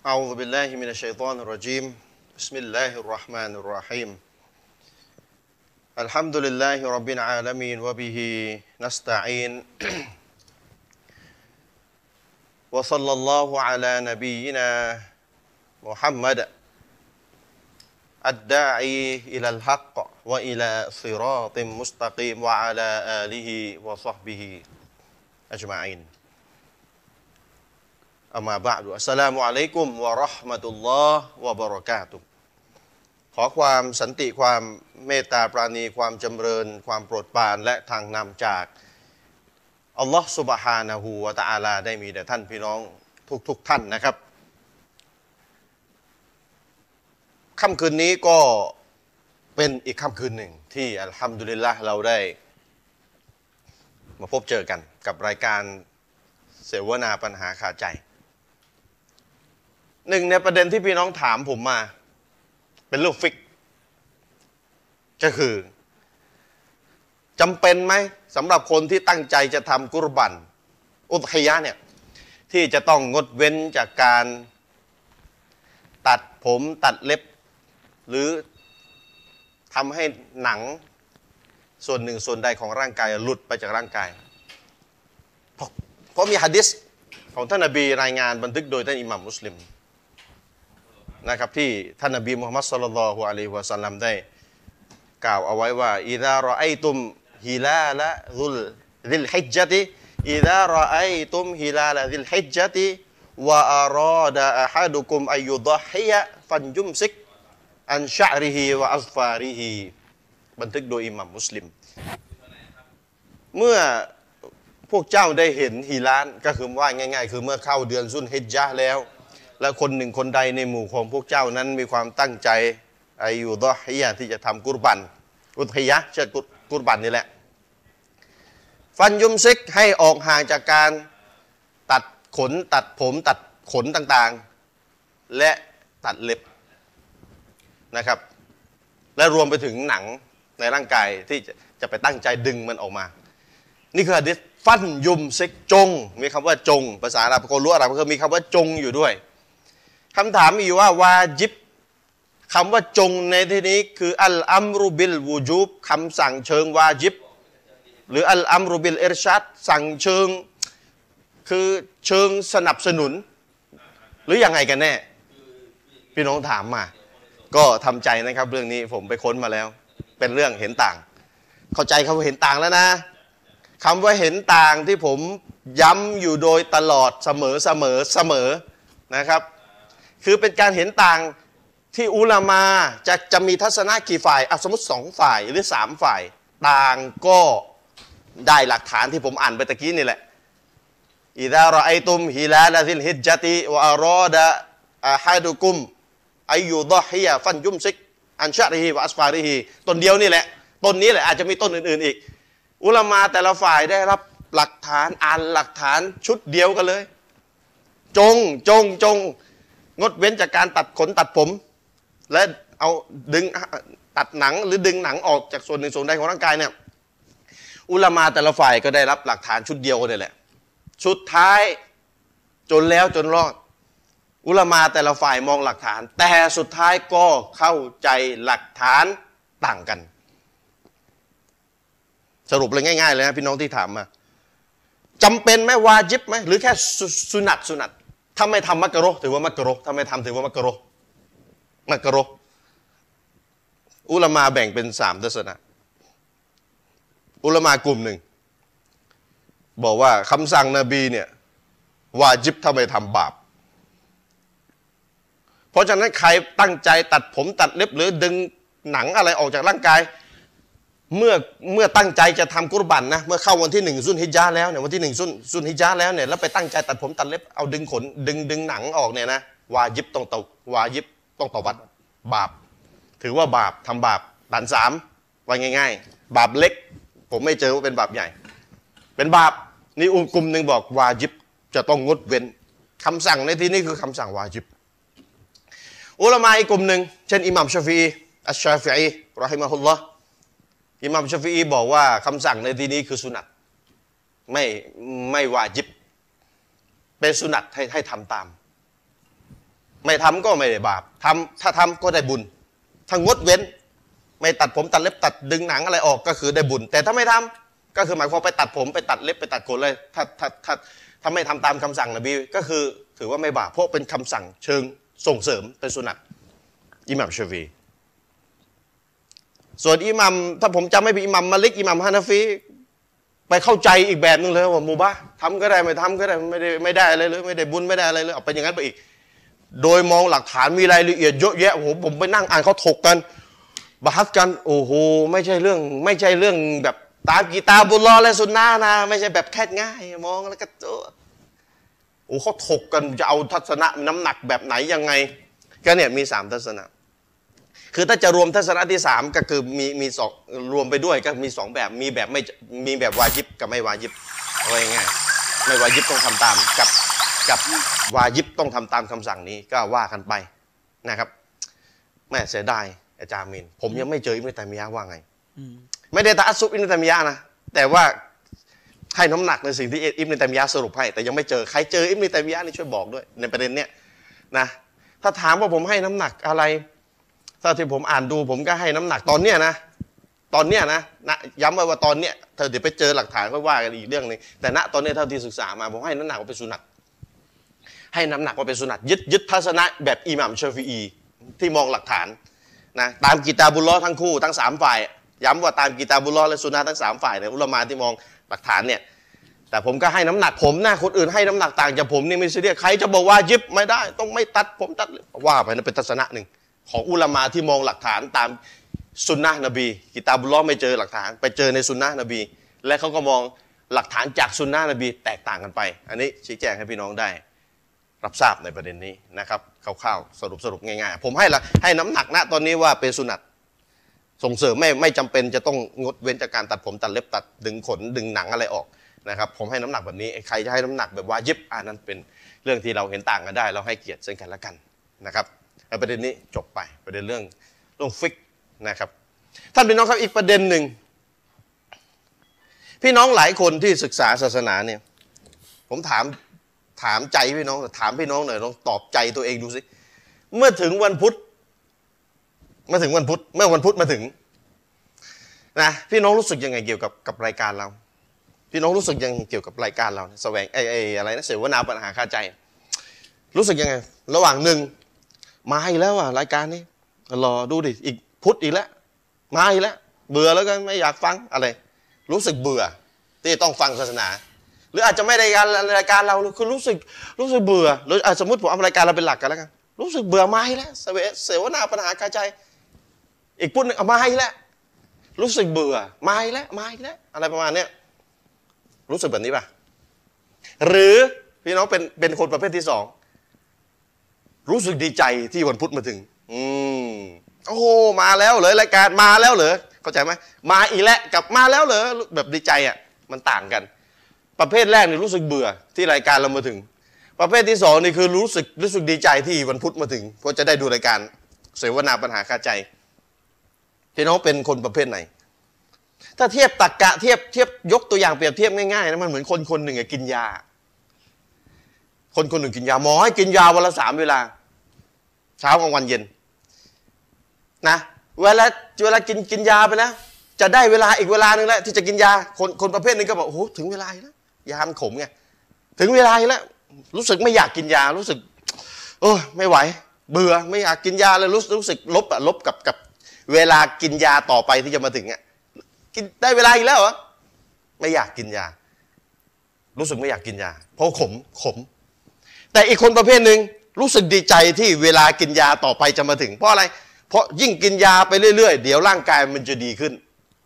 أعوذ بالله من الشيطان الرجيم بسم الله الرحمن الرحيم الحمد لله رب العالمين وبه نستعين وصلى الله على نبينا محمد الداعي إلى الحق وإلى صراط مستقيم وعلى آله وصحبه أجمعينอัมมาบะอ์ดุอัสสลามุอะลัยกุมวะเราะห์มะตุลลอฮ์วะบะเราะกาตุฮ์ขอความสันติความเมตตาปราณีความจำเริญความโปรดปรานและทางนำจากอัลลอฮ์ซุบฮานะฮูวะตะอาลาได้มีแด่ท่านพี่น้องทุกท่านนะครับค่ำคืนนี้ก็เป็นอีกค่ำคืนหนึ่งที่อัลฮัมดุลิลละห์เราได้มาพบเจอกันกับรายการเสวนาปัญหาคาใจหนึ่งในประเด็นที่พี่น้องถามผมมาเป็นเรื่องฟิกก็คือจำเป็นไหมสำหรับคนที่ตั้งใจจะทำกุรบันอุฎฮิยะห์เนี่ยที่จะต้องงดเว้นจากการตัดผมตัดเล็บหรือทำให้หนังส่วนหนึ่งส่วนใดของร่างกายหลุดไปจากร่างกายเพราะมีหะดีษของท่านนบีรายงานบันทึกโดยท่านอิหม่ามมุสลิมนะครับที่ท่านนบีมุฮัมมัดศ็อลลัลลอฮุอะลัยฮิวะซัลลัมได้กล่าวเอาไว้ว่าอิซารออัยตุมฮิลาละซิลฮิจญะติอิซารออัยตุมฮิลาละซิลฮิจญะติวะอารอดะอะฮัดุกุมอัยยุฎอฮิยะฟันยุมซิกอันชะริฮิวะอัซฟาริฮิบันทึกโดยอิหม่ามมุสลิมเมื่อพวกเจ้าได้เห็นฮิลาลก็คือว่าง่ายๆคือเมื่อเข้าเดือนซุลฮิจญะห์แล้วและคนหนึ่งคนใดในหมู่ของพวกเจ้านั้นมีความตั้งใจอายุดอฮิยะที่จะทำกุรบันอุฎฮิยะห์เช่นกุรบันนี่แหละฟันยุมซิกให้ออกห่างจากการตัดขนตัดผมตัดขนต่างๆและตัดเล็บนะครับและรวมไปถึงหนังในร่างกายที่จะไปตั้งใจดึงมันออกมานี่คือหะดีษฟันยุมซิกจงมีคำว่าจงภาษาอาหรับคนรู้อาหรับก็มีคำว่าจงอยู่ด้วยคำถามมีอยู่ว่าวาญิบคำว่าจงในที่นี้คืออัลอัมรุบิลวูจูบคำสั่งเชิงวาญิบหรืออัลอัมรุบิลอิรชัดสั่งเชิงคือเชิงสนับสนุนหรือยังไงกันแน่พี่น้องถามมาก็ทำใจนะครับเรื่องนี้ผมไปค้นมาแล้วเป็นเรื่องเห็นต่างเข้าใจคำว่าเห็นต่างแล้วนะคำว่าเห็นต่างที่ผมย้ำอยู่โดยตลอดเสมอนะครับคือเป็นการเห็นต่างที่อุลามาจะมีทัศนะกี่ฝ่ายสมมติ2ฝ่ายหรือ3ฝ่ายต่างก็ได้หลักฐานที่ผมอ่านไปตะกี้นี่แหละอิซารออัยตุมฮิลาลาซิลฮิจญะติวะอารอดะอะฮัดุกุมอัยยุฎอฮิยะฟันยุมซิกอันชะริฮิวะอัสฟาริฮิต้นเดียวนี่แหละต้นนี้แหละอาจจะมีต้นอื่นๆอีกอุลามาแต่ละฝ่ายได้รับหลักฐานอ่านหลักฐานชุดเดียวกันเลยจงงดเว้นจากการตัดขนตัดผมและเอาดึงตัดหนังหรือดึงหนังออกจากส่วนหนึ่งส่วนใดของร่างกายเนี่ยอุลามาแต่ละฝ่ายก็ได้รับหลักฐานชุดเดียวกันนี่แหละสุดท้ายจนแล้วจนรอดอุลามาแต่ละฝ่ายมองหลักฐานแต่สุดท้ายก็เข้าใจหลักฐานต่างกันสรุปเลยง่ายๆเลยนะพี่น้องที่ถามมาจำเป็นไหมวาญิบไหมหรือแค่สุนัตถ้าไม่ทำมักกะโรถือว่ามักกะโรถ้าไม่ทำถือว่ามักกะโรอุลามาแบ่งเป็น3ทัศนะอุลามากลุ่มหนึ่งบอกว่าคำสั่งนบีเนี่ยวาญิบถ้าไม่ทำบาปเพราะฉะนั้นใครตั้งใจตัดผมตัดเล็บหรือดึงหนังอะไรออกจากร่างกายเมื่อตั้งใจจะทำกุรบันนะเมื่อเข้าวันที่1ซุลฮิจญะห์แล้วเนี่ยวันที่1ซุลฮิจญะห์แล้วเนี่ยแล้วไปตั้งใจตัดผมตัดเล็บเอาดึงขนดึงหนังออกเนี่ยนะวาญิบต้องต่อบัตรบาปถือว่าบาปทำบาปด่าน3ว่าง่ายๆบาปเล็กผมไม่เจอว่าเป็นบาปใหญ่เป็นบาปนี่กลุ่มหนึ่งบอกวาญิบจะต้องงดเว้นคำสั่งในที่นี้คือคำสั่งวาญิบอุลามะอีกกลุ่มหนึ่งเช่นอิหม่ามชาฟิอีอัชชาฟิอีเราะฮิมะฮุลลอฮ์อิหม่ามชาฟิอีบอกว่าคำสั่งในที่นี้คือสุนัตไม่วาญิบเป็นสุนัตให้ทำตามไม่ทำก็ไม่ได้บาปทำถ้าทำก็ได้บุญถ้างดเว้นไม่ตัดผมตัดเล็บตัดดึงหนังอะไรออกก็คือได้บุญแต่ถ้าไม่ทำก็คือหมายความไปตัดผมไปตัดเล็บไปตัดขนเลยถ้าไม่ทำตามคำสั่งนบีก็คือถือว่าไม่บาปเพราะเป็นคำสั่งเชิงส่งเสริมเป็นสุนัตอิหม่ามชาฟีส่วนอิหม่ามถ้าผมจำไม่ผิดอิหม่ามมาลิกอิหม่ามฮานาฟีไปเข้าใจอีกแบบนึงเลยว่ามูบะทำก็ได้ไม่ทำก็ได้ไม่ได้อะไรเลยไม่ได้บุญไม่ได้อะไรเลยเอาไปอย่างนั้นไปอีกโดยมองหลักฐานมีรายละเอียดเยอะแยะโอ้โหผมไปนั่งอ่านเขาถกกันบาฮัสกันโอ้โหไม่ใช่เรื่องแบบตามกีตาบุลลอและสุนนะนะไม่ใช่แบบแค่ง่ายมองแล้วก็โอ้เขาถกกันจะเอาทัศนะน้ำหนักแบบไหนยังไงก็เนี่ยมี3ทัศนะคือถ้าจะรวมทัศนะที่3ก็คือมีสองรวมไปด้วยก็มี2แบบมีแบบไม่มีแบบวาญิบกับไม่วาญิบเอาไว้ง่ายไม่วาญิบต้องทำตามกับวาญิบต้องทำตามคำสั่งนี้ก็ว่ากันไปนะครับแม่เสียดายอาจารย์มินผมยังไม่เจออิบนุตัยมียะห์ว่าไงไม่ได้ตะอัสซุบอิบนุตัยมียะห์นะแต่ว่าให้น้ำหนักในสิ่งที่อิบนุตัยมียะห์สรุปให้แต่ยังไม่เจอใครเจออิบนุตัยมียะห์นี่ช่วยบอกด้วยในประเด็นเนี้ยนะถ้าถามว่าผมให้น้ำหนักอะไรถ้าที่ผมอ่านดูผมก็ให้น้ำหนักตอนเนี้ยนะย้ำไว้ว่าตอนเนี้ยเธอเดี๋ยวไปเจอหลักฐานค่อยว่ากันอีกเรื่องนึงแต่ณตอนนี้เท่าที่ศึกษามาผมให้น้ำหนักว่าเป็นสุนัตให้น้ำหนักว่าเป็นสุนัตยึดทัศนะแบบอิหม่ามชาฟิอีที่มองหลักฐานนะตามกิตาบุลลอฮ์ทั้งคู่ทั้ง3ฝ่ายย้ำว่าตามกิตาบุลลอฮ์และสุนนะทั้ง3ฝ่ายเนี่ยอุลามะที่มองหลักฐานเนี่ยแต่ผมก็ให้น้ำหนักผมนะคนอื่นให้น้ำหนักต่างจากผมนี่ไม่ซีเรียสใครจะบอกว่ายิบไม่ได้ต้องไม่ตัดผมตัดว่าไปนั่นเป็นทัศนะหนึ่งของอุลามะที่มองหลักฐานตามสุนนะนบีกิตาบุลลอฮ์ไม่เจอหลักฐานไปเจอในสุนนะนบีและเขาก็มองหลักฐานจากสุนนะนบีแตกต่างกันไปอันนี้ชี้แจงให้พี่น้องได้รับทราบในประเด็นนี้นะครับคร่าวๆสรุปง่ายๆผมให้น้ำหนักนะตอนนี้ว่าเป็นสุนัตส่งเสริมไม่จำเป็นจะต้องงดเว้นจากการตัดผมตัดเล็บตัดดึงขนดึงหนังอะไรออกนะครับผมให้น้ำหนักแบบนี้ใครจะให้น้ำหนักแบบวาญิบนั้นเป็นเรื่องที่เราเห็นต่างกันได้เราให้เกียรติซึ่งกันและกันนะครับประเด็นนี้จบไปประเด็นเรื่องฟิกนะครับท่านพี่น้องครับอีกประเด็นหนึ่งพี่น้องหลายคนที่ศึกษาศาสนาเนี่ยผมถามใจพี่น้องถามพี่น้องหน่อยลองตอบใจตัวเองดูสิเมื่อถึงวันพุธเมื่อวันพุธมาถึงนะพี่น้องรู้สึกยังไงเกี่ยวกับรายการเราพี่น้องรู้สึกยังเกี่ยวกับรายการเราแสวงอะไรนะเสวนาปัญหาคาใจรู้สึกยังไงระหว่างหนึ่งมาอีกแล้วอ่ะรายการนี้รอดูดิอีกพุธอีกแล้วมาอีกแล้วเบื่อแล้วกันไม่อยากฟังอะไรรู้สึกเบื่อที่ต้องฟังศาสนาหรืออาจจะไม่ได้รายการเราคือรู้สึกเบื่อหรือสมมติผมเอารายการเราเป็นหลักกันแล้วกันรู้สึกเบื่อมาอีกแล้วเสวนาปัญหาคาใจอีกพุธนึงเอามาอีกแล้วรู้สึกเบื่อมาอีกแล้วอะไรประมาณเนี้ยรู้สึกแบบนี้ป่ะหรือพี่น้องเป็นคนประเภทที่2รู้สึกดีใจที่วันพุธมาถึงโอ้โหมาแล้วเหรอรายการมาแล้วเหรอเข้าใจไหมมาอีกแล้วกับมาแล้วเหรอแบบดีใจอ่ะมันต่างกันประเภทแรกนี่รู้สึกเบื่อที่รายการเรามาถึงประเภทที่2นี่คือรู้สึกดีใจที่วันพุธมาถึงเพราะจะได้ดูรายการเสวนาปัญหาคาใจพี่น้องเป็นคนประเภทไหนถ้าเทียบตรรกะเทียบยกตัวอย่างเปรียบเทียบง่ายๆนะมันเหมือนคนหนึ่งกินยาคนหนึ่งกินยาหมอให้กินยาวันละ3 เวลาเช้ากลางวันเย็นนะเวลากินยาไปแล้วจะได้เวลาอีกเวลานึงแล้วที่จะกินยาคนประเภทนึงก็บอกโอ้โหถึงเวลาแล้วยามันขมไงถึงเวลาแล้วรู้สึกไม่อยากกินยารู้สึกไม่ไหวเบื่อไม่อยากกินยาเลยรู้สึกลบกับเวลากินยาต่อไปที่จะมาถึงอ่ะกินได้เวลาอีกแล้วเหรอไม่อยากกินยารู้สึกไม่อยากกินยาเพราะขมแต่อีกคนประเภทหนึ่งรู้สึกดีใจที่เวลากินยาต่อไปจะมาถึงเพราะอะไรเพราะยิ่งกินยาไปเรื่อยๆเดี๋ยวร่างกายมันจะดีขึ้น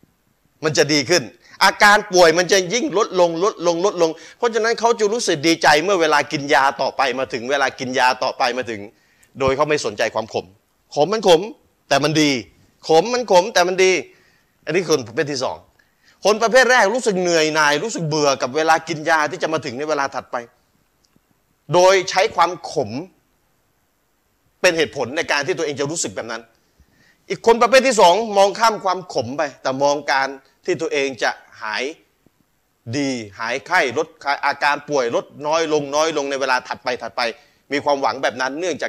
อาการป่วยมันจะยิ่งลดลงเพราะฉะนั้นเขาจะรู้สึกดีใจเมื่อเวลากินยาต่อไปมาถึงเวลากินยาต่อไปมาถึงโดยเขาไม่สนใจความขมมันขมแต่มันดีมันขมแต่มันดีอันนี้คนประเภทที่2คนประเภทแรกรู้สึกเหนื่อยหน่ายรู้สึกเบื่อกับเวลากินยาที่จะมาถึงในเวลาถัดไปโดยใช้ความขมเป็นเหตุผลในการที่ตัวเองจะรู้สึกแบบนั้นอีกคนประเภทที่2มองข้ามความขมไปแต่มองการที่ตัวเองจะหายดีหายไข้ลดอาการป่วยลดน้อยลงในเวลาถัดไปมีความหวังแบบนั้นเนื่องจาก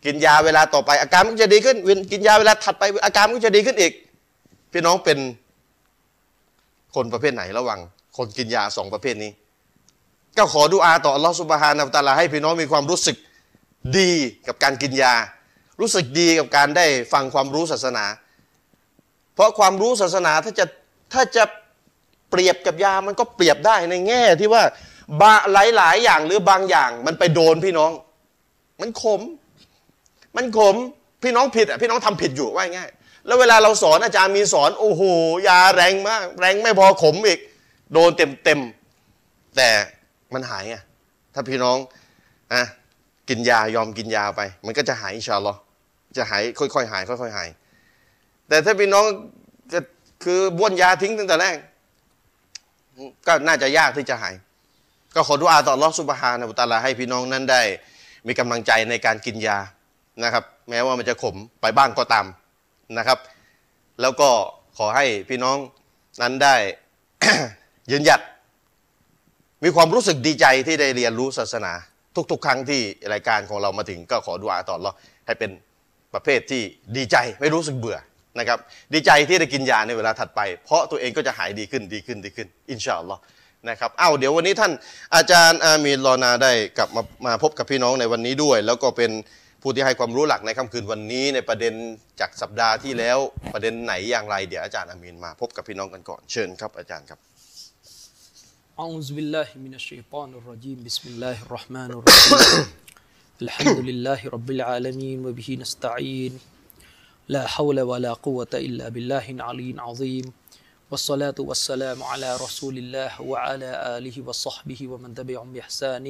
กินยาเวลาต่อไปอาการมันจะดีขึ้นกินยาเวลาถัดไปอาการมันจะดีขึ้นอีกพี่น้องเป็นคนประเภทไหนระหว่างคนกินยา2ประเภทนี้ก็ขอดุอาต่ออัลลอฮฺซุบฮานะฮูวะตะอาลาให้พี่น้องมีความรู้สึกดีกับการกินยารู้สึกดีกับการได้ฟังความรู้ศาสนาเพราะความรู้ศาสนาถ้าจะเปรียบกับยามันก็เปรียบได้ในแง่ที่ว่าหลายอย่างหรือบางอย่างมันไปโดนพี่น้องมันขมพี่น้องผิดพี่น้องทำผิดอยู่ว่าง่ายแล้วเวลาเราสอนอาจารย์มีสอนโอ้โหยาแรงมากแรงไม่พอขมอีกโดนเต็มแต่มันหายไงถ้าพี่น้องกินยายอมกินยาไปมันก็จะหายอินชาอัลลอฮ์จะหายค่อยๆหายค่อยๆหายแต่ถ้าพี่น้องคือบ้วนยาทิ้งตั้งแต่แรกก็น่าจะยากที่จะหายก็ขอดุอาต่ออัลเลาะห์ซุบฮานะฮูวะตะอาลาให้พี่น้องนั้นได้มีกำลังใจในการกินยานะครับแม้ว่ามันจะขมไปบ้างก็ตามนะครับแล้วก็ขอให้พี่น้องนั้นได้ ยืนหยัดมีความรู้สึกดีใจที่ได้เรียนรู้ศาสนาทุกๆครั้งที่รายการของเรามาถึงก็ขอดุอาต่ออัลเลาะห์ให้เป็นประเภทที่ดีใจไม่รู้สึกเบื่อนะครับดีใจที่ได้กินยาในเวลาถัดไปเพราะตัวเองก็จะหายดีขึ้นอินชาอัลลอฮ์นะครับเดี๋ยววันนี้ท่านอาจารย์อามีนรอนาได้กลับมาพบกับพี่น้องในวันนี้ด้วยแล้วก็เป็นผู้ที่ให้ความรู้หลักในค่ำคืนวันนี้ในประเด็นจากสัปดาห์ที่แล้วประเด็นไหนอย่างไรเดี๋ยวอาจารย์อามีนมาพบกับพี่น้องกันก่อนเชิญครับอาจารย์ครับอะอูซุบิลลาฮิมินัชชัยฏอนิรเราะญีมบิสมิลลาฮิรเราะห์มานิรเราะฮีมอัลฮัมดุลิลลาฮิร็อบบิลอาลามีนวะบิฮินัสตะอีนลาฮาวละวะลากุวะตะอิลลาบิลลาฮิลอะลียลอะซีมوالصلاة والسلام على رسول الله وعلى آله وصحبه ومن تبعهم بإحسان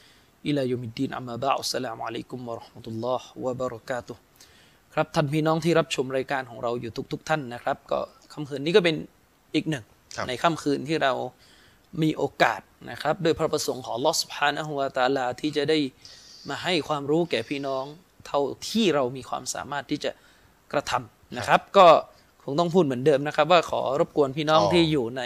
إلى يوم الدين أما بعد السلام عليكم ورحمة الله وبركاته ครับท่านพี่น้องที่รับชมรายการของเราอยู่ทุกท่านนะครับก็ค่ำคืนนี้ก็เป็นอีกหนึ่งในค่ำคืนที่เรามีโอกาสนะครับโดยพระประสงค์ของอัลเลาะห์ซุบฮานะฮูวะตะอาลาที่จะได้มาให้ความรู้แก่พี่น้องเท่าที่เรามีความสามารถที่จะกระทำนะครับก็คงต้องพูดเหมือนเดิมนะครับว่าขอรบกวนพี่น้องที่อยู่ใน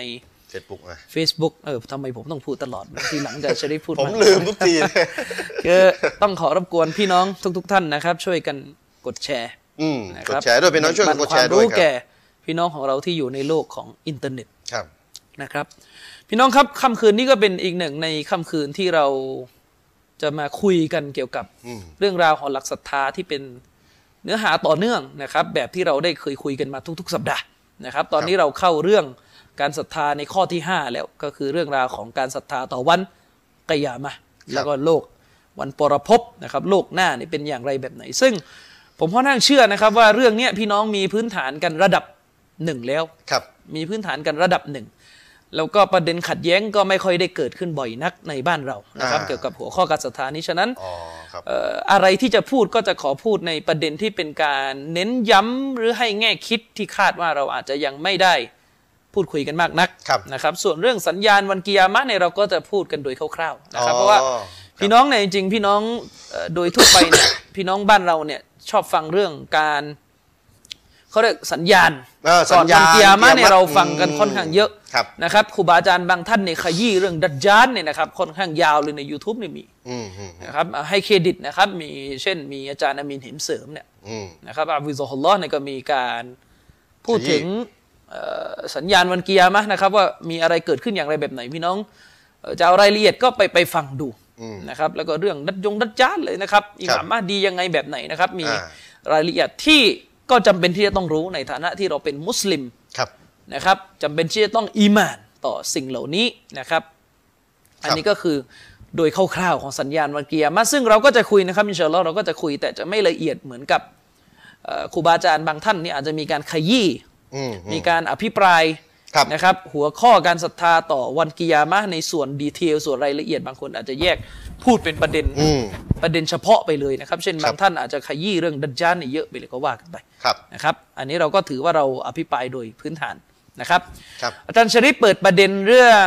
Facebook ทำไมผมต้องพูดตลอดทีหลังจะได้พูดผมลืมทุกทีคือต้องขอรบกวนพี่น้องทุกท่านนะครับช่วยกันกดแชร์กดแชร์ด้วยพี่น้องช่วยกันกดแชร์ด้วยครับรู้แก่พี่น้องของเราที่อยู่ในโลกของอินเทอร์เน็ต นะครับพี่น้องครับค่ำคืนนี้ก็เป็นอีกหนึ่งในค่ำคืนที่เราจะมาคุยกันเกี่ยวกับเรื่องราวของหลักศรัทธาที่เป็นเนื้อหาต่อเนื่องนะครับแบบที่เราได้เคยคุยกันมาทุกๆสัปดาห์นะครับตอนนี้เราเข้าเรื่องการศรัทธาในข้อที่5แล้วก็คือเรื่องราวของการศรัทธาต่อวันกิยามะห์แล้วก็โลกวันปรภพนะครับโลกหน้านี่เป็นอย่างไรแบบไหนซึ่งผมค่อนข้างเชื่อนะครับว่าเรื่องนี้พี่น้องมีพื้นฐานกันระดับ1แล้วมีพื้นฐานกันระดับ1แล้วก็ประเด็นขัดแย้งก็ไม่ค่อยได้เกิดขึ้นบ่อยนักในบ้านเรานะครับเกี่ยวกับหัวข้อการศรัทธานี้ฉะนั้นอะไรที่จะพูดก็จะขอพูดในประเด็นที่เป็นการเน้นย้ำหรือให้แง่คิดที่คาดว่าเราอาจจะยังไม่ได้พูดคุยกันมากนักนะครับส่วนเรื่องสัญญาณวันกิยามะห์เนี่ยเราก็จะพูดกันโดยคร่าวๆนะครับเพราะว่าพี่น้องเนี่ยจริงๆพี่น้องโดยทั่วไปเนี่ยพี่น้องบ้านเราเนี่ยชอบฟังเรื่องการเขาเรียกสัญญาณก่อนวันกิยามะห์เนี่ยเราฟังกันค่อนข้างเยอะนะครับครูบาอาจารย์บางท่านเนี่ยขยี้เรื่องดัจญาลเนี่ยนะครับค่อนข้างยาวเลยใน YouTube เนี่ยมีนะครับให้เครดิตนะครับมีเช่นมีอาจารย์อามีน หิมเสริมเนี่ยนะครับอับดุลลอฮ์อัลลอฮ์เนี่ยก็มีการพูดถึงสัญญาณวันกิยามะห์นะครับว่ามีอะไรเกิดขึ้นอย่างไรแบบไหนพี่น้องจะเอารายละเอียดก็ไปฟังดูนะครับแล้วก็เรื่องดัจญาลเลยนะครับอิหม่ามมะฮดียังไงแบบไหนนะครับมีรายละเอียดที่ก็จำเป็นที่จะต้องรู้ในฐานะที่เราเป็นมุสลิมนะครับจำเป็นที่จะต้องอีหม่านต่อสิ่งเหล่านี้นะครับอันนี้ก็คือโดยคร่าวๆของสัญญาณวันกิยามะห์ซึ่งเราก็จะคุยนะครับอินชาอัลลอฮ์เราก็จะคุยแต่จะไม่ละเอียดเหมือนกับครูบาอาจารย์บางท่านนี่อาจจะมีการขยี้มีการอภิปรายนะครับหัวข้อการศรัทธาต่อวันกิยามะห์ในส่วนดีเทลส่วนรายละเอียดบางคนอาจจะแยกพูดเป็นประเด็นเฉพาะไปเลยนะครับเช่นบางท่านอาจจะขยี้เรื่องดัจญาลเนี่ยเยอะไปเลยก็ว่ากันไปนะครับอันนี้เราก็ถือว่าเราอภิปรายโดยพื้นฐานนะครับอาจารย์ชริฟเปิดประเด็นเรื่อง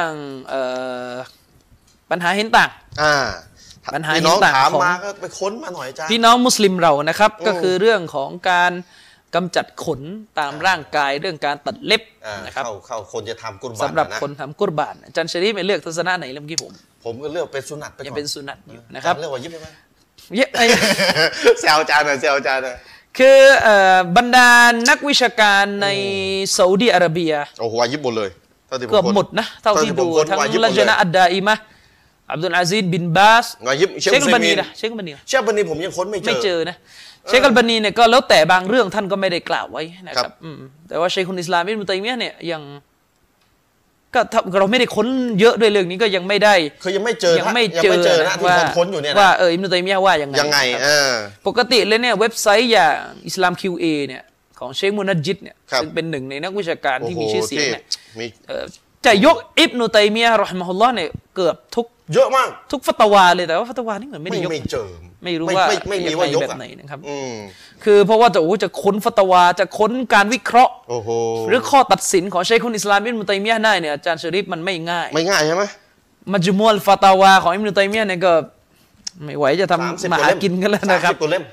ปัญหาเห็นต่างปัญหาเห็นต่างของไปค้นมาหน่อยจ้าพี่น้องมุสลิมเรานะครับก็คือเรื่องของการกำจัดขนตามร่างกายเรื่องการตัดเล็บนะครับเข้าคนจะทำกุรบานสำหรับคนทำกุรบานอาจารย์ชริฟเลือกทัศนะไหนเมื่อกี้ผมก็เลือกเป็นสุนัตไปก่อนยังเป็นสุนัตอยู่นะครับเลือกว่ายิบได้ไหมเยอะแซวอาจารย์หน่อยแซวอาจารย์หน่อยคือบรรดานักวิชาการในซาอุดิอาระเบียโอ้โหวายิบหมดเลยเกือบหมดนะเท่าที่ดูทั้งละจนะอัดดาอิมะอับดุลอาซิซบินบาสวายิบเชคบันนีนะเชคบันนีผมยังค้นไม่เจอนะเชคอัลบานีเนี่ยก็แล้วแต่บางเรื่องท่านก็ไม่ได้กล่าวไว้นะครับแต่ว่าเชคคนอิสลามอิบนุตัยมียะห์เนี่ยยังก็เราไม่ได้ค้นเยอะด้วยเรื่องนี้ก็ยังไม่ได้คือยังไม่เจอนะที่ค้นอยู่เนี่ยว่าอิบนุตัยมียะห์ว่ายังไงปกติเลยเนี่ยเว็บไซต์อย่างอิสลาม QA เนี่ยของเชคมุนัจญิดเนี่ยซึ่งเป็นหนึ่งในนักวิชาการที่มีชื่อเสียงเนี่ยจะยกอิบนุตัยมียะห์เราะห์มะฮุลลอฮ์เนี่ยเกือบทุกเยอะมากทุกฟัตวาเลยแต่ว่าฟัตวานี่เหมือนไม่ได้ยกไม่รู้ว่าไม่มีว่ายกแบบไหนนะครับคือเพราะว่าจะค้นฟัตวาจะค้นการวิเคราะห์หรือข้อตัดสินของเชคคนอิสลามอิบนุตัยมียะห์ได้เนี่ยอาจารย์ชะรีฟมันไม่ง่ายใช่ไหมมัจมุอัลฟาตาวาของอิบนุตัยมียะห์เนี่ยก็ไม่ไหวจะทำมาหากินกันแล้วนะครับ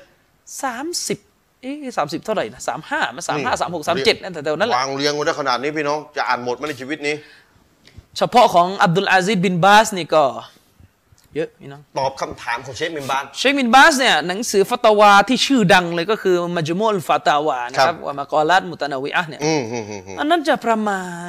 30เท่าไหร่นะ35 36 37นั่นแต่เท่านั้นแหละวางเรียงไว้ได้ขนาดนี้พี่น้องจะอ่านหมดไหมในชีวิตนี้เฉพาะของอับดุลอาซิซบินบาสนี่ก็เยอะพี่น้องตอบคำถามของเชคบินบาสเนี่ยหนังสือฟัตวาที่ชื่อดังเลยก็คือมัจมุอัลฟาตาวานะครับว่ามากอลาตมุตะนาวิอะห์เนี่ยอันนั้นจะประมาณ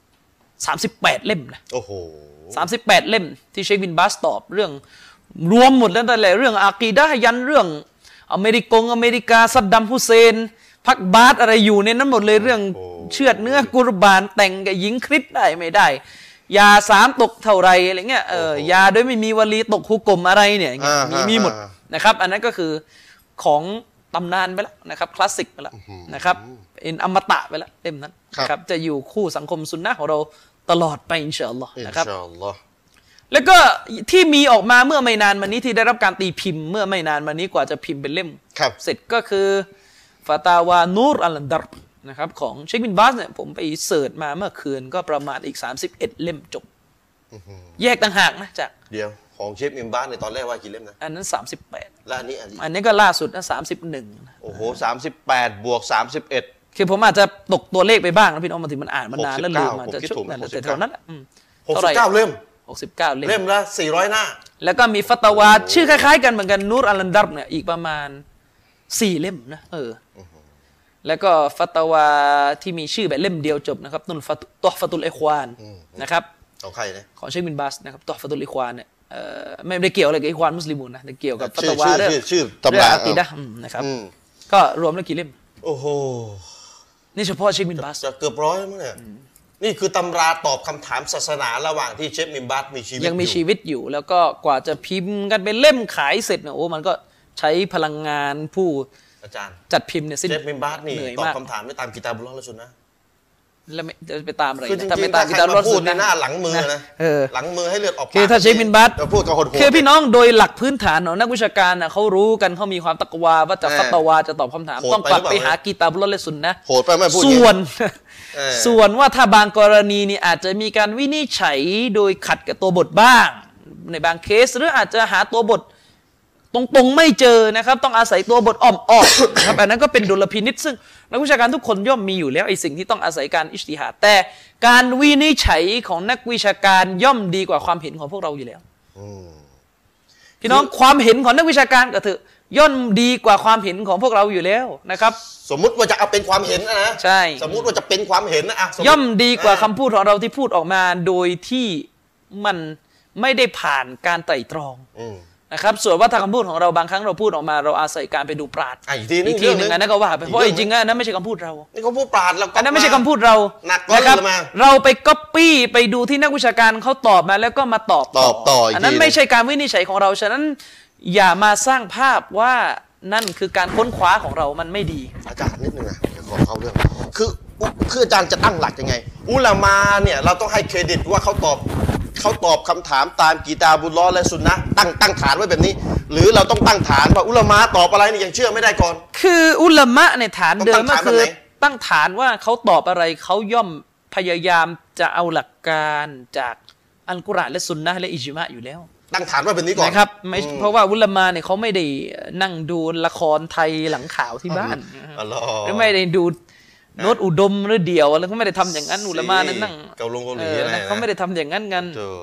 38 เล่มนะโอ้โห 38 เล่มที่เชคบินบาสตอบเรื่องรวมหมดแล้วแต่ละเรื่องอากีดะห์ยันเรื่องอเมริกาซัดดัมฮุเซนพักบาสอะไรอยู่ในนั้นหมดเลยเรื่องเชือดเนื้อกุรบานแต่งกับหญิงคริสต์ได้ไม่ได้ยา3ตกเท่าไรอะไรเงี้ยยาโดยไม่มีวลีตกฮุกมอะไรเนี่ยมีหมดนะครับอันนั้นก็คือของตำนานไปแล้วนะครับคลาสสิกไปแล้วนะครับเป็นอมตะไปแล้วเล่มนั้นนะครับจะอยู่คู่สังคมซุนนะห์ของเราตลอดไปอินชาอัลลอฮ์นะครับแล้วก็ที่มีออกมาเมื่อไม่นานมานี้ที่ได้รับการตีพิมพ์เมื่อไม่นานมานี้กว่าจะพิมพ์เป็นเล่มเสร็จก็คือฟาตาวานูรอัลดัรนะครับของเชคบินบาสเนี่ยผมไปเสิร์ชมาเมื่อคืนก็ประมาณอีก31เล่มจบแยกต่างหากนะจากเดี๋ยวของเชคบินบาสในตอนแรกว่ากี่เล่มนะอันนั้น38 แล้วอันนี้ก็ล่าสุดนะ31 โอ้โห38บวก31 คือผมอาจจะตกตัวเลขไปบ้างนะพี่น้องบางทีมันอ่านมานานแล้วลืมอาจจะชุดนั่นแต่เท่านั้นแหละ 69เล่ม 69เล่มละ400หน้าแล้วก็มีฟัตวาชื่อคล้ายๆกันเหมือนกันนูรอัลดัรเนี่ยอีกประมาณ4เล่มนะแล้วก็ฟัตวาที่มีชื่อแบบเล่มเดียวจบนะครับตุลฟะตุลอิควานนะครับของใครนะของเชคบินบาสนะครับตุลฟะตุลอิควานเนี่ยไม่ได้เกี่ยวอะไรกับอิควานมุสลิมูนนะแต่เกี่ยวกับฟัตวาเรื่องตำราอะกีดะห์นะครับก็รวมแล้วกี่เล่มโอ้โหนี่เฉพาะเชคบินบาสจะเกือบ100มั้งเนี่ยนี่คือตำราตอบคำถามศาสนาระหว่างที่เชคบินบาสมีชีวิตยังมีชีวิตอยู่แล้วก็กว่าจะพิมพ์กันเป็นเล่มขายเสร็จเนี่ยโอ้มันก็ใช้พลังงานผู้อาจารย์จัดพิมพ์เนี่ยสิ้นเชคบินบาสนี่ตอบคำถามไม่ตามกิตาบุลลอฮ์และซุนนะห์แล้วจะไปตามอะไรถ้าไม่ตามกิตาบุลลอฮ์และซุนนะห์หน้าหลังมือนะหลังมือให้เลือดออกคือถ้าเชคบินบาสพูดกับคนคือพี่น้องโดยหลักพื้นฐานของนักวิชาการเขารู้กันเขามีความตักวาว่าจะฟัตวาจะตอบคำถามต้องกลับไปหากิตาบุลลอฮ์และซุนนะห์ส่วนว่าถ้าบางกรณีนี่อาจจะมีการวินิจฉัยโดยขัดกับตัวบทบ้างในบางเคสหรืออาจจะหาตัวบทตรงๆไม่เจอนะครับต้องอาศัยตัวบทอ้อมๆนะครับอันนั้นก็เป็นดุลพินิจซึ่งนักวิชาการทุกคนย่อมมีอยู่แล้วไอ้สิ่งที่ต้องอาศัยการอิจติฮาดแต่การวินิจฉัยของนักวิชาการย่อมดีกว่าความเห็นของพวกเราอยู่แล้วพี่น้องความเห็นของนักวิชาการก็เถอะย่อมดีกว่าความเห็นของพวกเราอยู่แล้วนะครับสมมุติว่าจะเอาเป็นความเห็นนะใช่สมมุติว่าจะเป็นความเห็นนะย่อมดีกว่าคำพูดของเราที่พูดออกมาโดยที่มันไม่ได้ผ่านการไตร่ตรองนะครับส่วนว่าถ้าคำพูดของเราบางครั้งเราพูดออกมาเราอาศัยการไปดูปราชญ์อีกทีนึงอันนั้นก็ว่าไปเพราะจริงๆอันนั้นไม่ใช่คำพูดเรานี่เขาพูดปราชญ์อันนั้นไม่ใช่คำพูดเรานะครับเราไปก๊อปปี้ไปดูที่นักวิชาการเขาตอบมาแล้วก็มาตอบต่ออันนั้นไม่ใช่การวินิจฉัยของเราฉะนั้นอย่ามาสร้างภาพว่านั่นคือการค้นคว้าของเรามันไม่ดีอาจารย์นิดนึงนะเดี๋ยวขอเข้าเรื่องคืออาจารย์จะตั้งหลักยังไงอุลามาเนี่ยเราต้องให้เครดิตว่าเขาตอบคำถามตามกีตาบุลลอฮ์และซุนนะห์ตั้งฐานไว้แบบนี้หรือเราต้องตั้งฐานว่าอุลามาตอบอะไรนี่ยังเชื่อไม่ได้ก่อนคืออุลามะในฐานเดิมก็คือตั้งฐานว่าเขาตอบอะไรเขาย่อมพยายามจะเอาหลักการจากอัลกุรอานและซุนนะห์และอิจมะอยู่แล้วตั้งฐานไว้แบบนี้ก่อนนะครับไม่เพราะว่าอุลามาเนี่ยเขาไม่ได้นั่งดูละครไทยหลังข่าวที่บ้านหรือไม่ได้ดูโน้ตอุดมหรือเดี่ยวอะไรเขาไม่ได้ทำอย่างนั้นอุลามานั่นนั่งเกาลงเกาหลีนะเขาไม่ได้ทำอย่างนั้นกัน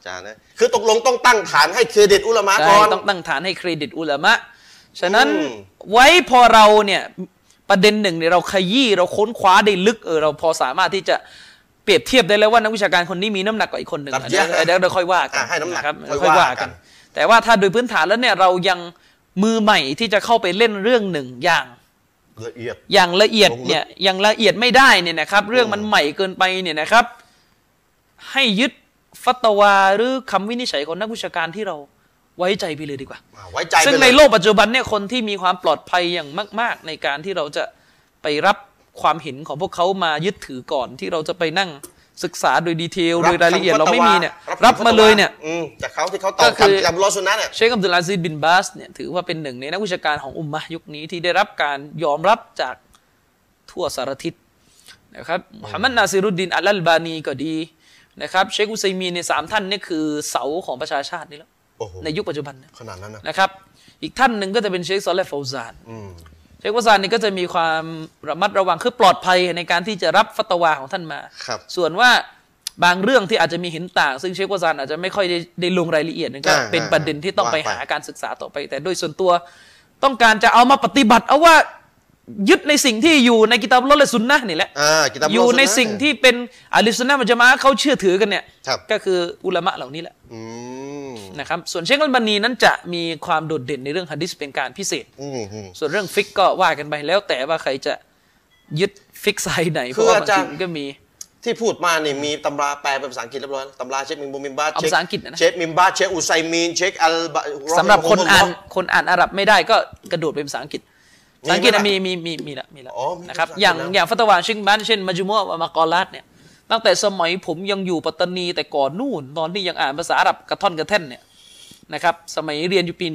จารย์นะคือตกลงต้องตั้งฐานให้เครดิตอุลามะก่อนต้องตั้งฐานให้เครดิตอุลามะฉะนั้นไว้พอเราเนี่ยประเด็นหนึ่งเนี่ยเราขยี้เราค้นคว้าได้ลึกเราพอสามารถที่จะเปรียบเทียบได้แล้วว่านักวิชาการคนนี้มีน้ำหนักกว่าอีกคนหนึ่งเดี๋ยวเราค่อยว่ากันให้น้ำหนักครับค่อยว่ากันแต่ว่าถ้าโดยพื้นฐานแล้วเนี่ยเรายังมือใหม่ที่จะเข้าไปเล่นเรื่องหนึ่งอย่างละเอียดเนี่ยอย่างละเอียดไม่ได้เนี่ยนะครับเรื่องมันใหม่เกินไปเนี่ยนะครับให้ยึดฟัตวาหรือคำวินิจฉัยของนักวิชาการที่เราไว้ใจไปเลยดีกว่าไว้ใจซึ่งในโลกปัจจุบันเนี่ยคนที่มีความปลอดภัยอย่างมากๆในการที่เราจะไปรับความเห็นของพวกเขามายึดถือก่อนที่เราจะไปนั่งศึกษาโดยดีเทลโดยรายละเอียดเราไม่มีเนี่ยรับมาเลยเนี่ยจากเขาที่เขาตอบกับรอซุนนะเนี่ยเชคอับดุลอาซิซบินบาสเนี่ยถือว่าเป็นหนึ่งในนักวิชาการของอุมมะห์ยุคนี้ที่ได้รับการยอมรับจากทั่วสารทิศนะครับมุฮัมมัดนาซิรุดดินอัลลัลบานีก็ดีนะครับเชคอุซัยมีนใน3ท่านนี่คือเสาของประชาชาตินี่แล้วในยุคปัจจุบันขนาดนั้นนะครับอีกท่านหนึ่งก็จะเป็นเชคซอเลห์ฟาวซานเชคฟาวซานนี่ก็จะมีความระมัดระวังคือปลอดภัยในการที่จะรับฟัตวาของท่านมาส่วนว่าบางเรื่องที่อาจจะมีเห็นต่างซึ่งเชคฟาวซานอาจจะไม่ค่อยได้ลงรายละเอียดนั่นก็เป็นประเด็นที่ต้องไปหาการศึกษาต่อไปแต่โดยส่วนตัวต้องการจะเอามาปฏิบัติเอาว่ายึดในสิ่งที่อยู่ในกิตาบุลลอฮ์และซุนนะห์นี่แหละอยู่ในสิ่งที่เป็นอะห์ลุสซุนนะห์วัลญะมาอะห์เขาเชื่อถือกันเนี่ยก็คืออุลามะเหล่านี้แหละนะครับส่วนเชคอัลบานีนั้นจะมีความโดดเด่นในเรื่องหะดีษเป็นการพิเศษส่วนเรื่องฟิกก็ว่ากันไปแล้วแต่ว่าใครจะยึดฟิกไซด์ไหนเพราะว่าบางทีก็มีที่พูดมานี่มีตำราแปลเป็นภาษาอังกฤษเรียบร้อยตำราเชคมิมบาภาษาอังกฤษนะเชคมิมบาเชคอุซัยมีนเชคอัลสำหรับคนอ่านอาหรับไม่ได้ก็กระโดดเป็นภาษาอังกฤษภาษาอังกฤษมีละนะครับอย่างฟัตวาชิงบ้านเช่นมัจมุอะห์มะกอลาตเนี่ยตั้งแต่สมัยผมยังอยู่ปัตตานีแต่ก่อนนู่นตอนที่ยังอ่านภาษาอาหรับกระท่อนกระแท่นเนี่ยนะครับสมัยเรียนอยู่ปี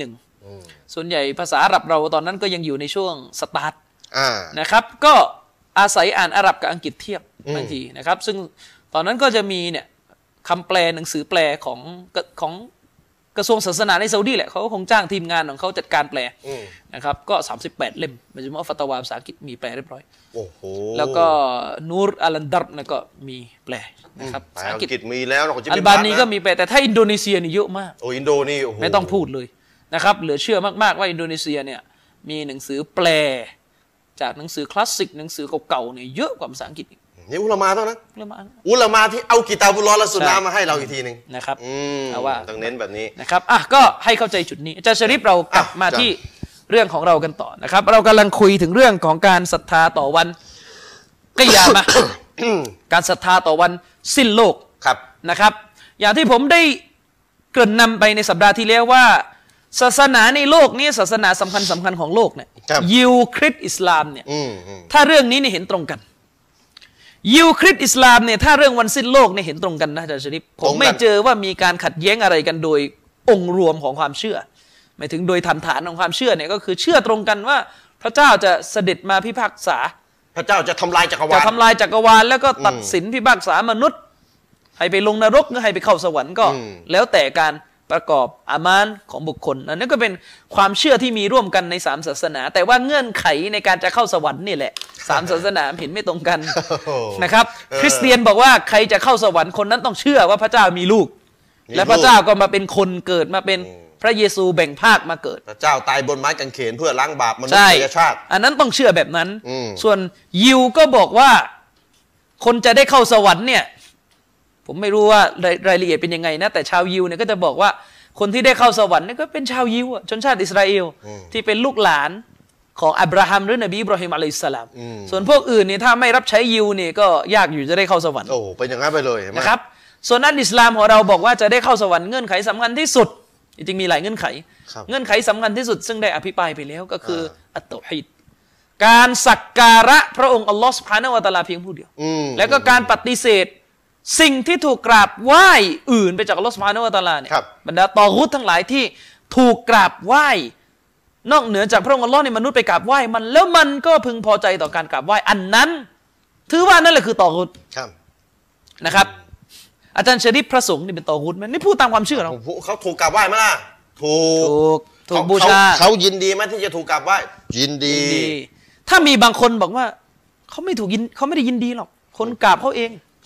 1ส่วนใหญ่ภาษาอาหรับเราตอนนั้นก็ยังอยู่ในช่วงสตาร์ทนะครับก็อาศัยอ่านอาหรับกับอังกฤษเทียบบางทีนะครับซึ่งตอนนั้นก็จะมีเนี่ยคำแปลหนังสือแปลของกระทรวงศาสนาในซาอุดีแหละเขาก็คงจ้างทีมงานของเขาจัดการแปลนะครับก็38เล่มมัจมุอะห์ฟัตวาภาษาอังกฤษมีแปลเรียบร้อยแล้วก็นูรอัลลันดัรนะก็มีแปลนะครับภาษาอังกฤษมีแล้วอัลบานีก็มีแปลแต่ถ้าอินโดนีเซียนี่เยอะมากอินโดนี่ไม่ต้องพูดเลยนะครับเหลือเชื่อมากๆว่าอินโดนีเซียเนี่ยมีหนังสือแปลจากหนังสือคลาสสิกหนังสือเก่าๆเนี่ยเยอะกว่าภาษาอังกฤษนี่อุลามะเท่านั้นอุลามะที่เอากิตาบุลลอฮ์และซุนนะห์มาให้เราอีกทีนึงนะครับเอาว่าต้องเน้นแบบนี้นะครับก็ให้เข้าใจจุดนี้อาจารย์ชะริฟเรากลับมาที่เรื่องของเรากันต่อนะครับเรากำลังคุยถึงเรื่องของการศรัทธาต่อวันกิยามะห์การศรัทธาต่อวันสิ้นโลกนะครับอย่างที่ผมได้เกริ่นนำไปในสัปดาห์ที่แล้วว่าศาสนาในโลกนี้ศาสนาสำคัญของโลกเนี่ยยิวคริสต์อิสลามเนี่ยถ้าเรื่องนี้เนี่ยเห็นตรงกันยิวคริสต์อิสลามเนี่ยถ้าเรื่องวันสิ้นโลกเนี่ยเห็นตรงกันนะอาจารย์ชะริฟผมไม่เจอว่ามีการขัดแย้งอะไรกันโดยองค์รวมของความเชื่อหมายถึงโดยฐานของความเชื่อเนี่ยก็คือเชื่อตรงกันว่าพระเจ้าจะเสด็จมาพิพากษาพระเจ้าจะทำลายจักรวาลแล้วก็ตัดสินพิพากษามนุษย์ให้ไปลงนรกหรือให้ไปเข้าสวรรค์ก็แล้วแต่การประกอบอามานของบุคคลอันนั้นก็เป็นความเชื่อที่มีร่วมกันใน3ศาสนาแต่ว่าเงื่อนไขในการจะเข้าสวรรค์นี่แหละ3ศาสนาเห็นไม่ตรงกันนะครับคริสเตียนบอกว่าใครจะเข้าสวรรค์คนนั้นต้องเชื่อว่าพระเจ้ามีลูกและพระเจ้าก็มาเป็นคนเกิดมาเป็นพระเยซูแบ่งภาคมาเกิดพระเจ้าตายบนไม้กางเขนเพื่อล้างบาปมนุษยชาติอันนั้นต้องเชื่อแบบนั้นส่วนยิวก็บอกว่าคนจะได้เข้าสวรรค์เนี่ยผมไม่รู้ว่ารายละเอียดเป็นยังไงนะแต่ชาวยิวเนี่ยก็จะบอกว่าคนที่ได้เข้าสวรรค์นี่ก็เป็นชาวยิวชนชาติอิสราเอลที่เป็นลูกหลานของอับราฮัมหรือนบีอิบราฮิมอะลัยฮิสสลามส่วนพวกอื่นเนี่ยถ้าไม่รับใช้ยิวเนี่ยก็ยากอยู่จะได้เข้าสวรรค์เป็นอย่างนั้นไปเลยนะครับส่วนอัลอิสลามของเราบอกว่าจะได้เข้าสวรรค์เงื่อนไขสำคัญที่สุดจริงๆมีหลายเงื่อนไขสำคัญที่สุดซึ่งได้อภิปรายไปแล้วก็คืออัตเตาฮีดการสักการะพระองค์อัลลอฮฺซุบฮานะฮูวะตะอาลาเพียงผู้เดียวแล้วก็การปฏิเสธสิ่งที่ถูกกราบไหว้อื่นไปจากอัลลอฮฺซุบฮานะฮูวะตะอาลาเนี่ยบรรดาตอฆูตทั้งหลายที่ถูกกราบไหว้นอกเหนือจากพระองค์อัลลอฮ์ในมนุษย์ไปกราบไหว้มันแล้วมันก็พึงพอใจต่อการกราบไหว้อันนั้นถือว่านั่นแหละคือตอฆูตนะครับอาจารย์ชะริฟพระสงฆ์นี่เป็นตอฆูตไหมนี่พูดตามความเชื่อเราเขาถูกกราบไหว้ไหมล่ะถูกบูชาเขายินดีไหมที่จะถูกกราบไหว้ยินดีถ้ามีบางคนบอกว่าเขาไม่ได้ยินดีหรอกคนกราบเขาเองนี่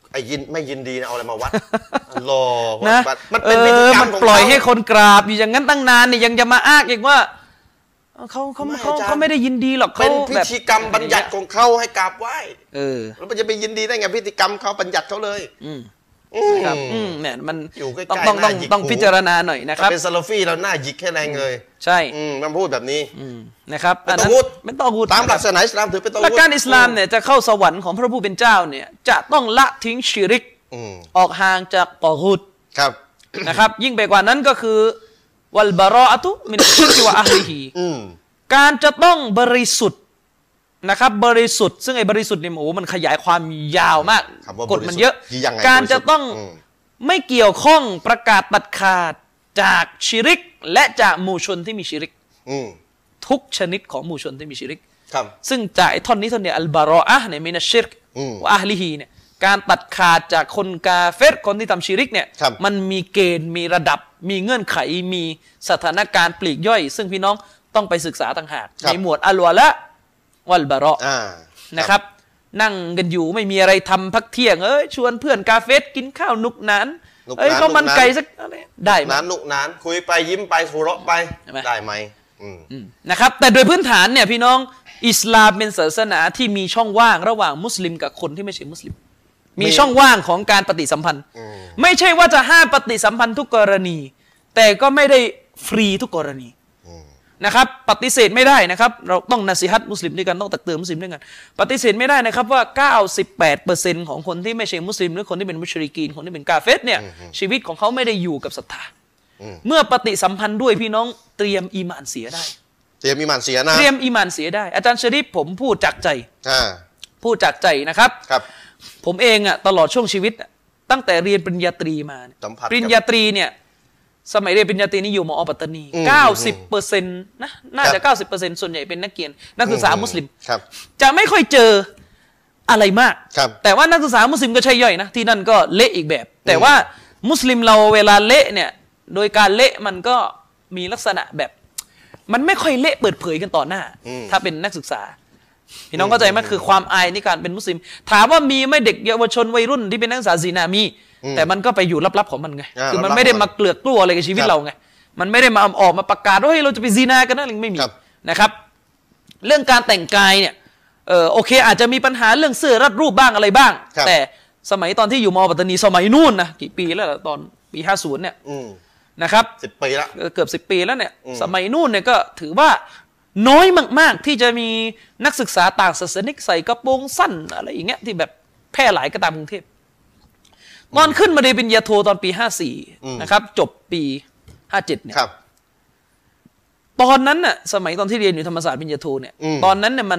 ไอ้ไม่ยินดีนะเอาอะไรมาวัดรอนะมันเป็นพิธีกรรมัมนของปล่อยให้เขาคนกราบอยู่อย่างนั้นตั้งนานเนี่ยยังจะมาอ้างอีกว่าเขาไม่ได้ยินดีหรอกเป็นเขาพิแบบธีกรรมบัญญัติของเขาให้กราบไหว้ แล้วมันจะไปยินดีได้ไงพิธีกรรมเขาบัญญัติเขาเลยครับเนี่ยมันอยู่ใกล้ๆต้องพิจารณาหน่อยนะครับเป็นซาลาฟีเราหน้าหยิกแค่แรงเลยใช่มันพูดแบบนี้นะครับเป็นตอกูฏเป็นตอกูฏตามหลักศาสนาอิสลามถือเป็นตอกูฏหลักการอิสลามเนี่ยจะเข้าสวรรค์ของพระผู้เป็นเจ้าเนี่ยจะต้องละทิ้งชิริกออกห่างจากตอกูฏครับนะครับยิ่งไปกว่านั้นก็คือวัลบารออะตุมินชิรกิวะอะฮลิฮิการจะต้องบริสุทธิ์นะครับบริสุทธิ์ซึ่งไอ้บริสุทธิ์เนี่ยโอ้มันขยายความยาวมากกฎมันเยอะการจะต้องไม่เกี่ยวข้องประกาศตัดขาดจากชิริกและจากหมู่ชนที่มีชิริกทุกชนิดของหมู่ชนที่มีชิริกซึ่งจากไอ้ท่อนนี้ท่อนเดียวอัลบารออะห์เนี่ยมินัชชิรกวะอะฮลิฮิเนี่ยการตัดขาดจากคนกาเฟรคนที่ทำชิริกเนี่ยมันมีเกณฑ์มีระดับมีเงื่อนไขมีสถานการณ์ปลีกย่อยซึ่งพี่น้องต้องไปศึกษาต่างหากในหมวดอัลวะละวัลบารอนะครับนั่งกันอยู่ไม่มีอะไรทำพักเที่ยงชวนเพื่อนกาเฟรกินข้าวนุกนานข้าวมันไก่สักอะไรได้ไหมนุกนานคุยไปยิ้มไปหัวเราะไปได้ไหมนะครับแต่โดยพื้นฐานเนี่ยพี่น้องอิสลามเป็นศาสนาที่มีช่องว่างระหว่างมุสลิมกับคนที่ไม่ใช่มุสลิมมีช่องว่างของการปฏิสัมพันธ์ไม่ใช่ว่าจะห้ามปฏิสัมพันธ์ทุกกรณี แต่ก็ไม่ได้ฟรีทุกกรณีนะครับปฏิเสธไม่ได้นะครับเราต้องนะซีฮัตมุสลิมด้วยกันต้องตักเตือนมุสลิมด้วยกันปฏิเสธไม่ได้นะครับว่า 98% ของคนที่ไม่ใช่มุสลิมหรือคนที่เป็นมุชริกีนคนที่เป็นกาเฟรเนี่ยชีวิตของเขาไม่ได้อยู่กับศรัทธาเมื่อปฏิสัมพันธ์ด้วยพี่น้องเตรียมอีหม่านเสียได้เตรียมอีหม่านเสียนะเตรียมอีหม่านเสียได้อาจารย์ชะรีฟผมพูดจากใจพูดจากใจนะครับผมเองตลอดช่วงชีวิตตั้งแต่เรียนปริญญาตรีมาปริญญาตรีเนี่ยสมัยเรียนปริญญาตรีนี่อยู่มอปัตตานี 90% นะน่าจะ 90% ส่วนใหญ่เป็นนักเรียนนักศึกษามุสลิมจะไม่ค่อยเจออะไรมากแต่ว่านักศึกษามุสลิมก็ใช่ย่อยนะที่นั่นก็เละอีกแบบแต่ว่ามุสลิมเราเวลาเละเนี่ยโดยการเละมันก็มีลักษณะแบบมันไม่ค่อยเละเปิดเผยกันต่อหน้าถ้าเป็นนักศึกษาพี่น้องเข้าใจไหมคือความอายในการเป็นมุสลิมถามว่ามีไหมเด็กเยาวชนวัยรุ่นที่เป็นนักศึกษาซีนามีแต่มันก็ไปอยู่ลับๆของมันไงคือมันไม่ได้มาเกลือกกลัวอะไรกับชีวิตเราไงมันไม่ได้มาออกมาประกาศว่าเฮ้ยเราจะไปซีนากันนะไม่มีนะครับเรื่องการแต่งกายเนี่ยโอเคอาจจะมีปัญหาเรื่องเสื้อรัดรูปบ้างอะไรบ้างแต่สมัยตอนที่อยู่มอปัตตานีสมัยนู่นนะกี่ปีแล้วตอนปี50เนี่ยนะครับ 10 ปีแล้วเกือบ10 ปีแล้วเนี่ยสมัยนู่นเนี่ยก็ถือว่าน้อยมากๆที่จะมีนักศึกษาต่างศาสนิกใส่กระโปรงสั้นอะไรอย่างเงี้ยที่แบบแพร่หลายก็ตามกรุงเทพตอนขึ้นมาเรียนปริญญาโทตอนปี54นะครับจบปี57เนี่ยตอนนั้นน่ะสมัยตอนที่เรียนอยู่ธรรมศาสตร์ปริญญาโทเนี่ยตอนนั้นเนี่ย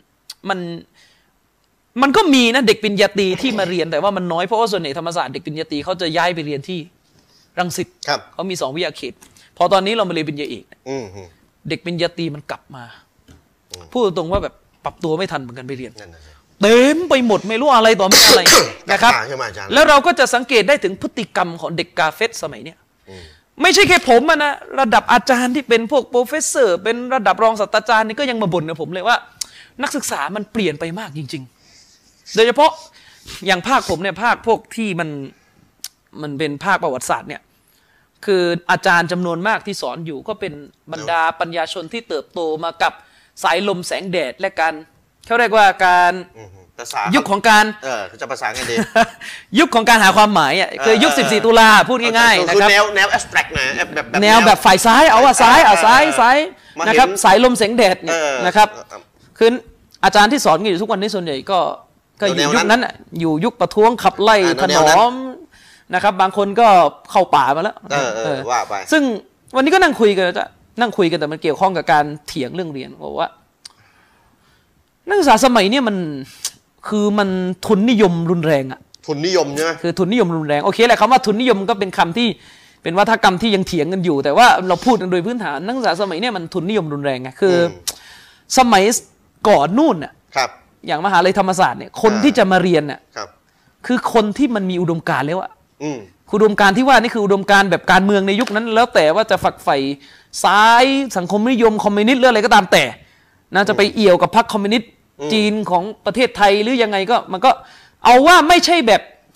มันก็มีนะเด็กปริญญาตรีที่มาเรียนแต่ว่ามันน้อยเพราะว่าส่วนใหญ่ธรรมศาสตร์เด็กปริญญาตรีเขาจะย้ายไปเรียนที่รังสิตเขามี2 วิทยาเขตพอตอนนี้เรามาเรียนปริญญาเอกเด็กปริญญาตรีมันกลับมาพูดตรงว่าแบบปรับตัวไม่ทันเหมือนกันไปเรียนเต็มไปหมดไม่รู้อะไรต่อไม่อะไรนะครับแล้วเราก็จะสังเกตได้ถึงพฤติกรรมของเด็กกาเฟสสมัยเนี้ยไม่ใช่แค่ผมนะระดับอาจารย์ที่เป็นพวกโปรเฟสเซอร์เป็นระดับรองศาสตราจารย์นี่ก็ยังมาบ่นกับผมเลยว่านักศึกษามันเปลี่ยนไปมากจริงๆโดยเฉพาะอย่างภาคผมเนี่ยภาคพวกที่มันเป็นภาคประวัติศาสตร์เนี่ยคืออาจารย์จำนวนมากที่สอนอยู่ก็เป็นบรรดาปัญญาชนที่เติบโตมากับสายลมแสงแดดและการเขาเรียกว่าการยุคของการจะประสานกันดียุคของการหาความหมายคือยุค14 ตุลาพูดง่ายๆนะครับแนวแอบสแตรกนะแนวแบบฝ่ายซ้ายเอาว่าซ้ายนะครับสายลมแสงแดดนะครับคืออาจารย์ที่สอนอยู่ทุกวันนี้ส่วนใหญ่ก็อยู่ยุคนั้นอยู่ยุคประท้วงขับไล่ถนอมนะครับบางคนก็เข้าป่ามาแล้วว่าไปซึ่งวันนี้ก็นั่งคุยกันแต่มันเกี่ยวข้องกับการเถียงเรื่องเรียนบอกว่านักศึกษาสมัยนี้มันทุนนิยมรุนแรงทุนนิยมใช่ไหมคือทุนนิยมรุนแรงโอเคแหละคำว่าทุนนิยมก็เป็นคำที่เป็นวัฒกรรมที่ยังเถียงกันอยู่แต่ว่าเราพูดกันโดยพื้นฐานนักศึกษาสมัยนี้มันทุนนิยมรุนแรงไงคือสมัยก่อนนู่นน่ะอย่างมหาลัยธรรมศาสตร์เนี่ยคนที่จะมาเรียนน่ะคือคนที่มันมีอุดมการณ์แล้วอุดมการณ์ที่ว่านี่คืออุดมการณ์แบบการเมืองในยุคนั้นแล้วแต่ว่าจะฝักใฝ่ซ้ายสังคมนิยมคอมมิวนิสต์หรืออะไรก็ตามแต่น่าจะไปเอี่ยวกับพรรคคอมมิวนิสต์จีนของประเทศไทยหรือยังไงก็มันก็เอาว่าไม่ใช่แบบ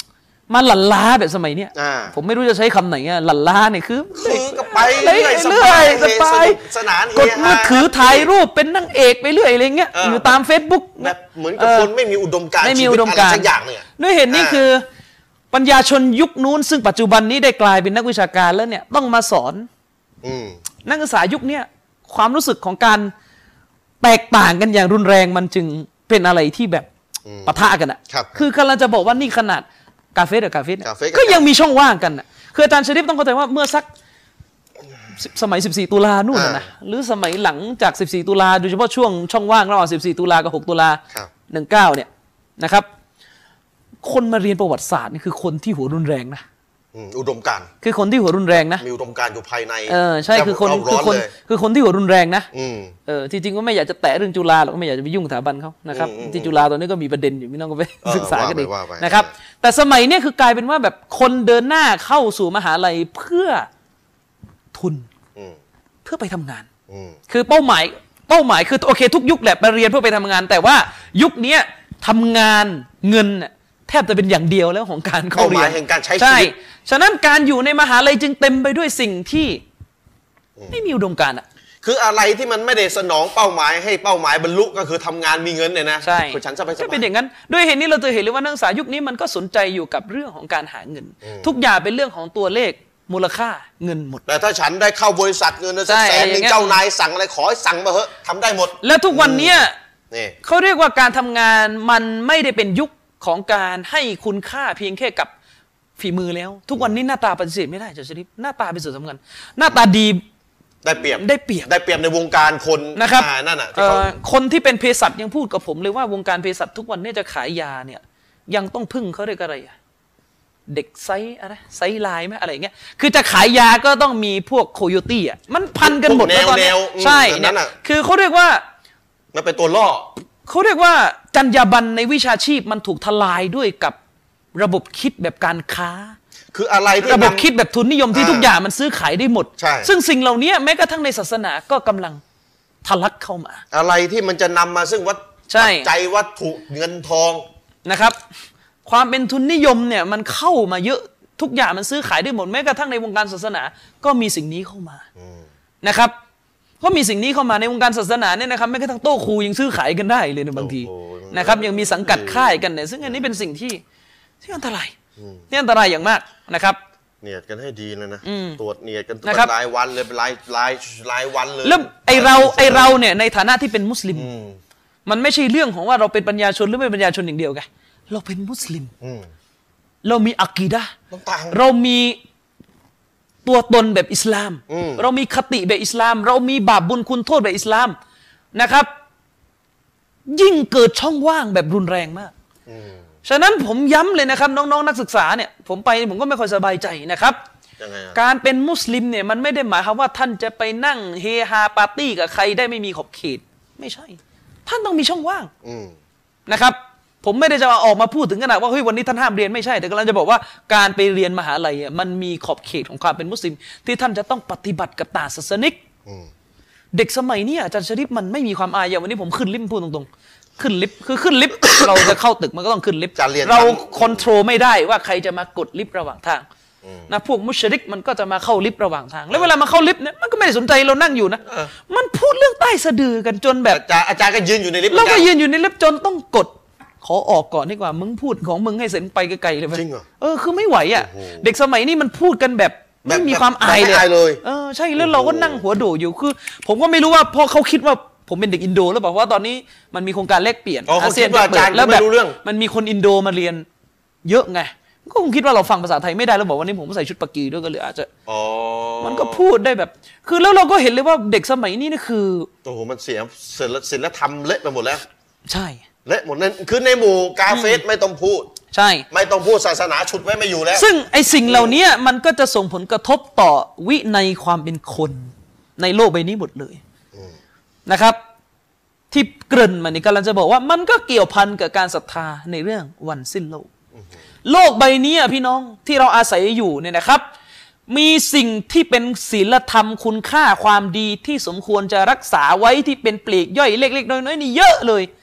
มาหลั่นล้าแบบสมัยเนี้ยผมไม่รู้จะใช้คำไหนอ่ะหลั่นล้าเนี่ยคือก็ไปเรื่อยสบายสนานกดมือถือถ่ายรูปเป็นนางเอกไปเรื่อยอะไรเงี้ยอยู่ตาม Facebook แบบเหมือนกับคนไม่มีอุดมการณ์ชีวิตอะไรสักอย่างเนี่ยด้วยเหตุนี้คือปัญญาชนยุคนู้นซึ่งปัจจุบันนี้ได้กลายเป็นนักวิชาการแล้วเนี่ยต้องมาสอนนักศึกษายุคนี้ความรู้สึกของการแตกต่างกันอย่างรุนแรงมันจึงเป็นอะไรที่แบบปะทะกันอ่ะคือกำลังจะบอกว่านี่ขนาดกาเฟ่กับกาเฟ่ก็ยังมีช่องว่างกันอ่ะคืออาจารย์ชริฟต้องเข้าใจว่าเมื่อสักสมัย14ตุลานู่นนะหรือสมัยหลังจาก14ตุลาโดยเฉพาะช่วงช่องว่างระหว่าง14ตุลากับ6ตุลา19เนี่ยนะครับคนมาเรียนประวัติศาสตร์นี่คือคนที่หัวรุนแรงนะอุดมการณ์คือคนที่หัวรุนแรงนะมีอุดมการณ์อยู่ภายในใช่คือคนที่หัวรุนแรงนะจริงๆก็ไม่อยากจะแตะเรื่องจุฬาหรอกไม่อยากจะไปยุ่งสถาบันเขานะครับที่จุฬาตอนนี้ก็มีประเด็นอยู่พี่น้องก็ไปศึกษากันเองนะครับแต่สมัยนี้คือกลายเป็นว่าแบบคนเดินหน้าเข้าสู่มหาลัยเพื่อทุนเพื่อไปทำงานคือเป้าหมายคือโอเคทุกยุคแหละไปเรียนเพื่อไปทำงานแต่ว่ายุคนี้ทำงานเงินแทบจะเป็นอย่างเดียวแล้วของการเข้าเรียนแห่งการใช้ชีวิตฉะนั้นการอยู่ในมหาลัยจึงเต็มไปด้วยสิ่งที่ไม่มีอุดมการณ์คืออะไรที่มันไม่ได้สนองเป้าหมายให้เป้าหมายบรรลุก็คือทำงานมีเงินเนี่ยนะใช่ฉันจะไปจะเป็นอย่างนั้นด้วยเหตุนี้เราจะเห็นเลยว่านักศึกษายุคนี้มันก็สนใจอยู่กับเรื่องของการหาเงินทุกอย่างเป็นเรื่องของตัวเลขมูลค่าเงินหมดแต่ถ้าฉันได้เข้าบริษัทเงินสักแสนนึงเจ้านายสั่งอะไรขอให้สั่งมาเถอะทำได้หมดและทุกวันนี้เขาเรียกว่าการทำงานมันไม่ได้เป็นยุคของการให้คุณค่าเพียงแค่กับฝีมือแล้วทุกวันนี้หน้าตาปฏิเสธไม่ได้อาจารย์ชริฟหน้าตาเป็นส่วนสำคัญหน้าตาดีได้เปรียบในวงการคนนะครับนั่นน่ะคนที่เป็นเภสัชยังพูดกับผมเลยว่าวงการเภสัชทุกวันนี้จะขายยาเนี่ยยังต้องพึ่งเขาเรียกอะไรเด็กไซอะไรไซไลน์ไหมอะไรเงี้ยคือจะขายยาก็ต้องมีพวกโคโยตี้อ่ะมันพันกันหมดแล้วตอนนี้ใช่เนี่ยคือเขาเรียกว่ามันเป็นตัวล่อเขาเรียกว่าจรรยาบรรณในวิชาชีพมันถูกทลายด้วยกับระบบคิดแบบการค้าคืออะไรที่ระบบคิดแบบทุนนิยมที่ทุกอย่างมันซื้อขายได้หมดซึ่งสิ่งเหล่านี้แม้กระทั่งในศาสนาก็กำลังทะลักเข้ามาอะไรที่มันจะนำมาซึ่งวัตใจวัตถุเงินทองนะครับความเป็นทุนนิยมเนี่ยมันเข้ามาเยอะทุกอย่างมันซื้อขายได้หมดแม้กระทั่งในวงการศาสนาก็มีสิ่งนี้เข้ามานะครับก็มีสิ่งนี้เข้ามาในวงการศาสนาเนี่ยนะครับแม้กระทั่งโต๊ะครูยังซื้อขายกันได้เลยในบางทีนะครับยังมีสังกัดค่ายกันเนี่ยซึ่งอันนี้เป็นสิ่งที่อันตรายนี่อันตรายอย่างมากนะครับเนียดกันให้ดีเลยนะตรวจเนียดกันรายวันเลยเป็นรายวันเลยแล้วไอเราเนี่ยในฐานะที่เป็นมุสลิมมันไม่ใช่เรื่องของว่าเราเป็นปัญญาชนหรือไม่ปัญญาชนอย่างเดียวไงเราเป็นมุสลิมเรามีอะกีดะห์เรามีตัวตนแบบอิสลามเรามีคติแบบอิสลามเรามีบาปบุญคุณโทษแบบอิสลามนะครับยิ่งเกิดช่องว่างแบบรุนแรงมากฉะนั้นผมย้ำเลยนะครับน้องๆนักศึกษาเนี่ยผมก็ไม่ค่อยสบายใจนะครับการเป็นมุสลิมเนี่ยมันไม่ได้หมายความว่าท่านจะไปนั่งเฮฮาปาร์ตี้กับใครได้ไม่มีขอบเขตไม่ใช่ท่านต้องมีช่องว่างนะครับผมไม่ได้จะออกมาพูดถึงขนาดว่าเฮ้ยวันนี้ท่านห้ามเรียนไม่ใช่แต่กำลังจะบอกว่าการไปเรียนมหาลัยมันมีขอบเขตของความเป็นมุสลิมที่ท่านจะต้องปฏิบัติกับต่างศาสนิกเด็กสมัยนี้อาจารย์ชริฟมันไม่มีความอายอย่างวันนี้ผมขึ้นลิฟต์พูดตรงๆขึ้นลิฟต์คือขึ้นลิฟต์ เราจะเข้าตึกมันก็ต้องขึ้นลิฟต์เราคอนโทรลไม่ได้ว่าใครจะมากดลิฟต์ระหว่างทางนะพวกมุชริกมันก็จะมาเข้าลิฟต์ระหว่างทางแล้วเวลามาเข้าลิฟต์เนี่ยมันก็ไม่ได้สนใจเรานั่งอยู่นะมันพูดเรื่องใต้สะดือกันจนแบบอาจารย์ก็ยืนอยู่ในลิฟต์เราก็ยืนอยู่ในลิฟต์จนต้องกดขอออกก่อนดีกว่ามึงพูดของมึงให้เสร็จไปไกลๆเลยจริงเหรอคือไม่ไหวอ่ะเด็กสมัยนี้มันพูดกันแบบไม่มีความอายเลยใช่แล้วเราก็นั่งหัวโดอยู่คือผมก็ไม่รู้ว่าพอเขาคิดว่าผมเป็นเด็กอินโดแล้วบอกว่าตอนนี้มันมีโครงการแลกเปลี่ยนอาเซียนเปิดแล้วแบบมันมีคนอินโดมาเรียนเยอะไงก็คงคิดว่าเราฟังภาษาไทยไม่ได้แล้วบอกวันนี้ผมใส่ชุดปากีด้วยก็เลยอาจจะมันก็พูดได้แบบคือแล้วเราก็เห็นเลยว่าเด็กสมัยนี้นี่คือโอ้โหมันเสียศิลธรรมเละไปหมดแล้วใช่เละหมดนั่นคือในหมู่กาเฟสไม่ต้องพูดใช่ไม่ต้องพูดศาสนาฉุดไว้ไม่อยู่แล้วซึ่งไอสิ่งเหล่านี้มันก็จะส่งผลกระทบต่อวินัยความเป็นคนในโลกใบนี้หมดเลยนะครับที่เกริ่นมานี่กำลังจะบอกว่ามันก็เกี่ยวพันกับการศรัทธาในเรื่องวันสิ้นโลกโลกใบนี้พี่น้องที่เราอาศัยอยู่เนี่ยนะครับมีสิ่งที่เป็นศีลธรรมคุณค่าความดีที่สมควรจะรักษาไว้ที่เป็นปลีกย่อยเล็กๆน้อยๆนี่เยอะเลย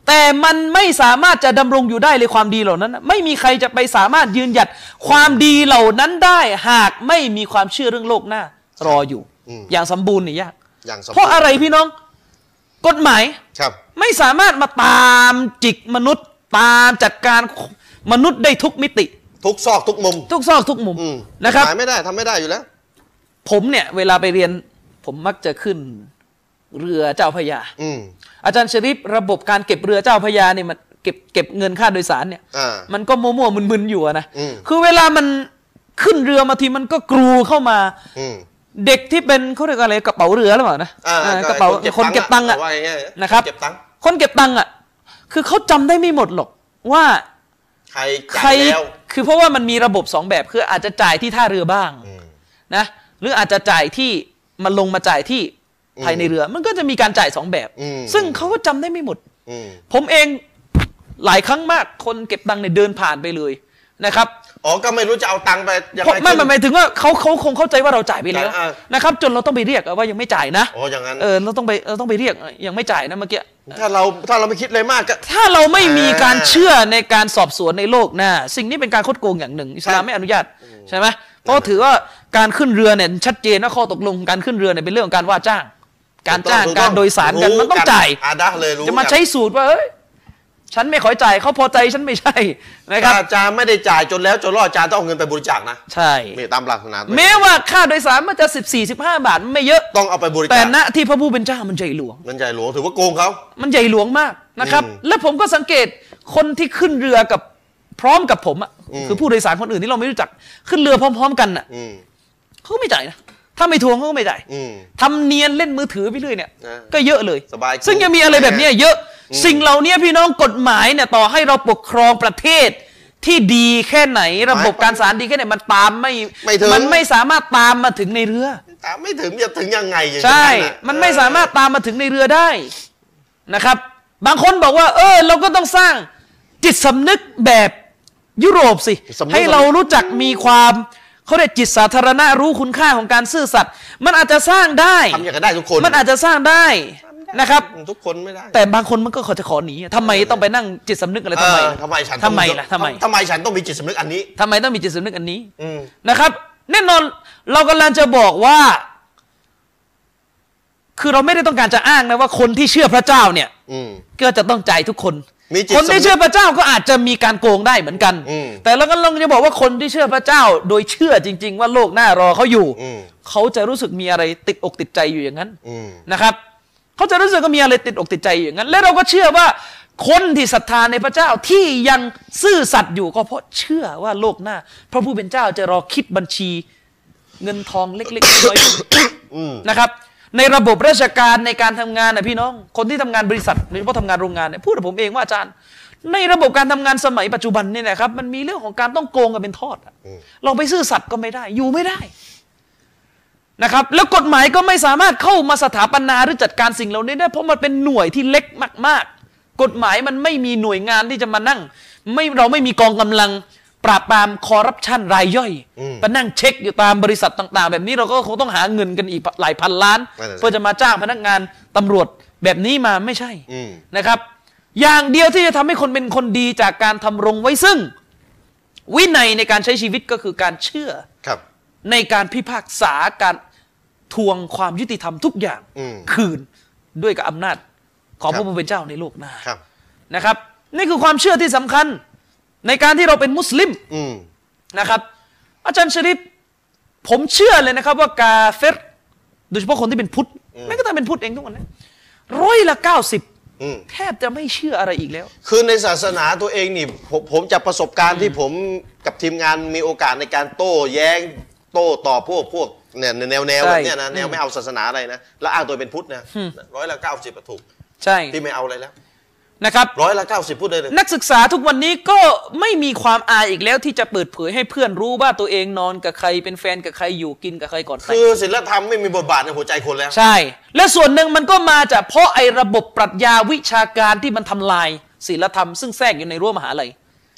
แต่มันไม่สามารถจะดำรงอยู่ได้เลยความดีเหล่านั้นนะไม่มีใครจะไปสามารถยืนหยัดความดีเหล่านั้นได้หากไม่มีความเชื่อเรื่องโลกหน้ารออยู่อย่างสมบูรณ์นี่ยากเพราะอะไรพี่น้องกฎหมายไม่สามารถมาตามจิกมนุษย์ตามจัดการมนุษย์ได้ทุกมิติทุกซอกทุกมุมนะครับไม่ได้ทำไม่ได้อยู่แล้วผมเนี่ยเวลาไปเรียนผมมักจะขึ้นเรือเจ้าพระยาอาจารย์ชริฟระบบการเก็บเรือเจ้าพระยาเนี่ยมันเก็บเงินค่าโดยสารเนี่ยมันก็มั่วๆมึนๆอยู่นะคือเวลามันขึ้นเรือมาทีมันก็กรูเข้ามาเด็กที่เป็นเขาเรียกอะไรกระเป๋าเรือหรือเปล่านะกระเป๋าคนเก็บตังค์อะนะครับคนเก็บตังค์อะคือเขาจำได้ไม่หมดหรอกว่าใครคือเพราะว่ามันมีระบบสองแบบคืออาจจะจ่ายที่ท่าเรือบ้างนะหรืออาจจะจ่ายที่มันลงมาจ่ายที่ภายในเรือมันก็จะมีการจ่ายสองแบบซึ่งเขาก็จำได้ไม่หมดผมเองหลายครั้งมากคนเก็บตังค์เนี่ยเดินผ่านไปเลยนะครับก็ไม่รู้จะเอาตังค์ไปยังไงไม่หมายถึงว่าเขาคงเข้าใจว่าเราจ่ายไปแล้วนะครับจนเราต้องไปเรียกว่ายังไม่จ่ายนะอย่างนั้นเราต้องไปเรียกยังไม่จ่ายนะเมื่อกี้ถ้าเราไม่คิดเลยมากถ้าเราไม่มีการเชื่อในการสอบสวนในโลกหน้าสิ่งนี้เป็นการคดโกงอย่างหนึ่งอิสลามไม่อนุญาตใช่ไหมเพราะถือว่าการขึ้นเรือเนี่ยชัดเจนว่าข้อตกลงการขึ้นเรือเนี่ยเป็นเรื่องของการว่าจ้างการโดยสารกันมันต้องจ่ายจะมาใช้สูตรว่าฉันไม่ขอจ่ายเขาพอใจฉันไม่ใช่นะครับอาจารย์ไม่ได้จ่ายจนแล้วจนรอดอาจารย์ต้องเอาเงินไปบริจาคนะใช่ตามหลักศาสนาแม้ว่าค่าโดยสารมันจะ14-15 บาทไม่เยอะต้องเอาไปบริจาคแต่ณที่พระผู้เป็นเจ้ามันใหญ่หลวงถือว่าโกงเขามันใหญ่หลวงมากนะครับและผมก็สังเกตคนที่ขึ้นเรือกับพร้อมกับผมอ่ะคือผู้โดยสารคนอื่นที่เราไม่รู้จักขึ้นเรือพร้อมๆกันอ่ะเขาไม่จ่ายนะถ้าไม่ทวงเขาก็ไม่จ่ายทำเนียนเล่นมือถือไปเรื่อยเนี่ยก็เยอะเลยซึ่งยังมีอะไรแบบนี้เยอะสิ่งเหล่านี้พี่น้องกฎหมายเนี่ยต่อให้เราปกครองประเทศที่ดีแค่ไหนระบบการศาลดีแค่ไหนมันตามมันไม่สามารถตามมาถึงในเรือตามไม่ถึงจะถึงยังไงใช่มันไม่สามารถตามมาถึงในเรือได้นะครับบางคนบอกว่าเราก็ต้องสร้างจิตสำนึกแบบยุโรปสิให้เรารู้จักมีความเขาเรียกจิตสาธารณะรู้คุณค่าของการซื่อสัตย์มันอาจจะสร้างได้ทำอย่างได้ทุกคนมันอาจจะสร้างได้นะครับทุกคนไม่ได้แต่บางคนมันก็จะขอหนีทำไมต้องไปนั่งจิตสำนึกอะไรทำไมฉันต้องมีจิตสำนึกอันนี้ทำไมต้องมีจิตสำนึกอันนี้นะครับแน่นอนเรากำลังจะบอกว่าคือเราไม่ได้ต้องการจะอ้างนะว่าคนที่เชื่อพระเจ้าเนี่ยก็จะต้องจ่ายทุกคนคนที่เชื่อพระเจ้าก็อาจจะมีการโกงได้เหมือนกันแต่เราก็ลองจะบอกว่าคนที่เชื่อพระเจ้าโดยเชื่อจริงๆว่าโลกหน้ารอเขาอยู่เขาจะรู้สึกมีอะไรติดอกติดใจอยู่อย่างนั้นนะครับเขาจะรู้สึกว่ามีอะไรติดอกติดใจอยู่อย่างนั้นและเราก็เชื่อว่าคนที่ศรัทธาในพระเจ้าที่ยังซื่อสัตย์อยู่ก็เพราะเชื่อว่าโลกหน้าพระผู้เป็นเจ้าจะรอคิดบัญชีเงินทองเล็กๆน้อยๆนะครับในระบบราชการในการทำงานนะพี่น้องคนที่ทำงานบริษัทโดยเฉพาะทำงานโรงงานเนี่ยพูดกับผมเองว่าอาจารย์ในระบบการทำงานสมัยปัจจุบันเนี่ยนะครับมันมีเรื่องของการต้องโกงกันเป็นทอดเราไปซื่อสัตย์ก็ไม่ได้อยู่ไม่ได้นะครับแล้วกฎหมายก็ไม่สามารถเข้ามาสถาปนาหรือจัดการสิ่งเหล่านี้ได้เพราะมันเป็นหน่วยที่เล็กมากๆกฎหมายมันไม่มีหน่วยงานที่จะมานั่งเราไม่มีกองกำลังปราบปรามคอร์รัปชันรายย่อยไปนั่งเช็คอยู่ตามบริษัทต่างๆแบบนี้เราก็คงต้องหาเงินกันอีกหลายพันล้านเพื่อจะมาจ้างพนักงานตำรวจแบบนี้มาไม่ใช่นะครับอย่างเดียวที่จะทำให้คนเป็นคนดีจากการทำรงไว้ซึ่งวินัยในการใช้ชีวิตก็คือการเชื่อในการพิพากษาการทวงความยุติธรรมทุกอย่างคืนด้วยกับอำนาจของพระผู้เป็นเจ้าในโลกหน้านะครับนี่คือความเชื่อที่สำคัญในการที่เราเป็นมุสลิมนะครับอาจารย์ชริฟผมเชื่อเลยนะครับว่ากาเฟรโดยเฉพาะคนที่เป็นพุทธแม้กระทั่งเป็นพุทธเองทุกคนนะ90%แทบจะไม่เชื่ออะไรอีกแล้วคือในศาสนาตัวเองนี่ผมจากประสบการณ์ที่ผมกับทีมงานมีโอกาสในการโต้แย้งโต้ตอบพวกเนี่ยแนวแบบเนี้ยนะแนวไม่เอาศาสนาอะไรนะแล้วอ้างตัวเป็นพุทธนะ90%ถูกใช่ที่ไม่เอาอะไรแล้วนะครับ 90%พูดได้เลยนักศึกษาทุกวันนี้ก็ไม่มีความอายอีกแล้วที่จะเปิดเผยให้เพื่อนรู้ว่าตัวเองนอนกับใครเป็นแฟนกับใครอยู่กินกับใครก่อนแต่งคือศีลธรรมไม่มีบทบาทในหัวใจคนแล้วใช่และส่วนหนึ่งมันก็มาจากเพราะไอ้ระบบปรัชญาวิชาการที่มันทำลายศีลธรรมซึ่งแทรกอยู่ในรั้วมหาลัย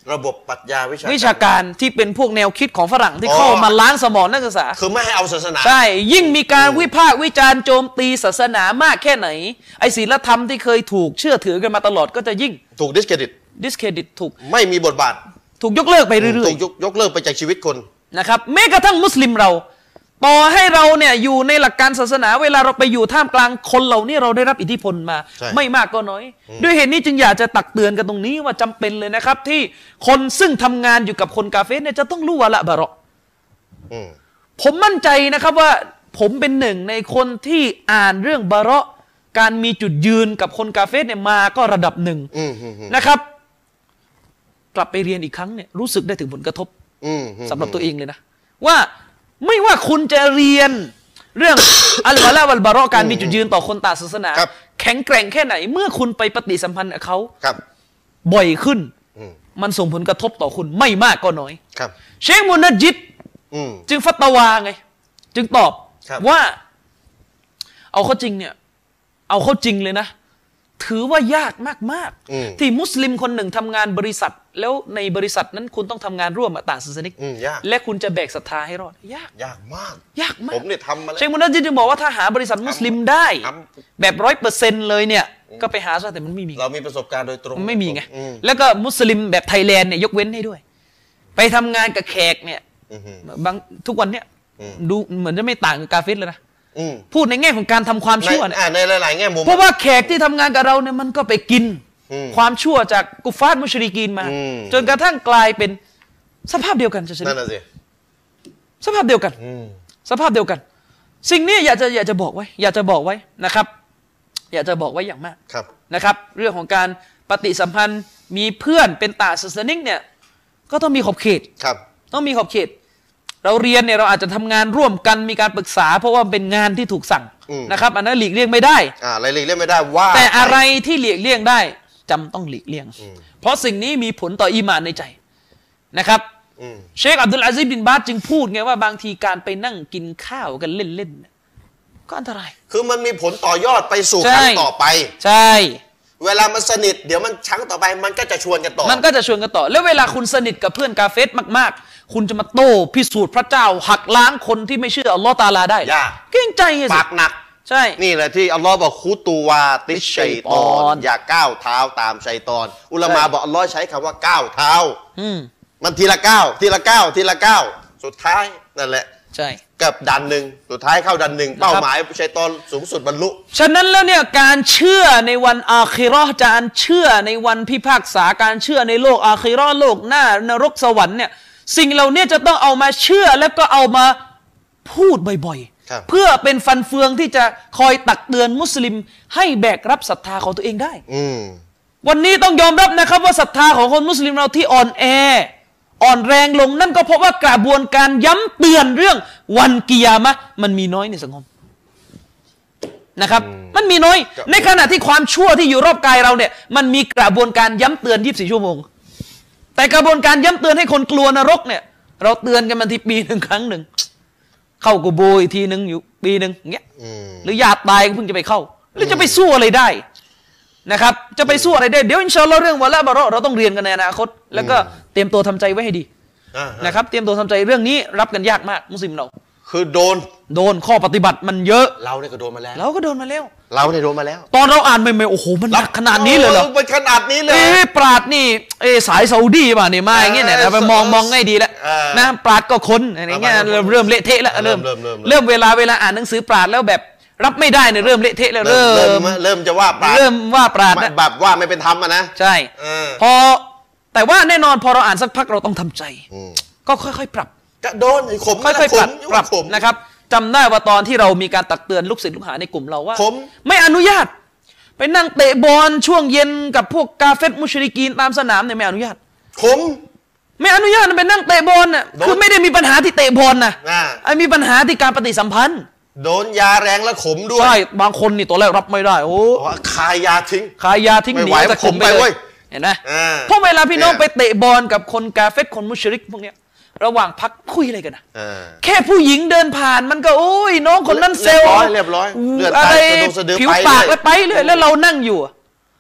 ระบบปรัชญาวิชาการที่เป็นพวกแนวคิดของฝรั่งที่เข้ามาล้างสมองนักศึกษาคือไม่ให้เอาศาสนาใช่ยิ่งมีการวิพากษ์วิจารณ์โจมตีศาสนามากแค่ไหนไอ้ศีลธรรมที่เคยถูกเชื่อถือกันมาตลอดก็จะยิ่งถูกดิสเครดิตถูกไม่มีบทบาทถูกยกเลิกไปเรื่อยๆถูกยกเลิกไปจากชีวิตคนนะครับแม้กระทั่งมุสลิมเราต่อให้เราเนี่ยอยู่ในหลักการศาสนาเวลาเราไปอยู่ท่ามกลางคนเหล่านี้เราได้รับอิทธิพลมาไม่มากก็น้อยด้วยเหตุนี้จึงอยากจะตักเตือนกันตรงนี้ว่าจำเป็นเลยนะครับที่คนซึ่งทำงานอยู่กับคนกาเฟรเนี่ยจะต้องรู้วะละบะเราะห์ผมมั่นใจนะครับว่าผมเป็นหนึ่งในคนที่อ่านเรื่องบะเราะห์การมีจุดยืนกับคนกาเฟรเนี่ยมาก็ระดับหนึ่งนะครับกลับไปเรียนอีกครั้งเนี่ยรู้สึกได้ถึงผลกระทบสำหรับตัวเองเลยนะว่าไม่ว่าคุณจะเรียนเรื่อง อัลวะลาวัลบะเราะห์การมีจุดยืนต่อคนต่างศาสนาแข็งแกร่งแค่ไหนเมื่อคุณไปปฏิสัมพันธ์กับเขาบ่อยขึ้นมันส่งผลกระทบต่อคุณไม่มากก็น้อยเชคมุนัจญิดจึงฟัตวาไงจึงตอบว่าเอาเข้าจริงเนี่ยเอาเข้าจริงเลยนะถือว่ายากมากๆที่มุสลิมคนหนึ่งทำงานบริษัทแล้วในบริษัทนั้นคุณต้องทำงานร่วมกับต่างศาสนิกและคุณจะแบกศรัทธาให้รอดยากมากผมเนี่ยทำมาแล้วเชคมุนัจญิดจึงบอกว่าถ้าหาบริษัทมุสลิมได้แบบ100%เลยเนี่ยก็ไปหาซะแต่มันไม่มีเรามีประสบการณ์โดยตรงไม่มีไงแล้วก็มุสลิมแบบไทยแลนด์เนี่ยยกเว้นให้ด้วยไปทำงานกับแขกเนี่ยบางทุกวันเนี่ยดูเหมือนจะไม่ต่างกับกาเฟรเลยนะพูดในแง่ของการทำความชั่วเนี่ยในหลายๆแง่มุมเพราะว่าแขกที่ทำงานกับเราเนี่ยมันก็ไปกินความชั่วจากกุฟาร์มุชริกีนมาจนกระทั่งกลายเป็นสภาพเดียวกันนั่นน่ะสิสภาพเดียวกันสภาพเดียวกันสิ่งนี้อยากจะบอกไว้นะครับอยากจะบอกไว้อย่างมากนะครับเรื่องของการปฏิสัมพันธ์มีเพื่อนเป็นต่างศาสนิกเนี่ยก็ต้องมีขอบเขตต้องมีขอบเขตเราเรียนเนี่ยเราอาจจะทำงานร่วมกันมีการปรึกษาเพราะว่าเป็นงานที่ถูกสั่งนะครับอันนั้นหลีกเลี่ยงไม่ได้อะไรหลีกเลี่ยงไม่ได้ว่าแต่อะไรที่หลีกเลี่ยงได้จำต้องหลีกเลี่ยงเพราะสิ่งนี้มีผลต่ออีหม่านในใจนะครับเชคอับดุลอาซิซบินบาซจึงพูดไงว่าบางทีการไปนั่งกินข้าวกันเล่นๆก็อันตรายคือมันมีผลต่อยอดไปสู่ครั้งต่อไปใช่เวลามันสนิทเดี๋ยวมันครั้งต่อไปมันก็จะชวนกันต่อแล้วเวลาคุณสนิทกับเพื่อนกาเฟรมากๆคุณจะมาโต้พิสูจน์พระเจ้าหักล้างคนที่ไม่เชื่ออัลลอฮ์ตะอาลาได้เกรงใจสิปากหนักใช่นี่แหละที่อัลลอฮ์บอกคุตูวาติชัยฏอนอย่าก้าวเท้าตามชัยฏอนอุลามะบอกอัลลอฮ์ใช้คำว่าก้าวเท้ามันทีละก้าวสุดท้ายนั่นแหละใช่กับดันหนึ่งสุดท้ายเข้าดันหนึ่งเป้าหมายชัยฏอนสูงสุดบรรลุฉะนั้นแล้วเนี่ยการเชื่อในวันอาคิเราะห์การเชื่อในวันพิพากษาการเชื่อในโลกอาคิเราะห์โลกหน้านรกสวรรค์เนี่ยสิ่งเหล่านี้จะต้องเอามาเชื่อแล้วก็เอามาพูดบ่อยๆเพื่อเป็นฟันเฟืองที่จะคอยตักเตือนมุสลิมให้แบกรับศรัทธาของตัวเองได้วันนี้ต้องยอมรับนะครับว่าศรัทธาของคนมุสลิมเราที่อ่อนแรงลงนั่นก็เพราะว่ากระบวนการย้ำเตือนเรื่องวันกิยามะห์มันมีน้อยในสังคมนะครับมันมีน้อยในขณะที่ความชั่วที่อยู่รอบกายเราเนี่ยมันมีกระบวนการย้ำเตือน24 ชั่วโมงแต่กระบวนการย้ำเตือนให้คนกลัวนรกเนี่ยเราเตือนกันมันทีปีหนึ่งครั้งหนึ่งเข้ากูโบยทีหนึ่งอยู่ปีหนึ่งเงี้ยหรือญาติตายเพิ่งจะไปเข้าแล้วจะไปสู้อะไรได้นะครับจะไปสู้อะไรได้เดี๋ยวอินชาอัลลอฮ์เรื่องวะละบะเราะห์เราต้องเรียนกันในอนาคตแล้วก็เตรียมตัวทำใจไว้ให้ดีนะครับเตรียมตัวทำใจเรื่องนี้รับกันยากมากมุสลิมเราคือโดนข้อปฏิบัติมันเยอะเราเนี่ยก็โดนมาแล้วเราก็โดนมาแล้วตอนเราอ่านไม่โอ้โหมันหนักขนาดนี้เลยเหรอมันขนาดนี้เลยปราดนี่สายซาอุดีป่ะนี่มาอย่างเงี้ยเนี่ยไปมองง่ายดีแล้วนะปราดก็คนอะไรเงี้ยเริ่มเละเทะแล้วเริ่มเวลาอ่านหนังสือปราดแล้วแบบรับไม่ได้เนี่ยเริ่มเละเทะแล้วเริ่มจะว่าปราดแบบว่าไม่เป็นธรรมนะใช่พอแต่ว่าแน่นอนพอเราอ่านสักพักเราต้องทำใจก็ค่อยๆปรับก็โดนค่อยๆปรับนะครับจำได้ว่าตอนที่เรามีการตักเตือนลูกศิษย์ลูกหาในกลุ่มเราว่าไม่อนุญาตไปนั่งเตะบอลช่วงเย็นกับพวกกาเฟรมุชริกีนตามสนามเนี่ยไม่อนุญาตไม่อนุญาตไปนั่งเตะบอลน่ะคือไม่ได้มีปัญหาที่เตะบอลนะมีปัญหาที่การปฏิสัมพันธ์โดนยาแรงและขมด้วยใช่บางคนนี่ตัวแรกรับไม่ได้โอ้คายาทิ้งหนีจะขมไปเลยเห็นไหมเพราะเวลาพี่น้องไปเตะบอลกับคนกาเฟรคนมุชริกพวกเนี้ยระหว่างพักคุยอะไรกันนะแค่ผู้หญิงเดินผ่านมันก็โอ้ยน้องคนนั้นเซลล์เรียบร้อยอะไรผิวปากแล้วไปเลยแล้วเรานั่งอยู่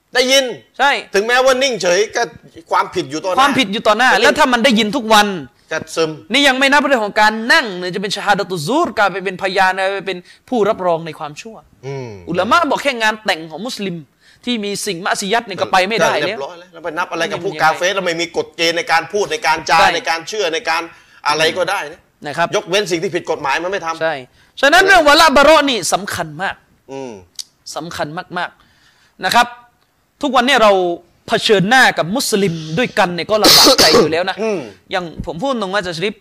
ได้ยินใช่ถึงแม้ว่านิ่งเฉยก็ความผิดอยู่ต่อหน้าความผิดอยู่ต่อหน้าแล้วถ้ามันได้ยินทุกวันก็ซึมนี่ยังไม่นับเรื่องของการนั่งเนี่ยจะเป็นชาฮาดะตุซูรการไปเป็นพยานไปเป็นผู้รับรองในความชั่วอุลามะบอกแค่งานแต่งของมุสลิมที่มีสิ่งมัสยิดเนี่ยก็ไปไม่ได้แล้วแล้วไปนับอะไรกับพวกกาเฟสแล้วไม่มีกฎเกณฑ์ในการพูดในการจาในการเชื่อในการอะไรก็ได้นะครับยกเว้นสิ่งที่ผิดกฎหมายมันไม่ทำใช่ฉะนั้นเรื่องวะละบะเราะห์นี่สำคัญมากสำคัญมากๆนะครับทุกวันนี้เราเผชิญหน้ากับมุสลิมด้วยกันเนี่ยก็ลำบากใจอยู่แล้วนะอย่างผมพูดตรงว่าจะชริป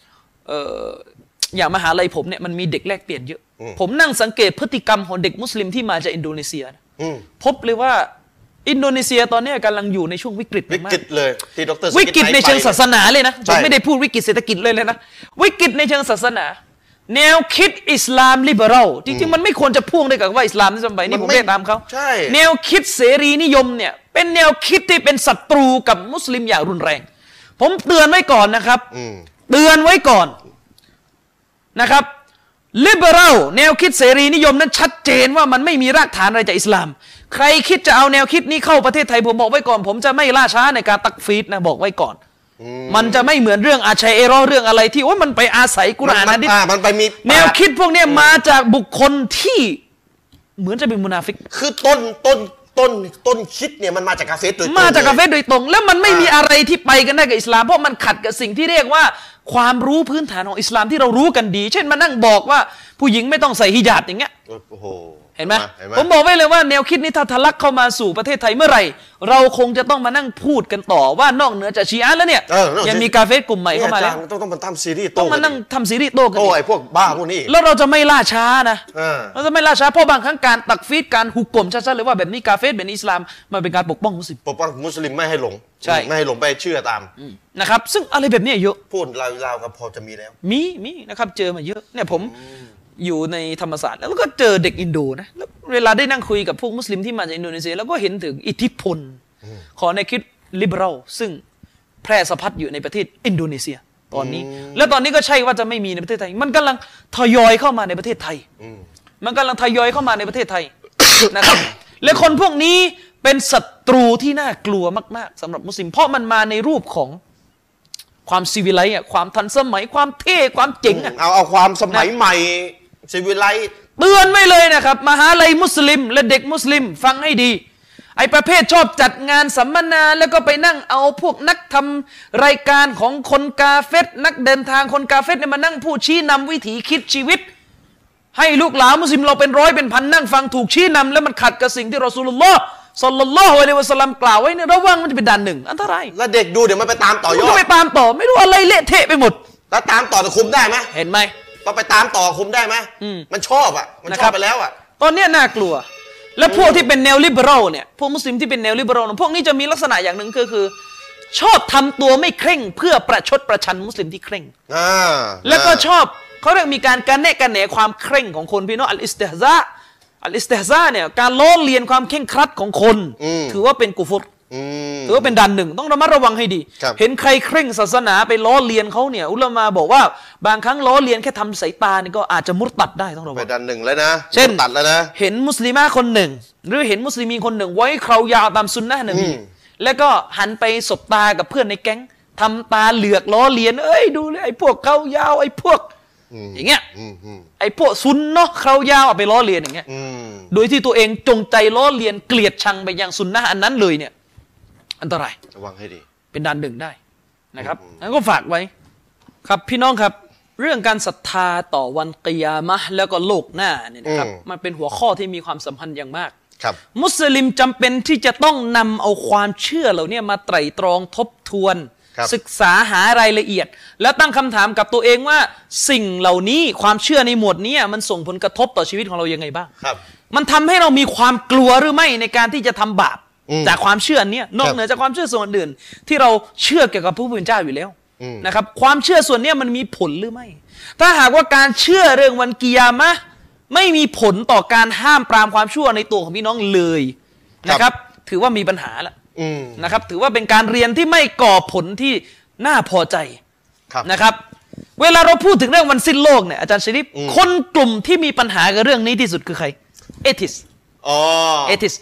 อย่างมหาลัยผมเนี่ยมันมีเด็กแลกเปลี่ยนเยอะผมนั่งสังเกตพฤติกรรมของเด็กมุสลิมที่มาจากอินโดนีเซียพบเลยว่าอินโดนีเซียตอนนี้กำลังอยู่ในช่วงวิกฤตวิกฤตเลยที่ดร. วิกฤตในเชิงศาสนาเลยนะผมไม่ได้พูดวิกฤตเศรษฐกิจเลยนะวิกฤตในเชิงศาสนาแนวคิดอิสลามลิเบอรัลจริงๆมันไม่ควรจะพ่วงด้วยกับว่าอิสลามที่สมัยนี้ผมไม่ตามเขาแนวคิดเสรีนิยมเนี่ยเป็นแนวคิดที่เป็นศัตรูกับมุสลิมอย่างรุนแรงผมเตือนไว้ก่อนนะครับเตือนไว้ก่อนนะครับลิเบอรัลแนวคิดเสรีนิยมนั้นชัดเจนว่ามันไม่มีรากฐานอะไรจากอิสลามใครคิดจะเอาแนวคิดนี้เข้าประเทศไทยผมบอกไว้ก่อนผมจะไม่ล่าช้าในการตักฟีดนะบอกไว้ก่อนมันจะไม่เหมือนเรื่องอาชัยเอรอเรื่องอะไรที่ว่ามันไปอาศัยกุรอานนะดิมันไปมีแนวคิดพวกนี้มาจากบุคคลที่เหมือนจะเป็นมุนาฟิกคือต้นคิดเนี่ยมันมาจากกาเฟสโดยตรงมาจากกาเฟสโดยตรงแล้วมันไม่มีอะไรที่ไปกันได้กับอิสลามเพราะมันขัดกับสิ่งที่เรียกว่าความรู้พื้นฐานของอิสลามที่เรารู้กันดีเช่นมานั่งบอกว่าผู้หญิงไม่ต้องใส่ฮิญาบอย่างเงี้ยโอ้โหเห็นไหมผมบอกไว้เลยว่าแนวคิดนี้ถ้าทะลักเข้ามาสู่ประเทศไทยเมื่อไหร่เราคงจะต้องมานั่งพูดกันต่อว่านอกเหนือจากชีอะห์แล้วเนี่ยยังมีกาเฟสกลุ่มใหม่เข้ามาแล้วต้องมาทำซีรีส์โต้ต้องมานั่งทำซีรีส์โต้กันไอ้พวกบ้าพวกนี้แล้วเราจะไม่ล่าช้านะเราจะไม่ล่าช้าเพราะบางครั้งการตักฟีดการหุกกลมชัดๆเลยว่าแบบนี้กาเฟสแบบนี้อิสลามมันเป็นการปกป้องมุสลิมปกป้องมุสลิมไม่ให้หลงใช่ไม่ให้หลงไปเชื่อตามนะครับซึ่งอะไรแบบนี้เยอะพูดราวๆกับพอจะมีแล้วมีนะครับเจอมาเยอะเนี่ยผมอยู่ในธรรมศาสตร์แล้วก็เจอเด็กอินโดนะแล้วเวลาได้นั่งคุยกับพวกมุสลิมที่มาจากอินโดนีเซียแล้วก็เห็นถึงอิทธิพลของแนวคิดลิเบอรัลซึ่งแพร่สะพัดอยู่ในประเทศอินโดนีเซียตอนนี้แล้วตอนนี้ก็ใช่ว่าจะไม่มีในประเทศไทยมันกำลังทยอยเข้ามาในประเทศไทยมันกำลังทยอยเข้ามาในประเทศไทยนะครับและคนพวกนี้เป็นศัตรูที่น่ากลัวมากๆสำหรับมุสลิมเพราะมันมาในรูปของความซีวิไลซ์ความทันสมัยความเท่ความเจ๋งเอาความสมัยใหม่ซีวิไลซ์เตือนไม่เลยนะครับมหาลัยมุสลิมและเด็กมุสลิมฟังให้ดีไอ้ประเภทชอบจัดงานสัมมนาแล้วก็ไปนั่งเอาพวกนักทำรายการของคนกาเฟสนักเดินทางคนกาเฟสเนี่ยมานั่งพูดชี้นำวิถีคิดชีวิตให้ลูกหลานมุสลิมเราเป็นร้อยเป็นพันนั่งฟังถูกชี้นำแล้วมันขัดกับสิ่งที่รอซูลุลลอฮ์ศ็อลลัลลอฮุอะลัยฮิวะซัลลัมกล่าวไว้เนี่ยระวังมันจะเป็นด่านหนึ่งอันตรายแล้วเด็กดูเดี๋ยวมันไปตามต่อยอดไปตามต่อไม่รู้อะไรเละเทะไปหมดแล้วตามต่อจะคุมได้ไหมเห็นไหมต้องไปตามต่อคุมได้ไหมมันชอบมันชอบไปแล้วตอนนี้น่ากลัวแล้วพวกที่เป็นแนวลิเบอรัลเนี่ยพวกมุสลิมที่เป็นแนวลิเบอรัลพวกนี้จะมีลักษณะอย่างหนึ่งคือชอบทำตัวไม่เคร่งเพื่อประชดประชันมุสลิมที่เคร่งแล้วก็ชอบเขาเรียกมีการกันแนะกันแหนความเคร่งของคนพี่น้องอัลอิสติฮซาเนี่ยการล้อเลียนความเคร่งครัดของคนถือว่าเป็นกุฟรถือว่าเป็นด่านหนึ่งต้องระมัดระวังให้ดีเห็นใครเคร่งศาสนาไปล้อเลียนเขาเนี่ยอุลามะบอกว่าบางครั้งล้อเลียนแค่ทำสายตานี่ก็อาจจะมุรตัดได้ต้องระวังเป็นด่านหนึ่งแล้วนะเช่นตัดแล้วนะเห็นมุสลิมะคนหนึ่งหรือเห็นมุสลิมีคนหนึ่งไว้เครายาวตามซุนนะห์นบีแล้วก็หันไปสบตากับเพื่อนในแก๊งทำตาเหลือกล้อเลียนดูเลยไอ้พวกเขายาวไอ้พวกอย่างเงี้ยไอ้พวกซุนเนาะเขายาวเอาไปล้อเลียนอย่างเงี้ยโดยที่ตัวเองจงใจล้อเลียนเกลียดชังไปยังซุนนะห์อันนั้นเลยเนี่ยอันตรายระวังให้ดีเป็นด่านหนึ่งได้นะครับงั้นก็ฝากไว้ครับพี่น้องครับเรื่องการศรัทธาต่อวันกิยามะห์แล้วก็โลกหน้าเนี่ยนะครับมันเป็นหัวข้อที่มีความสัมพันธ์อย่างมากมุสลิมจำเป็นที่จะต้องนำเอาความเชื่อเหล่านี้มาไตร่ตรองทบทวนศึกษาหารายละเอียดแล้วตั้งคำถามกับตัวเองว่าสิ่งเหล่านี้ความเชื่อในหมวดนี้มันส่งผลกระทบต่อชีวิตของเรายังไงบ้างมันทำให้เรามีความกลัวหรือไม่ในการที่จะทำบาปจากความเชื่อนี้นอกเหนือจากความเชื่อส่วนอื่นที่เราเชื่อเกี่ยวกับพระผู้เป็นเจ้าอยู่แล้วนะครับความเชื่อส่วนนี้มันมีผลหรือไม่ถ้าหากว่าการเชื่อเรื่องวันกิยามะห์ไม่มีผลต่อการห้ามปรามความชั่วในตัวของพี่น้องเลยนะครับถือว่ามีปัญหาละนะครับถือว่าเป็นการเรียนที่ไม่ก่อผลที่น่าพอใจนะครับเวลาเราพูดถึงเรื่องวันสิ้นโลกเนี่ยอาจารย์ชริฟคนกลุ่มที่มีปัญหากับเรื่องนี้ที่สุดคือใครเอทิส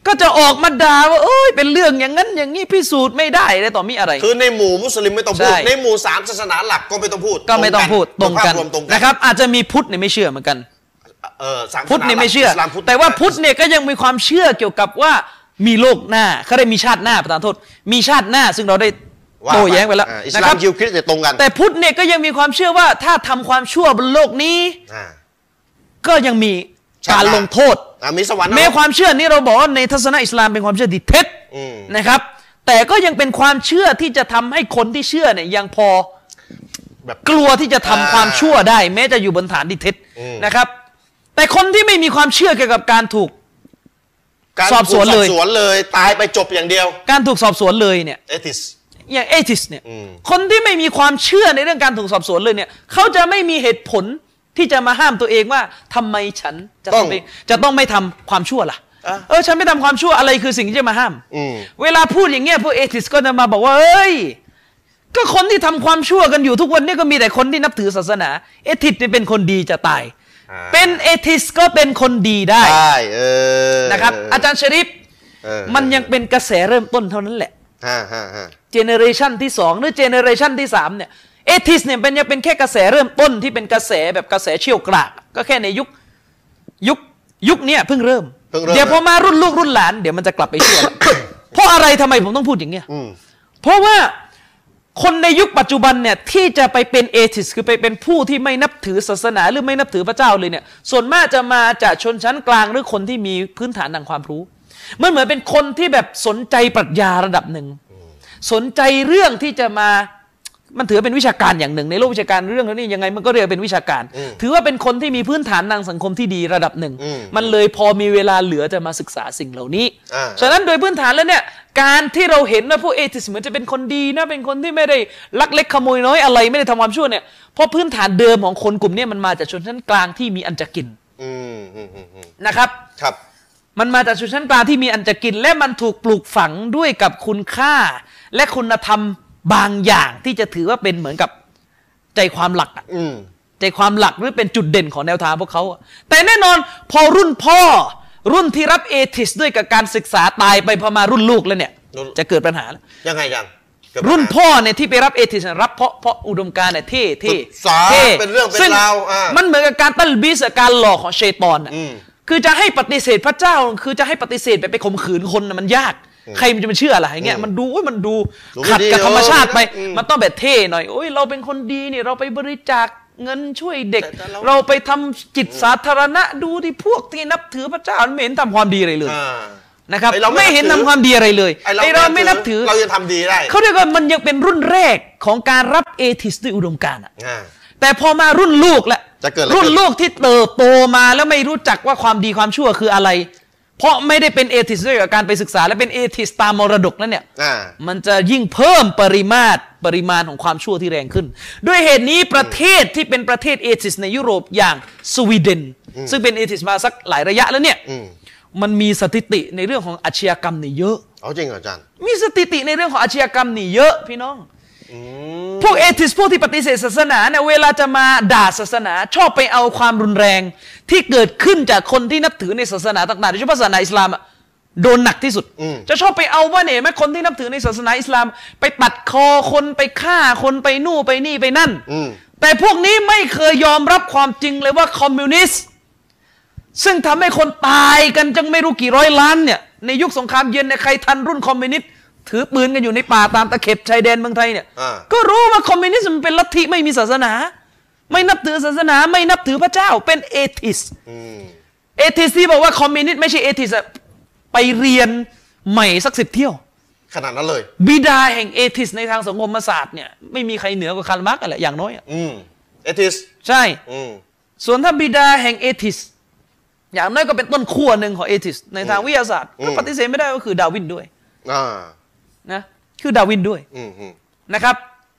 ก็จะออกมาด่าว่าเอ้ยเป็นเรื่องอย่างนั้นอย่างนี้พิสูจน์ไม่ได้เลยต่อมีอะไรคือในหมู่มุสลิมไม่ต้องพูดในหมู่3ศาสนาหลักก็ไม่ต้องพูดก็ไม่ต้องพูดตรงกันนะครับอาจจะมีพุทธเนี่ยไม่เชื่อเหมือนกันพุทธเนี่ยไม่เชื่อแต่ว่าพุทธเนี่ยก็ยังมีความเชื่อเกี่ยวกับว่ามีโลกหน้าเขาได้มีชาติหน้าประทานโทษมีชาติหน้าซึ่งเราได้โต้แย้งไปแล้วนะครับยิวคริสต์ตรงกันแต่พุทธเนี่ยก็ยังมีความเชื่อว่าถ้าทำความชั่วบนโลกนี้ก็ยังมีการลงโทษมีสวรรค์แม้ความเชื่อนี้เราบอกว่าในทัศนะอิสลามเป็นความเชื่อที่เท็จนะครับแต่ก็ยังเป็นความเชื่อที่จะทำให้คนที่เชื่อเนี่ยยังพอแบบกลัวที่จะทำความชั่วได้แม้จะอยู่บนฐานที่เท็จนะครับแต่คนที่ไม่มีความเชื่อเกี่ยวกับการถูกสอบสวนเลยตายไปจบอย่างเดียวการถูกสอบสวนเลยเนี่ยเอทิสอย่างเอทิสเนี่ยคนที่ไม่มีความเชื่อในเรื่องการถูกสอบสวนเลยเนี่ยเขาจะไม่มีเหตุผลที่จะมาห้ามตัวเองว่าทำไมฉันจะต้องไม่ทำความชั่วล่ะฉันไม่ทำความชั่วอะไรคือสิ่งที่จะมาห้ามเวลาพูดอย่างเงี้ยพวกเอทิสก็จะมาบอกว่าเอ้ยก็คนที่ทำความชั่วกันอยู่ทุกวันนี้ก็มีแต่คนที่นับถือศาสนาเอทิสเนี่ยเป็นคนดีจะตายเป็นเอทิสก็เป็นคนดีได้นะครับอาจารย์ชริฟมันยังเป็นกระแสเริ่มต้นเท่านั้นแหละเจเนอเรชันที่2หรือเจเนอเรชันที่3เนี่ยเอทิสเนี่ยยังเป็นแค่กระแสเริ่มต้นที่เป็นกระแสแบบกระแสเชี่ยวกรากก็แค่ในยุคเนี่ยเพิ่งเริ่มเดี๋ยวพอมารุ่นลูกรุ่นหลานเดี๋ยวมันจะกลับไปเชื่อ เพราะอะไรทำไมผมต้องพูดอย่างเงี้ยเพราะว่าคนในยุคปัจจุบันเนี่ยที่จะไปเป็นเอทิสคือไปเป็นผู้ที่ไม่นับถือศาสนาหรือไม่นับถือพระเจ้าเลยเนี่ยส่วนมากจะมาจากชนชั้นกลางหรือคนที่มีพื้นฐานทางความรู้มันเหมือนเป็นคนที่แบบสนใจปรัชญาระดับหนึ่งสนใจเรื่องที่จะมามันถือเป็นวิชาการอย่างหนึ่งในโลกวิชาการเรื่องนี้ยังไงมันก็เรียกเป็นวิชาการถือว่าเป็นคนที่มีพื้นฐานทางสังคมที่ดีระดับหนึ่งมันเลยพอมีเวลาเหลือจะมาศึกษาสิ่งเหล่านี้ฉะนั้นโดยพื้นฐานแล้วเนี่ยการที่เราเห็นว่าพวกเอทิสเหมือนจะเป็นคนดีนะเป็นคนที่ไม่ได้ลักเล็กขโมยน้อยอะไรไม่ได้ทำความชั่วเนี่ยเพราะพื้นฐานเดิมของคนกลุ่มนี้มันมาจากชนชั้นกลางที่มีอันจะกินนะครับมันมาจากชนชั้นกลางที่มีอันจะกินและมันถูกปลูกฝังด้วยกับคุณค่าและคุณธรรมบางอย่างที่จะถือว่าเป็นเหมือนกับใจความหลักใจความหลักหรือเป็นจุดเด่นของแนวทางพวกเขาแต่แน่นอนพอรุ่นพ่อรุ่นที่รับเอทิสด้วยกับการศึกษาตายไปพอมารุ่นลูกแล้วเนี่ยจะเกิดปัญหายังไงยังรุ่นพ่อเนี่ยที่ไปรับเอทิสรับเพราะอุดมการณ์เนี่ยเท่เป็นเรื่องเป็นราวมันเหมือนกับการตัลบิสการหลอกของชัยฏอนคือจะให้ปฏิเสธพระเจ้าคือจะให้ปฏิเสธไปข่มขืนคนมันยากใครมันจะมาเชื่ออะไรอย่างเงี้ยมันดูขัดกับธรรมชาติไปมันต้องแบบเท่หน่อยโอ้ยเราเป็นคนดีเนี่ยเราไปบริจาคเงินช่วยเด็กเราไปทำจิตสาธารณะดูที่พวกที่นับถือพระเจ้าไม่เห็นทำความดีอะไรเลยนะครับไม่เห็นทำความดีอะไรเลยไอเราไม่นับถือเราจะทำดีได้เขาเรียกว่ามันยังเป็นรุ่นแรกของการรับเอทิสด้วยอุดมการณ์แต่พอมารุ่นลูกแล้วรุ่นลูกที่เติบโตมาแล้วไม่รู้จักว่าความดีความชั่วคืออะไรเพราะไม่ได้เป็นเอทิสด้วยกับการไปศึกษาและเป็นเอทิสตามมรดกนั้นเนี่ยมันจะยิ่งเพิ่มปริมาณของความชั่วที่แรงขึ้นด้วยเหตุนี้ประเทศที่เป็นประเทศเอทิสในยุโรปอย่างสวีเดนซึ่งเป็นเอทิสมาสักหลายระยะแล้วเนี่ยมันมีสถิติในเรื่องของอาชญากรรมนี่เยอะจริงเหรออาจารย์มีสถิติในเรื่องของอาชญากรรมนี่เยอะพี่น้องพวกเอทิสพวกที่ปฏิเสธศาสนาเนี่ยเวลาจะมาด่าศาสนาชอบไปเอาความรุนแรงที่เกิดขึ้นจากคนที่นับถือในศาสนาต่างๆโดยเฉพาะศาสนาอิสลามโดนหนักที่สุดจะชอบไปเอาว่าเนี่ยแม้คนที่นับถือในศาสนาอิสลามไปตัดคอคนไปฆ่าคนไปนู่นไปนี่ไปนั่นแต่พวกนี้ไม่เคยยอมรับความจริงเลยว่าคอมมิวนิสต์ซึ่งทำให้คนตายกันจังไม่รู้กี่ร้อยล้านเนี่ยในยุคสงครามเย็นเนี่ยใครทันรุ่นคอมมิวนิสต์ถือปืนกันอยู่ในป่าตามตะเข็บชายแดนเมืองไทยเนี่ยก็รู้ว่าคอมมิวนิสต์มันเป็นลัทธิไม่มีศาสนาไม่นับถือศาสนาไม่นับถือพระเจ้าเป็นเอทิสที่บอกว่าคอมมิวนิสต์ไม่ใช่เอทิสไปเรียนใหม่สัก10 เที่ยวขนาดนั้นเลยบิดาแห่งเอทิสในทางสังคมศาสตร์เนี่ยไม่มีใครเหนือกว่าคาร์ลมาร์กซ์แหละอย่างน้อยเอทิสใช่ส่วนถ้าบิดาแห่งเอทิสอย่างน้อยก็เป็นต้นขั้วหนึ่งของเอทิสในทางวิทยาศาสตร์ก็ปฏิเสธไม่ได้ก็คือดาร์วินด้วยนะคือดาร์วินด้วยนะครับ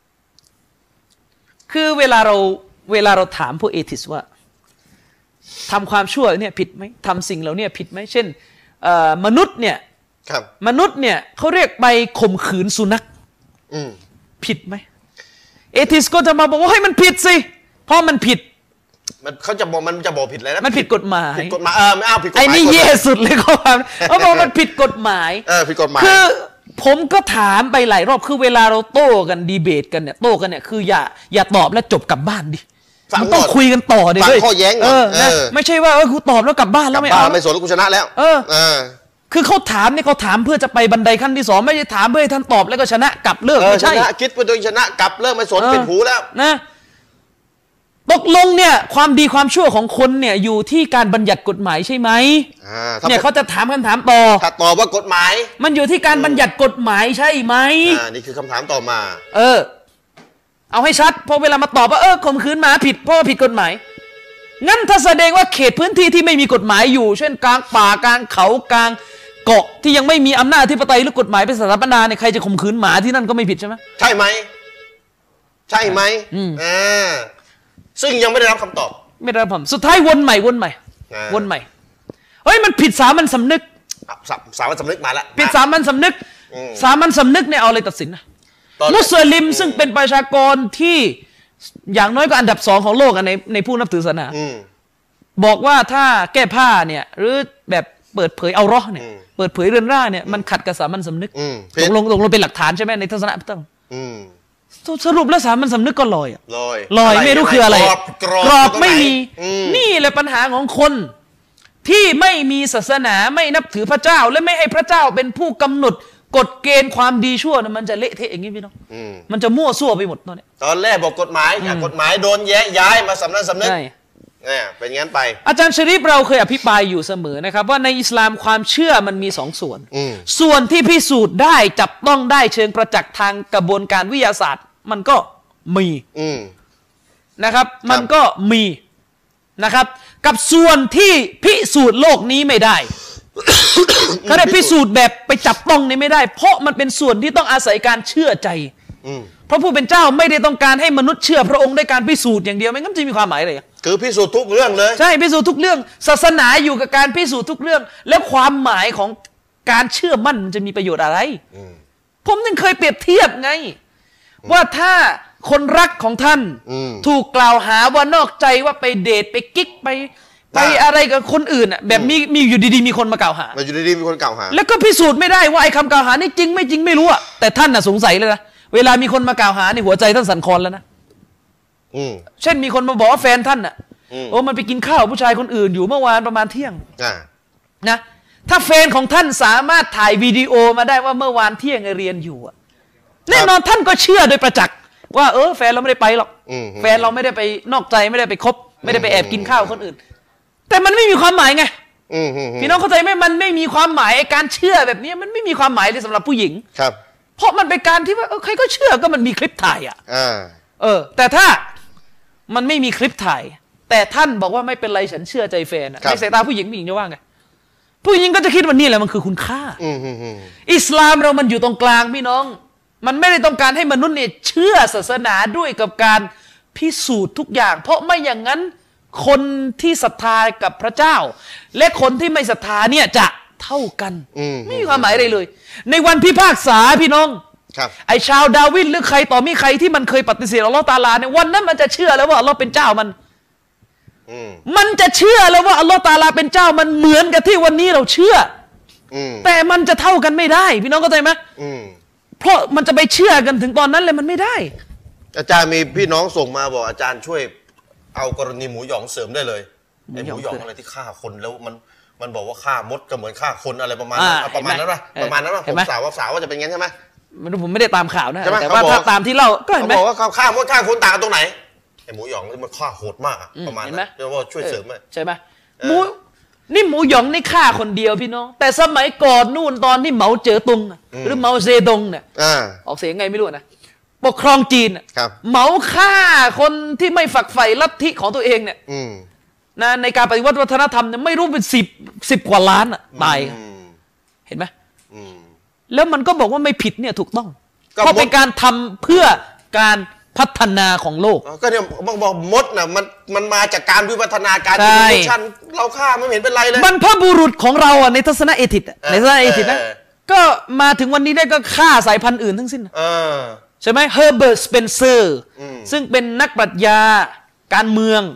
คือเวลาเราถามพวกเอทิสว่าทำความชั่วเนี่ยผิดไหมทำสิ่งเหล่านี้ผิดไหมเช่นมนุษย์เนี่ยมนุษย์เนี่ยเขาเรียกไปข่มขืนสุนัขผิดไหมเอทิสก็จะมาบอกว่าเฮ้ยมันผิดสิเพราะมันผิดมันเขาจะบอกมันจะบอกผิดอะไรนะมันผิดกฎหมายผิดกฎหมายไม่เอาผิดกฎหมายไอ้นี่แย่สุดเลยครับเขาบอกมันผิดกฎหมายผิดกฎหมายคือผมก็ถามไปหลายรอบคือเวลาเราโต้กันดีเบตกันเนี่ยโต้กันเนี่ยคืออย่าตอบแล้วจบกลับบ้านดิมันต้องคุยกันต่อดิฟังข้อแย้งนะไม่ใช่ว่ากูตอบแล้วกลับบ้านแล้วไม่เอาไม่สนแล้วกูชนะแล้วคือเขาถามเนี่ยเขาถามเพื่อจะไปบันไดขั้นที่สองไม่ใช่ถามเพื่อให้ท่านตอบแล้วก็ชนะกลับเลิกไม่ใช่คิดว่าตัวชนะกลับเลิกไม่สนเป็นหูแล้วนะตกลงเนี่ยความดีความชั่วของคนเนี่ยอยู่ที่การบัญญัติกฎหมายใช่ไหมเนี่ยเขาจะถามคำถามต่อถ้าตอบว่ากฎหมายมันอยู่ที่การบัญญัติกฎหมายใช่ไหมนี่คือคำถามต่อมาเอาให้ชัดพอเวลามาตอบว่าข่มขืนหมาผิดเพราะผิดกฎหมายงั้นถ้าแสดงว่าเขตพื้นที่ที่ไม่มีกฎหมายอยู่เช่นกลางป่ากลางเขากลางเกาะที่ยังไม่มีอำนาจอธิปไตยหรือกฎหมายเป็นสถาปนาเนี่ยใครจะข่มขืนหมาที่นั่นก็ไม่ผิดใช่ไหมใช่ไหมซึ่งยังไม่ได้รับคำตอบไม่ได้รับคำสุดท้ายวนใหม่เฮ้ยมันผิดสามัญสำนึกมาแล้วผิดสามัญสำนึกเนี่ยเอาอะไรตัดสินนะมุสลิมซึ่งเป็นประชากรที่อย่างน้อยก็อันดับ2ของโลกในผู้นับถือศาสนาบอกว่าถ้าแก้ผ้าเนี่ยหรือแบบเปิดเผยเอาเราะห์เนี่ยเปิดเผยเรือนร่างเนี่ยมันขัดกับสามัญสำนึกตกลงเป็นหลักฐานใช่ไหมในทัศนะตั้งสรุปแล้วสามัญสำนึกก็ลอยไม่รู้คืออะไรกรอบไม่มีนี่แหละปัญหาของคนที่ไม่มีศาสนาไม่นับถือพระเจ้าและไม่ให้พระเจ้าเป็นผู้กำหนดกฎเกณฑ์ความดีชั่วนะมันจะเละเทะอย่างนี้พี่น้องมันจะมั่วซั่วไปหมดตอนนี้ตอนแรกบอกกฎหมายกฎหมายโดนย้ายมาสำนึกเนี่ยเป็นงั้นไปอาจารย์ชริฟเราเคยอภิปรายอยู่เสมอนะครับว่าในอิสลามความเชื่อมันมี2ส่วนส่วนที่พิสูจน์ได้จับต้องได้เชิงประจักษ์ทางกระบวนการวิทยาศาสตร์มันก็มีนะครับมันก็มีนะครับกับส่วนที่พิสูจน์โลกนี้ไม่ได้เขาได้พิสูจน์แบบไปจับต้องนี่ไม่ได้เพราะมันเป็นส่วนที่ต้องอาศัยการเชื่อใจเพราะผู้เป็นเจ้าไม่ได้ต้องการให้มนุษย์เชื่อพระองค์ด้วยการพิสูจน์อย่างเดียวไม่งั้นจะมีความหมายอะไรคือพิสูจน์ทุกเรื่องเลยใช่พิสูจน์ทุกเรื่องศาสนาอยู่กับการพิสูจน์ทุกเรื่องแล้วความหมายของการเชื่อมั่นจะมีประโยชน์อะไรผมยังเคยเปรียบเทียบไงว่าถ้าคนรักของท่านถูกกล่าวหาว่านอกใจว่าไปเดทไปกิ๊กไปอะไรกับคนอื่นอ่ะแบบมีอยู่ดีๆมีคนมากล่าวหาอยู่ดีๆมีคนกล่าวหาแล้วก็พิสูจน์ไม่ได้ว่าไอ้คำกล่าวหานี่จริงไม่จริงไม่รู้อ่ะแต่ท่านน่ะสงสัยเลยนะเวลามีคนมากล่าวหาในหัวใจท่านสั่นคลอนแล้วนะเช่นมีคนมาบอกว่าแฟนท่านอ่ะมันไปกินข้าวผู้ชายคนอื่นอยู่เมื่อวานประมาณเที่ยงนะถ้าแฟนของท่านสามารถถ่ายวิดีโอมาได้ว่าเมื่อวานเที่ยงเรียนอยู่แน่นอนท่านก็เชื่อโดยประจักษ์ว่าแฟนเราไม่ได้ไปหรอกแฟนเราไม่ได้ไปนอกใจไม่ได้ไปคบไม่ได้ไปแอบกินข้าวคนอื่นแต่มันไม่มีความหมายไงพี่น้องเข้าใจไหมมันไม่มีความหมายการเชื่อแบบนี้มันไม่มีความหมายเลยสำหรับผู้หญิงครับเพราะมันเป็นการที่ว่าใครก็เชื่อก็มันมีคลิปถ่ายแต่ถ้ามันไม่มีคลิปถ่ายแต่ท่านบอกว่าไม่เป็นไรฉันเชื่อใจแฟนในสายตาผู้หญิงจะว่าไงผู้หญิงก็จะคิดว่านี่แหละมันคือคุณค่าอิสลามเรามันอยู่ตรงกลางพี่น้องมันไม่ได้ต้องการให้มนุษย์เนี่ยเชื่อศาสนาด้วยกับการพิสูจน์ทุกอย่างเพราะไม่อย่างนั้นคนที่ศรัทธากับพระเจ้าและคนที่ไม่ศรัทธาเนี่ยจะเท่ากันไม่มีความหมายอะไรเลยในวันพิพากษาพี่น้องไอชาวดาวิดหรือใครต่อมีใครที่มันเคยปฏิเสธอัลลอฮ์ตะอาลาในวันนั้นมันจะเชื่อแล้วว่าอัลลอฮ์เป็นเจ้ามันจะเชื่อแล้วว่าอัลลอฮ์ตะอาลาเป็นเจ้ามันเหมือนกับที่วันนี้เราเชื่อแต่มันจะเท่ากันไม่ได้พี่น้องเข้าใจไหมเพราะมันจะไปเชื่อกันถึงตอนนั้นเลยมันไม่ได้อาจารย์มีพี่น้องส่งมาบอกอาจารย์ช่วยเอากรณีหมูหยองเสริมได้เลยไอหมูหยองอะไรที่ฆ่าคนแล้วมันบอกว่าฆ่ามดก็เหมือนฆ่าคนอะไรประมาณนั้นป่ะผมสาวว่าจะเป็นงั้นใช่ไหมไม่รู้ผมไม่ได้ตามข่าวนะแต่ว่าถ้าตามที่เล่าก็เห็นไหมบอกว่าฆ่ามดฆ่าคนต่างกันตรงไหนไอหมูหยองมันฆ่าโหดมากประมาณนั้นเรียกว่าช่วยเสริมใช่ไหมหมูหยองนี่ฆ่าคนเดียวพี่น้องแต่สมัยก่อนนู่นตอนที่เหมาเจ๋อตุงหรือเหมาเซดงเนี่ยออกเสียงไงไม่รู้นะปกครองจีนเหมาฆ่าคนที่ไม่ฝักใฝ่ลัทธิของตัวเองเนี่ยนะในการปฏิวัติวัฒนธรรมเนี่ยไม่รู้เป็นสิบกว่าล้านตายเห็นไหมแล้วมันก็บอกว่าไม่ผิดเนี่ยถูกต้องเพราะเป็นการทำเพื่อการพัฒนาของโลกก็เนี่ยบอกมดน่ะมันมาจากการวิวัฒนาการอินโนเวชั่นเราฆ่าไม่เห็นเป็นไรเลยบรรพบุรุษของเราในทัศนะเอทิสในทัศนะเอทิสนะก็มาถึงวันนี้ได้ก็ฆ่าสายพันธุ์อื่นทั้งสิ้นใช่ไหมเฮอร์เบิร์ต สเปนเซอร์ซึ่งเป็นนักปรัชญาการเมือง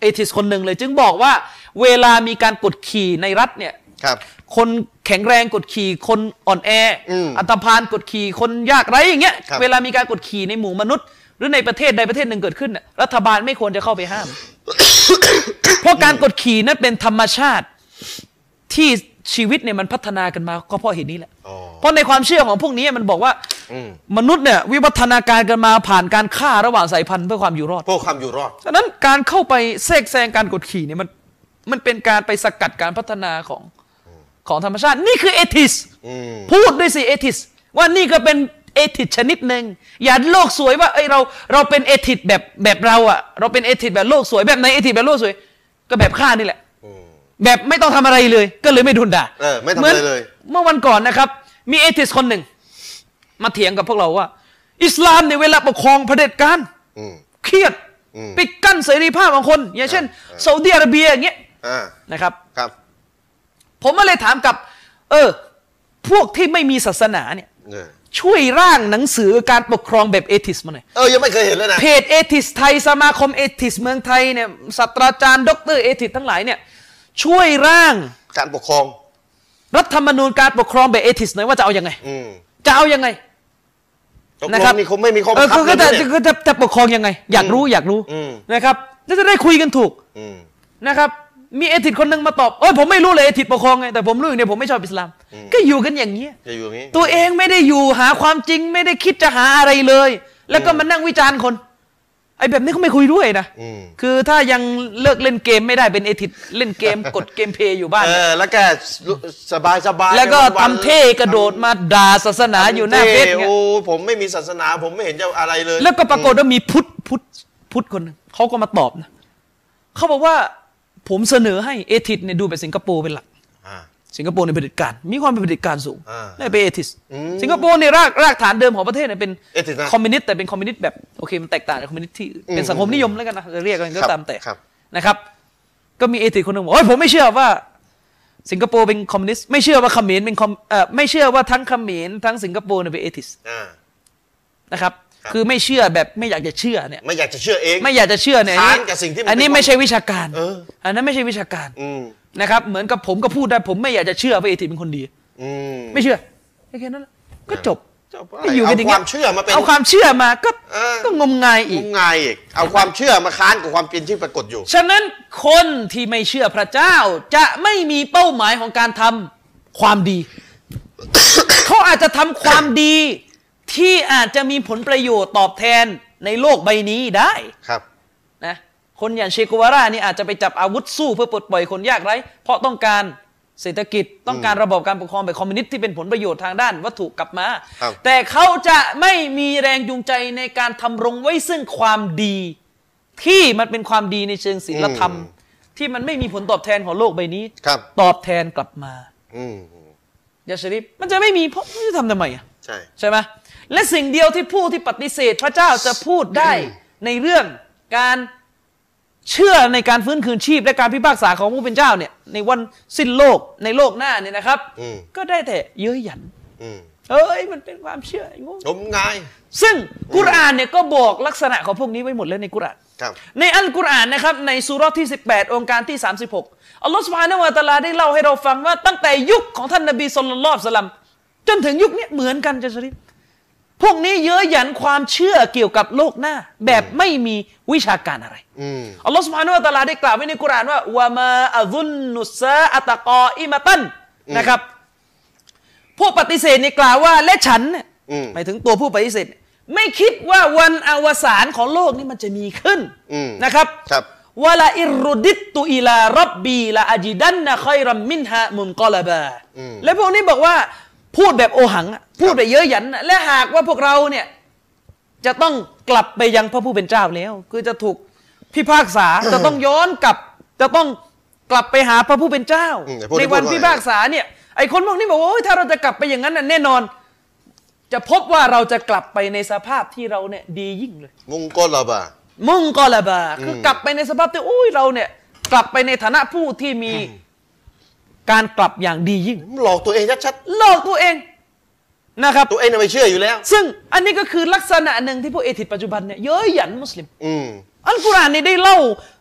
เอทิสคนหนึ่งเลยจึงบอกว่าเวลามีการกดขี่ในรัฐเนี่ยคนแข็งแรงกดขี่คนอ่อนแออันธพาลกดขี่คนยากไร้อย่างเงี้ยเวลามีการกดขี่ในหมู่มนุษย์หรือในประเทศใดประเทศหนึ่งเกิดขึ้นรัฐบาลไม่ควรจะเข้าไปห้าม เพราะการกดขี่นั้นเป็นธรรมชาติที่ชีวิตเนี่ยมันพัฒนากันมาก็เพราะเหตุนี้แหละเพราะในความเชื่อของพวกนี้มันบอกว่ามนุษย์เนี่ยวิวัฒนาการกันมาผ่านการฆ่าระหว่างสายพันธุ์เพื่อความอยู่รอดฉะนั้นการเข้าไปแทรกแซงการกดขี่เนี่ยมันเป็นการไปสกัดการพัฒนาของธรรมชาตินี่คือเอทิสพูดด้วยสิเอทิสว่านี่ก็เป็นเอทิสชนิดหนึ่งอย่าโลกสวยว่าเราเป็นเอทิสแบบเราอ่ะเราเป็นเอทิสแบบโลกสวยแบบไหนเอทิสแบบโลกสวยก็แบบฆ่านี่แหละแบบไม่ต้องทำอะไรเลยก็เลยไม่โดนด่าไม่ทำอะไรเลยเมื่อวันก่อนนะครับมีเอทิสคนหนึ่งมาเถียงกับพวกเราว่าอิสลามในเวลาปกครองเผด็จการเครียดปิดกั้นเสรีภาพของคนอย่างเช่นซาอุดิอาระเบียอย่างเงี้ยนะครับผมก็เลยถามกับพวกที่ไม่มีศาสนาเนี่ยช่วยร่างหนังสือการปกครองแบบเอทิสมาหน่อยยังไม่เคยเห็นเลยนะเพจเอทิสไทยสมาคมเอทิสเมืองไทยเนี่ยศาสตราจารย์ด็อกเตอร์เอทิสทั้งหลายเนี่ยช่วยร่างการปกครองรัฐธรรมนูญการปกครองแบบเอทิสหน่อยว่าจะเอายังไงจะเอายังไงนะครับนี่คงไม่มีข้อบังคับจะปกครองยังไงอยากรู้นะครับจะได้คุยกันถูกนะครับมีเอทิสคนหนึ่งมาตอบผมไม่รู้เลยเอทิสปกครองไงแต่ผมรู้อย่างเดียวผมไม่ชอบอิสลามก็อยู่กันอย่างนี้ตัวเองไม่ได้อยู่หาความจริงไม่ได้คิดจะหาอะไรเลยแล้วก็มานั่งวิจารณ์คนไอ้แบบนี้เขาไม่คุยด้วยนะคือถ้ายังเลิกเล่นเกมไม่ได้เป็นเอทิสเล่นเกมกดเกมเพย์อยู่บ้านแล้วแกสบายแล้วก็ทำเท่กระโดดมาด่าศาสนาอยู่หน้าเฟซโอ้ผมไม่มีศาสนาผมไม่เห็นจะอะไรเลยแล้วก็ปรากฏว่ามีพุทธคนนึงเขาก็มาตอบนะเขาบอกว่าผมเสนอให้เอทิสเนี่ยดูแบบสิงคโปร์เป็นหลักสิงคโปร์ในเผด็จการมีความเป็นเผด็จการสูงและเป็นเอทิสสิงคโปร์ในรากฐานเดิมของประเทศเนี่ยเป็นคอมมิวนิสต์แต่เป็นคอมมิวนิสต์แบบโอเคมันแตกต่างจากคอมมิวนิสต์ที่เป็นสังคมนิยมแล้วกันนะจะเรียกกันก็ตามแต่นะครับก็มีเอทิสคนหนึ่งบอกผมไม่เชื่อว่าสิงคโปร์เป็นคอมมิวนิสต์ไม่เชื่อว่าเขมรเป็นไม่เชื่อว่าทั้งเขมรทั้งสิงคโปร์เนี่ยเป็นเอทิสนะครับคือไม่เชื่อแบบไม่อยากจะเชื่อเนี่ยไม่อยากจะเชื่อเองไม่อยากจะเชื่อเนี่ยอันนี้ไม่ใช่วิชาการอันนั้นไม่ใช่วิชาการนะครับเหมือนกับผมก็พูดได้ผมไม่อยากจะเชื่อว่าเอทิสเป็นคนดีไม่เชื่อแค่นั้นก็จบไม่อยู่กันอย่างเงี้ยเอาความเชื่อมาเป็นเอาความเชื่อมาก็งมงายอีกเอาความเชื่อมาค้านกับความเป็นที่ปรากฏอยู่ฉะนั้นคนที่ไม่เชื่อพระเจ้าจะไม่มีเป้าหมายของการทำความดี เขาอาจจะทำความดีที่อาจจะมีผลประโยชน์ตอบแทนในโลกใบนี้ได้ครับนะคนอย่างเชโกวาร่านี่อาจจะไปจับอาวุธสู้เพื่อปลดปล่อยคนยากไร้เพราะต้องการเศรษฐกิจต้องการระบบการปกครองแบบคอมมิวนิสต์ที่เป็นผลประโยชน์ทางด้านวัตถุกลับมาแต่เขาจะไม่มีแรงจูงใจในการทำรงไว้ซึ่งความดีที่มันเป็นความดีในเชิงศีลธรรมที่มันไม่มีผลตอบแทนของโลกใบนี้ตอบแทนกลับมายาชริฟมันจะไม่มีเพราะจะทำทำไมใช่ไหมและสิ่งเดียวที่ผู้ที่ปฏิเสธพระเจ้าจะพูดได้ในเรื่องการเชื่อในการฟื้นคืนชีพและการพิพากษาของผู้เป็นเจ้าเนี่ยในวันสิ้นโลกในโลกหน้าเนี่ยนะครับก็ได้แต่เย้ยหยันมันเป็นความเชื่องมงายซึ่งกุรอานเนี่ยก็บอกลักษณะของพวกนี้ไว้หมดเลยในกุรอานในอัลกุรอานนะครับในซูเราะห์ที่18องค์การที่36อัลลอฮฺซุบฮานะฮูวะตะอาลาได้เล่าให้เราฟังว่าตั้งแต่ยุคของท่านนบีศ็อลลัลลอฮุอะลัยฮิวะซัลลัมจนถึงยุคนี้เหมือนกันจะชริฟพวกนี้เย้ยหยันความเชื่อเกี่ยวกับโลกหน้าแบบไม่มีวิชาการอะไรอัลลอฮฺซุบฮานะฮูวะตะอาลาได้กล่าวไว้ในกุรอานว่าวะมาอะซุนนุสซาอะตะกออิมะตันนะครับพวกปฏิเสธนี่กล่าวว่าและฉันเนี่ยหมายถึงตัวผู้ปฏิเสธไม่คิดว่าวันอวสานของโลกนี้มันจะมีขึ้นนะครับวะลาอิรุดิตตุอิลาร็อบบีละอะจิดันนะคอยรัมมินฮะมุนกอลบาและพวกนี้บอกว่าพูดแบบโอหังพูดแบบเย้ยหยันและหากว่าพวกเราเนี่ยจะต้องกลับไปยังพระผู้เป็นเจ้าแล้วคือจะถูกพิพากษาจะต้องย้อนกลับจะต้องกลับไปหาพระผู้เป็นเจ้าในวันพิพากษาเนี่ยไอ้คนพวกนี้บอกว่าถ้าเราจะกลับไปอย่างนั้นแน่นอนจะพบว่าเราจะกลับไปในสภาพที่เราเนี่ยดียิ่งเลยมุงกอลบาคือกลับไปในสภาพที่เราเนี่ยกลับไปในฐานะผู้ที่มีการกลับอย่างดียิ่งหลอกตัวเองชัดๆหลอกตัวเองนะครับตัวเองไม่เชื่ออยู่แล้วซึ่งอันนี้ก็คือลักษณะหนึ่งที่พวกเอทิสปัจจุบันเนี่ยเย้ยหยันมุสลิมอัลกุรอานนี่ได้เล่า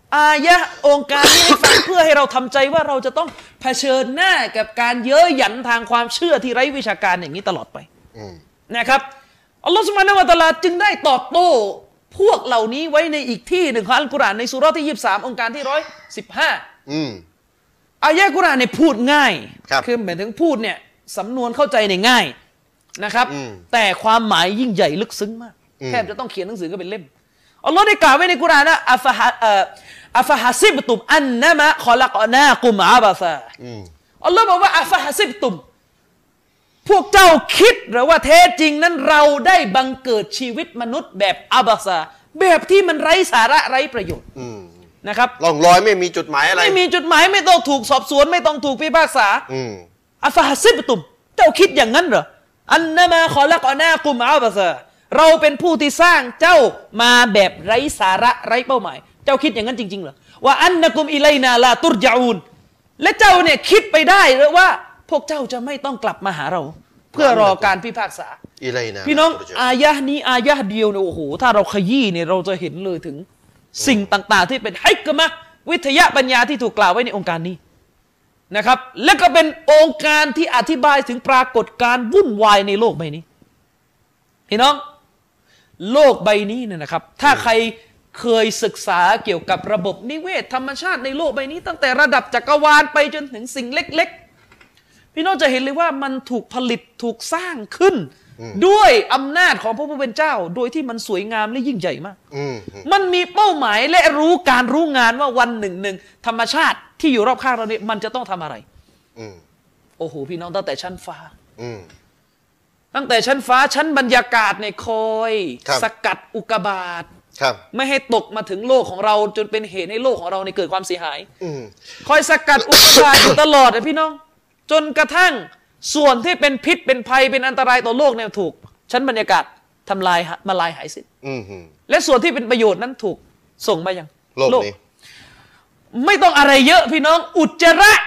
อายะองค์การนี้ให้ฟังเพื่อให้เราทำใจว่าเราจะต้องเผชิญหน้ากับการเย้ยหยันทางความเชื่อที่ไร้วิชาการอย่างนี้ตลอดไปนะครับอัลลอฮฺซุบฮานะฮูวะตะอาลาจึงได้ตอบโต้พวกเหล่านี้ไว้ในอีกที่หนึ่งของอัลกุรอานในซูเราะห์ที่23องค์การที่115อายะกุรอานเนี่ยพูดง่ายคือหมายถึงพูดเนี่ยสำนวนเข้าใจเนี่ยง่ายนะครับแต่ความหมายยิ่งใหญ่ลึกซึ้งมากแทบจะต้องเขียนหนังสือก็เป็นเล่มอัลลอฮ์ได้กล่าวไว้ในกุรอานว่าอัฟะฮะซิบตุมอันนะมะคอลักนากุมอาบะซาอัลลอฮ์บอกว่าอัฟะฮะซิบตุมพวกเจ้าคิดหรือว่าแท้จริงนั้นเราได้บังเกิดชีวิตมนุษย์แบบอาบะซาแบบที่มันไร้สาระไร้ประโยชน์นะครับล่องลอยไม่มีจุดหมายอะไรไม่มีจุดหมายไม่ต้องถูกสอบสวนไม่ต้องถูกพิพากษาอัฟะฮะซิบตุมเจ้าคิดอย่างนั้นเหรออันนะมะคอลักนากุมอาบะซาเราเป็นผู้ที่สร้างเจ้ามาแบบไร้สาระไร้เป้าหมายเจ้าคิดอย่างนั้นจริงๆเหรอว่าอันนะกุมอิไลนาลาตุรญะอูนและเจ้าเนี่ยคิดไปได้หรือว่าพวกเจ้าจะไม่ต้องกลับมาหาเราเพื่อรอการพิพากษาพี่น้องอายะห์นี้อายะห์เดียวเนี่ยโอ้โหถ้าเราขยี้เนี่ยเราจะเห็นเลยถึงสิ่งต่างๆที่เป็นฮิกมะห์วิทยาปัญญาที่ถูกกล่าวไว้ในองค์การนี้นะครับและก็เป็นองค์การที่อธิบายถึงปรากฏการณ์วุ่นวายในโลกใบนี้พี่น้องโลกใบนี้เนี่ยนะครับถ้าใครเคยศึกษาเกี่ยวกับระบบนิเวศธรรมชาติในโลกใบนี้ตั้งแต่ระดับจักรวาลไปจนถึงสิ่งเล็กๆพี่น้องจะเห็นเลยว่ามันถูกผลิตถูกสร้างขึ้นด้วยอำนาจของพระผู้เป็นเจ้าโดยที่มันสวยงามและยิ่งใหญ่มากมันมีเป้าหมายและรู้งานว่าวันหนึ่งธรรมชาติที่อยู่รอบข้างเราเนี่ยมันจะต้องทำอะไรโอ้โหพี่น้องตั้งแต่ชั้นฟ้าตั้งแต่ชั้นฟ้าชั้นบรรยากาศเนี่ยคอยสกัดอุกกาบาตไม่ให้ตกมาถึงโลกของเราจนเป็นเหตุให้โลกของเราเนี่ยเกิดความเสียหายคอยสกัดอุกกาบาตอยู่ตลอดนะพี่น้องจนกระทั่งส่วนที่เป็นพิษเป็นภัยเป็นอันตรายต่อโลกเนี่ยถูกชั้นบรรยากาศทำลายมาลายหายสิ้นและส่วนที่เป็นประโยชน์นั้นถูกส่งมายังโลกนี้ไม่ต้องอะไรเยอะพี่น้องอุจจาระ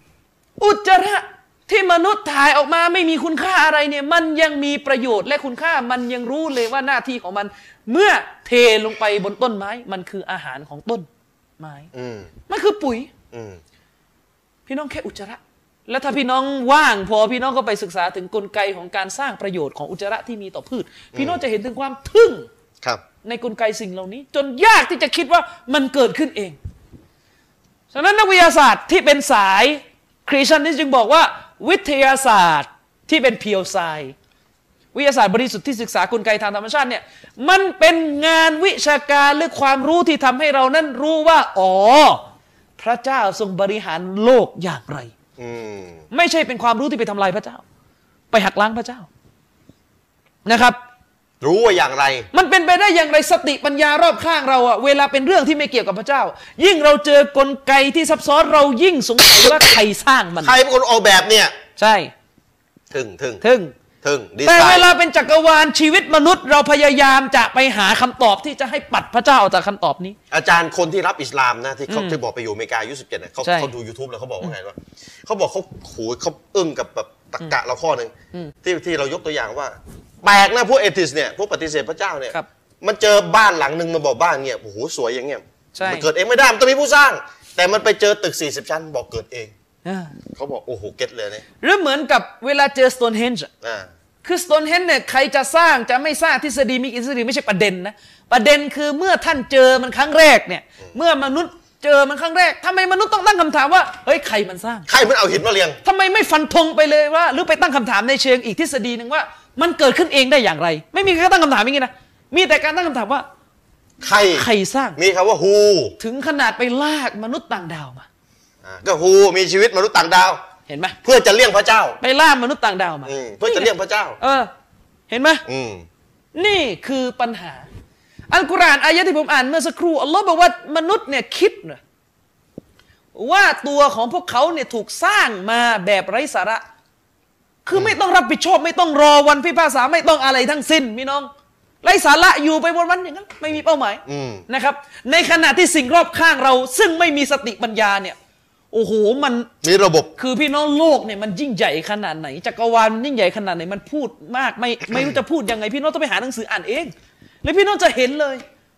ที่มนุษย์ถ่ายออกมาไม่มีคุณค่าอะไรเนี่ยมันยังมีประโยชน์และคุณค่ามันยังรู้เลยว่าหน้าที่ของมันเมื่อเทลงไปบนต้นไม้มันคืออาหารของต้นไม้มันคือปุ๋ยพี่น้องแค่อุจจาระแล้วถ้าพี่น้องว่างพอพี่น้องก็ไปศึกษาถึงกลไกของการสร้างประโยชน์ของอุจจาระที่มีต่อพืชพี่น้องจะเห็นถึงความทึ่งในกลไกสิ่งเหล่านี้จนยากที่จะคิดว่ามันเกิดขึ้นเองฉะนั้นนักวิทยาศาสตร์ที่เป็นสายคริสเตียนนี่จึงบอกว่าวิทยาศาสตร์ที่เป็นเพียวไซวิทยาศาสตร์บริสุทธิ์ที่ศึกษากลไกทางธรรมชาติเนี่ยมันเป็นงานวิชาการหรือความรู้ที่ทำให้เรานั้นรู้ว่าอ๋อพระเจ้าทรงบริหารโลกอย่างไรไม่ใช่เป็นความรู้ที่ไปทำลายพระเจ้าไปหักล้างพระเจ้านะครับรู้ว่าอย่างไรมันเป็นไปได้อย่างไรสติปัญญารอบข้างเราอะเวลาเป็นเรื่องที่ไม่เกี่ยวกับพระเจ้ายิ่งเราเจอกลไกที่ซับซ้อนเรายิ่งสงสัยว่าใครสร้างมันใครเป็นคนออกแบบเนี่ยใช่ถึงแต่เวลาเป็นจักรวาลชีวิตมนุษย์เราพยายามจะไปหาคำตอบที่จะให้ปัดพระเจ้าออกจากคำตอบนี้อาจารย์คนที่รับอิสลามนะที่เขาที่บอกไปอยู่อเมริกาอายุ17เนี่ยเขาดู YouTube แล้วเขาบอกว่าไงวะเขาบอกเขาอึ้งกับแบบตรรกะเราข้อนึงที่เรายกตัวอย่างว่าแปลกนะพวกเอทิสเนี่ยพวกปฏิเสธพระเจ้าเนี่ยมันเจอบ้านหลังนึงมาบอกบ้านเงี้ยโอ้โหสวยอย่างเงี้ยมันเกิดเองไม่ได้มันต้องมีผู้สร้างแต่มันไปเจอตึก40ชั้นบอกเกิดเองเขาบอกโอ้โหเก็ตเลยเนี่ยหรือเหมือนกับเวลาเจอสโตนเฮนจ์คือสโตนเฮนจ์เนี่ยใครจะสร้างจะไม่สร้างทฤษฎีมีทฤษฎีไม่ใช่ประเด็นนะประเด็นคือเมื่อท่านเจอมันครั้งแรกเนี่ยเมื่อมนุษย์เจอมันครั้งแรกทำไมมนุษย์ต้องตั้งคำถามว่าเฮ้ยใครมันสร้างใครมันเอาหินมาเรียงทำไมไม่ฟันธงไปเลยว่าหรือไปตั้งคำถามในเชิงอีกทฤษฎีหนึ่งว่ามันเกิดขึ้นเองได้อย่างไรไม่มีใครตั้งคำถามอย่างนี้นะมีแต่การตั้งคำถามว่าใครสร้างมีคำว่า who ถึงขนาดไปลากมนุษย์ต่างดาวมาก็ who มีชีวิตมนุษย์ต่างดาวเห็นไหมเพื่อจะเลี่ยงพระเจ้าไปลากมนุษย์ต่างดาวมาเพื่อจะเลี่ยงพระเจ้าเห็นไหมนี่คือปัญหาอัลกุรอานอายะที่ผมอ่านเมื่อสักครู่อัลลอฮ์บอกว่ามนุษย์เนี่ยคิดนะว่าตัวของพวกเขาเนี่ยถูกสร้างมาแบบไร้สาระคือไม่ต้องรับผิดชอบไม่ต้องรอวันพิพากษาไม่ต้องอะไรทั้งสิ้นพี่น้องไร้สาระอยู่ไปวันๆอย่างนั้นไม่มีเป้าหมายนะครับในขณะที่สิ่งรอบข้างเราซึ่งไม่มีสติปัญญาเนี่ยโอ้โหมันมีระบบคือพี่น้องโลกเนี่ยมันยิ่งใหญ่ขนาดไหนจักรวาลยิ่งใหญ่ขนาดไหนมันพูดมากไม่รู้จะพูดยังไงพี่น้องต้องไปหาหนังสืออ่านเองแล้วพี่น้องจะเห็นเลย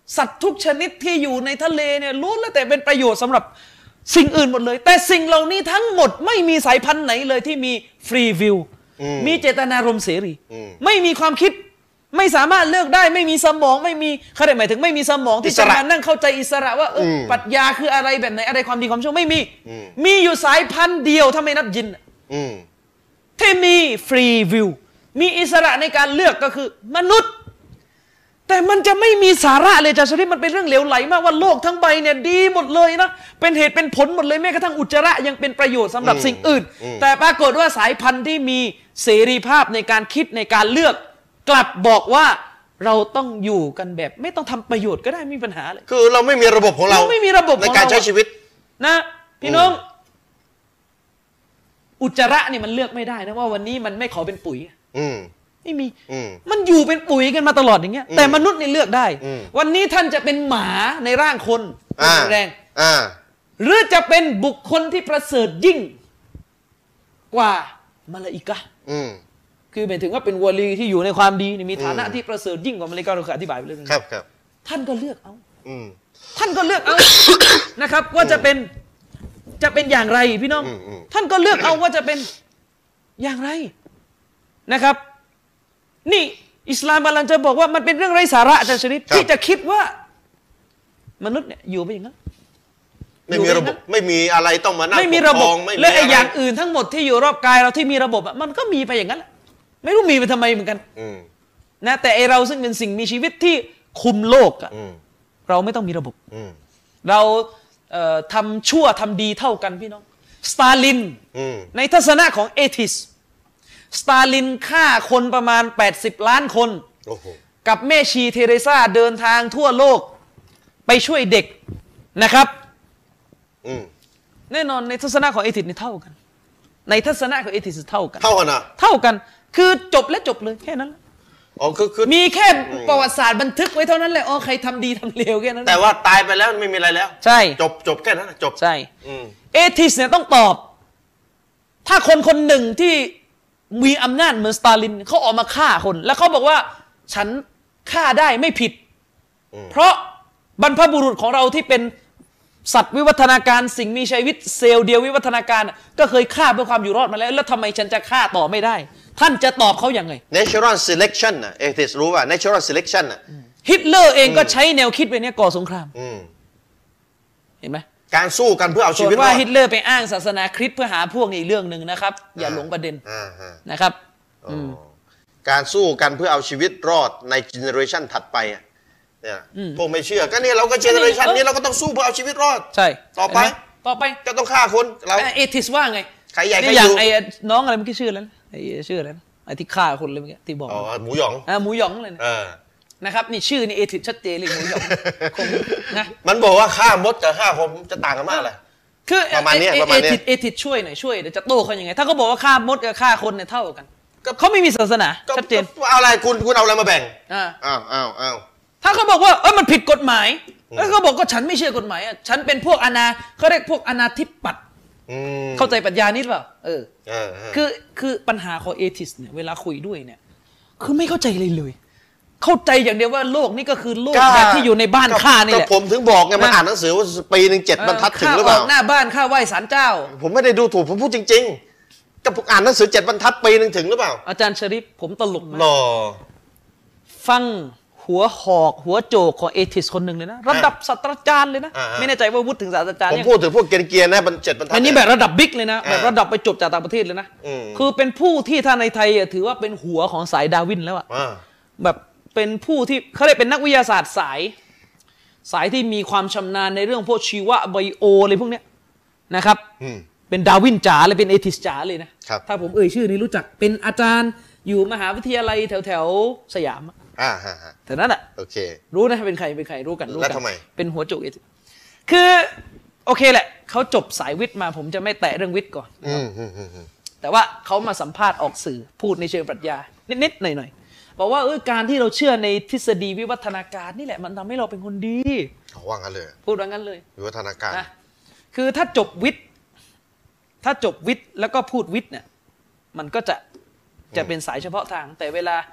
สัตว์ทุกชนิดที่อยู่ในทะเลเนี่ยล้วนแล้วแต่เป็นประโยชน์สำหรับสิ่งอื่นหมดเลย แต่สิ่งเหล่านี้ทั้งหมดไม่มีสายพันธุ์ไหนเลยที่มีฟรีวิวมีเจตนารมณ์เสรีไม่มีความคิดไม่สามารถเลือกได้ไม่มีสมองไม่มีเขาได้หมายถึงไม่มีสมองที่จะมานั่งเข้าใจอิสระว่าปรัชญาคืออะไรแบบไหนอะไรความดีความชั่วไม่มีมีอยู่สายพันธุ์เดียวถ้าไม่นับยินที่มีฟรีวิวมีอิสระในการเลือกก็คือมนุษย์แต่มันจะไม่มีสาระเลยอาจารย์ชริฟมันเป็นเรื่องเหลวไหลมากว่าโลกทั้งใบเนี่ยดีหมดเลยนะเป็นเหตุเป็นผลหมดเลยแม้กระทั่งอุจจาระยังเป็นประโยชน์สำหรับสิ่งอื่นแต่ปรากฏว่าสายพันธุ์ที่มีเสรีภาพในการคิดในการเลือกกลับบอกว่าเราต้องอยู่กันแบบไม่ต้องทำประโยชน์ก็ได้ไม่มีปัญหาเลยคือเราไม่มีระบบของเราไม่มีระบบในการใช้ชีวิตนะพี่น้องอุจจาระนี่มันเลือกไม่ได้นะว่าวันนี้มันไม่ขอเป็นปุ๋ยไม่มีมันอยู่เป็นปุ๋ยกันมาตลอดอย่างเงี้ยแต่มนุษย์นี่เลือกได้วันนี้ท่านจะเป็นหมาในร่างคนแรงหรือจะเป็นบุคคลที่ประเสริฐยิ่งกว่ามลาอิกะห์คือหมายถึงว่าเป็นวลีที่อยู่ในความดีมีฐานะที่ประเสริฐยิ่งกว่ามลาอิกะห์เราเคยอธิบายไปเรื่องนึงครับท่านก็เลือกเอาท่านก็เลือกเอา นะครับว่าจะเป็นอย่างไรพี่น้องท่านก็เลือกเอาว่าจะเป็นอย่างไรนะครับนี่อิสลามกำลังจะบอกว่ามันเป็นเรื่องไร้สาระอาจารย์ชริฟที่จะคิดว่ามนุษย์เนี่ยอยู่ไปอย่างนั้นไม่มีระบบไม่มีอะไรต้องมานั่งไม่มีระบบและไอ้อย่างอื่นทั้งหมดที่อยู่รอบกายเราที่มีระบบมันก็มีไปอย่างนั้นแหละไม่รู้มีไปทำไมเหมือนกันนะแต่ไอเราซึ่งเป็นสิ่งมีชีวิตที่คุมโลกเราไม่ต้องมีระบบเราทำชั่วทำดีเท่ากันพี่น้องสตาลินในทัศนะของเอทิสสตาลินฆ่าคนประมาณ80 ล้านคนกับแม่ชีเทเรซาเดินทางทั่วโลกไปช่วยเด็กนะครับแน่นอนในทัศนะของเอทิสนี่เท่ากันในทัศนะของเอทิสเท่ากันนะเท่ากันคือจบและจบเลยแค่นั้นคือมีแค่ประวัติศาสตร์บันทึกไว้เท่านั้นแหละใครทำดีทำเลวแค่นั้นแต่ว่าตายไปแล้วไม่มีอะไรแล้วใช่จบแค่นั้นจบใช่เอทิสเนี่ยต้องตอบถ้าคนหนึ่งที่มีอำนาจเหมือนสตาลินเขาออกมาฆ่าคนแล้วเขาบอกว่าฉันฆ่าได้ไม่ผิดเพราะบรรพบุรุษของเราที่เป็นสัตว์วิวัฒนาการสิ่งมีชีวิตเซลล์เดียววิวัฒนาการก็เคยฆ่าเพื่อความอยู่รอดมาแล้วทำไมฉันจะฆ่าต่อไม่ได้ท่านจะตอบเขาอย่างไง natural selection นะเอทิสรู้ว่า natural selection นะฮิตเลอร์เองก็ใช้แนวคิดไปเนี้ยก่อสงครามเห็นไหมการสู้กันเพื่อเอาชีวิตรอดว่าฮิตเลอร์ไปอ้างศาสนาคริสต์เพื่อหาพวกนี้อีกเรื่องหนึ่งนะครับอย่าหลงประเด็นนะครับการสู้กันเพื่อเอาชีวิตรอดในเจเนอเรชันถัดไปเนี่ยพวกไม่เชื่อก็เนี่ยเราก็เจเนอเรชันนี้เราก็ต้องสู้เพื่อเอาชีวิตรอดใช่ต่อไปก็ต้องฆ่าคนเราเอทิสว่าไงใครใหญ่ใครอยู่ไอ้น้องอะไรเมื่อกี้ชื่อแล้วไอ้ชื่ออะไรนะไอ้ที่ฆ่าคนเลยเมื่อกี้ที่บอกหมูหยองหมูหยองเลยนะครับนี่ชื่อนี่เอทิสชัดเจนเลยหมูหยองนะมันบอกว่าฆ่ามดกับฆ่าคนจะต่างกันมากเลยคือประมาณนี้เอทิสช่วยหน่อยช่วยเดี๋ยวจะโต้เขายังไงถ้าเขาบอกว่าฆ่ามดกับฆ่าคนเนี่ยเท่ากันเขาไม่มีศาสนาชัดเจนเอาอะไรคุณเอาอะไรมาแบ่งอ้าวถ้าเขาบอกว่ามันผิดกฎหมายแล้วเขาบอกก็ฉันไม่เชื่อกฎหมายฉันเป็นพวกเขาเรียกพวกอนาธิปัตย์เข้าใจปรัชญานี้หรือเปล่าคือปัญหาของเอทิสเนี่ยเวลาคุยด้วยเนี่ยคือไม่เข้าใจเลยเข้าใจอย่างเดียวว่าโลกนี้ก็คือโลกแบบที่อยู่ในบ้านข้านี่แหละผมถึงบอกไงมันอ่านหนังสือว่าปีนึง7 บรรทัดถึงหรือเปล่าหน้าบ้านข้าไหว้ศาลเจ้าผมไม่ได้ดูถูกผมพูดจริงๆก็ผมอ่านหนังสือ7 บรรทัดปีนึงถึงหรือเปล่าอาจารย์ชริฟผมตลกมากฟังหัวหอกหัวโจกของเอทิสคนหนึ่งเลยนะระดับศาสตราจารย์เลยนะไม่แน่ใจว่าวุฒิถึงศาสตราจารย์ผมพูดถึงพวกเกรียนๆนะ7 บรรทัดอันนี้แบบระดับบิ๊กเลยนะแบบระดับไปจบจากต่างประเทศเลยนะคือเป็นผู้ที่ถ้าในไทยถือว่าเป็นหัวของสายดาวินแล้วอะแบบเป็นผู้ที่เขาเรียกเป็นนักวิทยาศาสตร์สายที่มีความชำนาญในเรื่องพวกชีวะไบโออะไรพวกเนี้ยนะครับเป็นดาวินจ๋าเลยเป็นเอทิสจ๋าเลยนะถ้าผมชื่อนี้รู้จักเป็นอาจารย์อยู่มหาวิทยาลัยแถวสยามแต่นั้นอ่ะโอเครู้นะเป็นใครรู้กันแล้วทำไมเป็นหัวโจกเอทิสคือโอเคแหละเขาจบสายวิทย์มาผมจะไม่แตะเรื่องวิทย์ก่อนแต่ว่าเขามาสัมภาษณ์ออกสื่อพูดในเชิงปรัชญานิดๆหน่อยบอกว่าการที่เราเชื่อในทฤษฎีวิวัฒนาการนี่แหละมันทำให้เราเป็นคนดีว่างั้นเลยพูดว่างั้นเลยวิวัฒนาการนะคือถ้าจบวิทย์แล้วก็พูดวิทย์เนี่ยมันก็จะเป็นสายเฉพาะทางแต่เว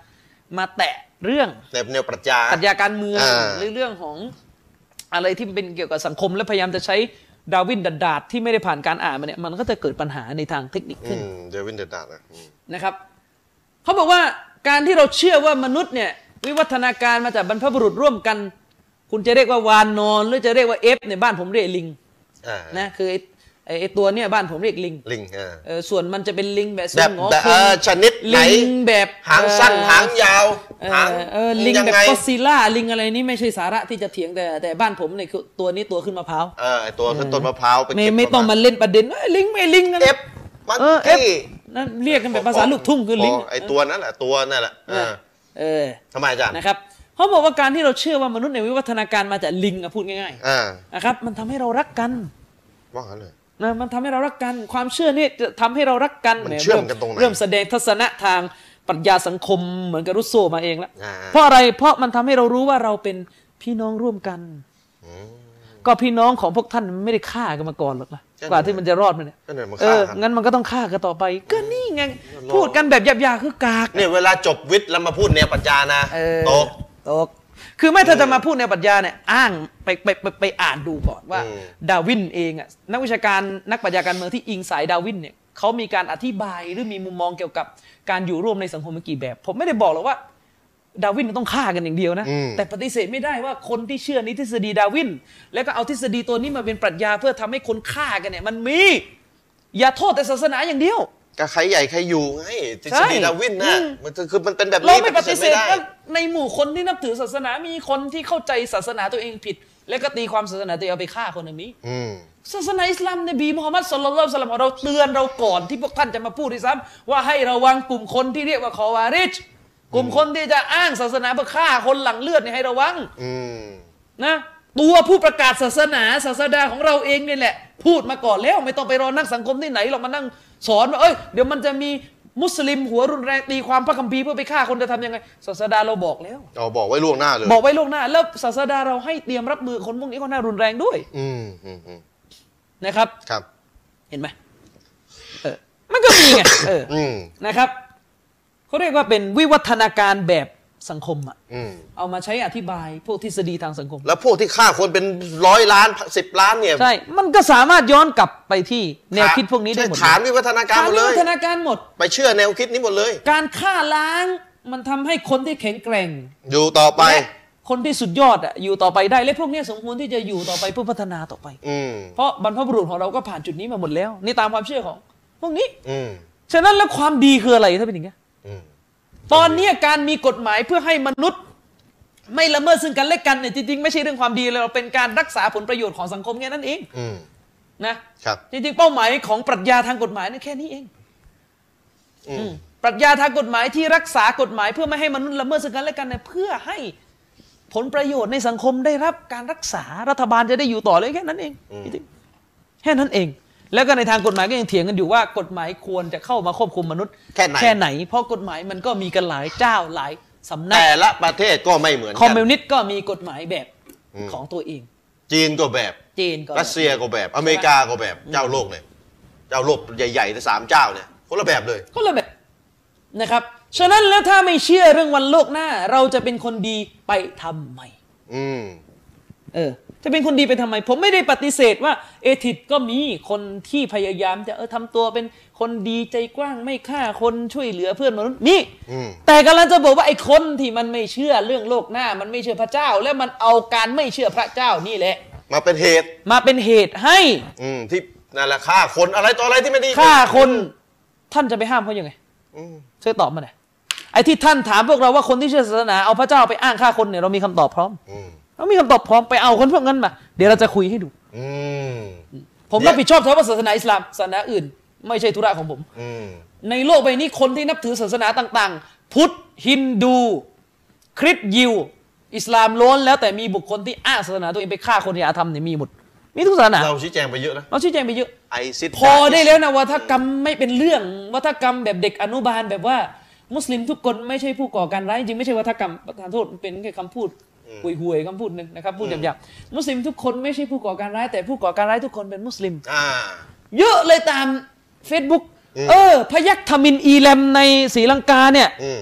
มาแตะเรื่องแนวปรัชญาการเมืองหรือเรื่องของอะไรที่เป็นเกี่ยวกับสังคมและพยายามจะใช้ดาร์วินดาดที่ไม่ได้ผ่านการอ่านมาเนี่ยมันก็จะเกิดปัญหาในทางเทคนิคขึ้นดาร์วินดาดนะครับเขาบอกว่าการที่เราเชื่อว่ามนุษย์เนี่ยวิวัฒนาการมาจากบรรพบุรุษร่วมกันคุณจะเรียกว่าวานนอนหรือจะเรียกว่าเอฟในบ้านผมเรียกลิงนะคือไอตัวเนี่ยบ้านผมเรียกลิงส่วนมันจะเป็นลิงแบบชนิดไหนลิงแบบหางสั้นหางยาวลิงแบบก็ซิล่าลิงอะไรนี่ไม่ใช่สาระที่จะเถียงแต่บ้านผมเนี่ยคือตัวนี้ตัวขึ้นมะพร้าวไอตัวขึ้นต้นมะพร้าวไม่ต้องมาเล่นประเด็นลิงไม่ลิงเอฟมันที่นั่นเรียกกันแบบภาษาลูกทุ่งคือลิงไอตัวนั่นแหละทำไมอาจารย์นะครับเขาบอกว่าการที่เราเชื่อว่ามนุษย์ในวิวัฒนาการมาจากลิงพูดง่ายๆนะครับมันทำให้เรารักกันว่างั้นเลยนะมันทำให้เรารักกันความเชื่อนี่จะทำให้เรารักกันมันเชื่อมกันตรงไหนเริ่มแสดงทัศนะทางปรัชญาสังคมเหมือนกับรุสโซมาเองแล้วเพราะอะไรเพราะมันทำให้เรารู้ว่าเราเป็นพี่น้องร่วมกันก็พี่น้องของพวกท่านไม่ได้ฆ่ากันมาก่อนหรอกนะกว่าที่มันจะรอดมาเนี่ยงั้นมันก็ต้องฆ่ากันต่อไปก็นี่ไงพูดกันแบบหยาบๆคือกากเนี่ยเวลาจบวิทย์แล้วมาพูดแนวปรัชญานะตกคือไม่ถ้าจะมาพูดในปรัชญาเนี่ยอ้างไปอ่านดูก่อนว่าดาร์วินเองอ่ะนักวิชาการนักปรัชญาการเมืองที่อิงสายดาร์วินเนี่ยเขามีการอธิบายหรือมีมุมมองเกี่ยวกับการอยู่ร่วมในสังคมกี่แบบผมไม่ได้บอกหรอกว่าดาร์วินต้องฆ่ากันอย่างเดียวนะแต่ปฏิเสธไม่ได้ว่าคนที่เชื่อในทฤษฎีดาร์วินแล้วก็เอาทฤษฎีตัวนี้มาเป็นปรัชญาเพื่อทำให้คนฆ่ากันเนี่ยมันมีอย่าโทษแต่ศาสนาอย่างเดียวก็ใครใหญ่ใครอยู่ไงทฤษฎีดาร์วินนะมันคือมันเป็นแบบนี้เราไม่ปฏิเสธว่าในหมู่คนที่นับถือศาสนามีคนที่เข้าใจศาสนาตัวเองผิดแล้วก็ตีความศาสนาตัวเองเอาไปฆ่าคนนี้ศาสนาอิสลามนบีมุฮัมมัดศ็อลลัลลอฮุอะลัยฮิวะซัลลัมเราเตือนเราก่อนที่พวกท่านจะมาพูดด้วยซ้ำว่าให้ระวังกลุ่มคนที่เรียกว่าคอวาริจกลุ่มคนที่จะอ้างศาสนาเพื่อฆ่าคนหลั่งเลือดเนี่ยให้ระวังนะตัวผู้ประกาศศาสนาศาสดาของเราเองนี่แหละพูดมาก่อนแล้วไม่ต้องไปรอนักสังคมที่ไหนหรอกมานั่งสอนว่าเดี๋ยวมันจะมีมุสลิมหัวรุนแรงตีความพระคัมภีร์เพื่อไปฆ่าคนจะทำยังไงศาสดาเราบอกแล้วบอกไว้ล่วงหน้าเลยบอกไว้ล่วงหน้าแล้วศาสดาเราให้เตรียมรับมือคนพวกนี้ก็น่ารุนแรงด้วยนะครับเห็นไหมมันก็มีไงนะครับเขาเรียกว่าเป็นวิวัฒนาการแบบสังคมเอามาใช้อธิบายพวกทฤษฎีทางสังคมแล้วพวกที่ฆ่าคนเป็น100 ล้าน10 ล้านเนี่ยใช่มันก็สามารถย้อนกลับไปที่แนวคิดพวกนี้ได้หมดฐานวิวัฒนาการหมดเลยวิวัฒนาการหมดไปเชื่อแนวคิดนี้หมดเลยการฆ่าล้างมันทำให้คนที่แข็งแกร่งอยู่ต่อไปคนที่สุดยอดอยู่ต่อไปได้และพวกนี้สมควรที่จะอยู่ต่อไปเพื่อพัฒนาต่อไปเพราะบรรพบุรุษของเราก็ผ่านจุดนี้มาหมดแล้วนี่ตามความเชื่อของพวกนี้ฉะนั้นแล้วความดีคืออะไรถ้าเป็นอย่างนี้ตอนนี้การมีกฎหมายเพื่อให้มนุษย์ไม่ละเมิดซึ่งกันและกันเนี่ยจริงๆไม่ใช่เรื่องความดีเลยเราเป็นการรักษาผลประโยชน์ของสังคมแค่นั้นเองนะครับจริงๆเป้าหมายของปรัชญาทางกฎหมายนี่แค่นี้เองปรัชญาทางกฎหมายที่รักษากฎหมายเพื่อไม่ให้มนุษย์ละเมิดซึ่งกันและกันเนี่ยเพื่อให้ผลประโยชน์ในสังคมได้รับการรักษารัฐบาลจะได้อยู่ต่อเลยแค่นั้นเองแค่นั้นเองแล้วก็ในทางกฎหมายก็ยังเถียงกันอยู่ว่ากฎหมายควรจะเข้ามาควบคุมมนุษย์แค่ไหนเพราะกฎหมายมันก็มีกันหลายเจ้าหลายสำนักแต่ละประเทศก็ไม่เหมือนกันคอมมิวนิสต์ก็มีกฎหมายแบบของตัวเองจีนก็แบบรัสเซียก็แบบอเมริกาก็แบบเจ้าโลกเนี่ยเจ้าโลกใหญ่ๆ3 เจ้าเนี่ยคนละแบบเลยคนละแบบนะครับฉะนั้นแล้วถ้าไม่เชื่อเรื่องวันโลกหน้าเราจะเป็นคนดีไปทำไมจะเป็นคนดีไปทำไมผมไม่ได้ปฏิเสธว่าเอทิสก็มีคนที่พยายามจะทำตัวเป็นคนดีใจกว้างไม่ฆ่าคนช่วยเหลือเพื่อนมนุษย์นี่แต่กำลังจะบอกว่าไอ้คนที่มันไม่เชื่อเรื่องโลกหน้ามันไม่เชื่อพระเจ้าแล้วมันเอาการไม่เชื่อพระเจ้านี่แหละมาเป็นเหตุให้ที่นั่นแหละฆ่าคนอะไรต่ออะไรที่ไม่ดีฆ่าคนท่านจะไปห้ามเขายังไงช่วยตอบมาหน่อยไอ้ที่ท่านถามพวกเราว่าคนที่เชื่อศาสนาเอาพระเจ้าไปอ้างฆ่าคนเนี่ยเรามีคำตอบพร้อมเรามีคำตอบพร้อมไปเอาคนพวกนั้นมาเดี๋ยวเราจะคุยให้ดูผมรับผิดชอบเฉพาะศาสนาอิสลามศาสนาอื่นไม่ใช่ธุระของผมในโลกใบนี้คนที่นับถือศาสนาต่างๆพุทธฮินดูคริสต์ยิวอิสลามล้วนแล้วแต่มีบุคคลที่อ้างศาสนาตัวเองไปฆ่าคนที่อาธรรมเนี่ยมีหมดมีทุกศาสนาเราชี้แจงไปเยอะนะเราชี้แจงไปเยอะพอได้แล้วนะวัฒกรรมไม่เป็นเรื่องวัฒกรรมแบบเด็กอนุบาลแบบว่ามุสลิมทุกคนไม่ใช่ผู้ก่อการร้ายจริงไม่ใช่วัฒกรรมประทานโทษเป็นแค่คำพูดห่วยๆคำพูดหนึ่งนะครับพูดหยาบๆมุสลิมทุกคนไม่ใช่ผู้ก่อการร้ายแต่ผู้ก่อการร้ายทุกคนเป็นมุสลิมเยอะเลยตาม Facebook พยัคฆ์ทมินอีแลมในศรีลังกาเนี่ย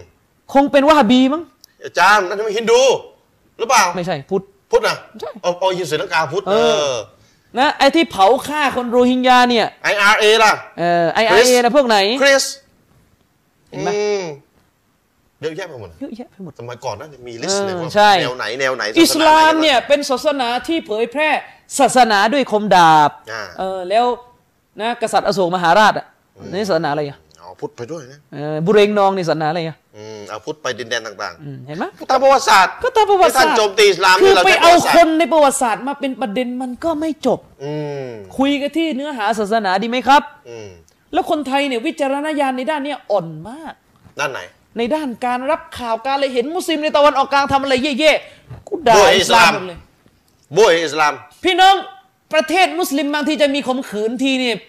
คงเป็นวะฮาบีมั้งอาจารย์นั่นเป็นฮินดูหรือเปล่าไม่ใช่พุทธนะใช่ยินศรีลังกาพุทธนะไอ้ที่เผาฆ่าคนโรฮิงญาเนี่ย IRA ล่ะ IRA นะพวกไหนคริสเห็นไหมเยอะแยะไปหมดเยอะแยะไปหมดสมัยก่อนนั่นมีลิสต์เลยว่าแนวไหนอิสลามเนี่ยเป็นศาสนาที่เผยแพร่ศาสนาด้วยคมดาบแล้วนะกษัตริย์อโศกมหาราชอ่ะนี่ศาสนาอะไรอ่ะพุทธไปด้วยนะบุเรงนองนี่ศาสนาอะไรอ่ะเอาพุทธไปดินแดนต่างๆเห็นไหมตามประวัติศาสตร์ก็ตามประวัติศาสตร์ท่านโจมตีอิสลามคือไปเอาคนในประวัติศาสตร์มาเป็นประเด็นมันก็ไม่จบคุยกันที่เนื้อหาศาสนาดีไหมครับแล้วคนไทยเนี่ยวิจารณญาณในด้านนี้อ่อนมากด้านไหนในด้านการรับข่าวการเลยเห็นมุสลิมในตะวันออกกลางทำอะไรเย่ๆกูด่าอิสลามเลยบุยอิสลามพี่น้องประเทศมุสลิมบางทีจะมีข่มขืนทีนี่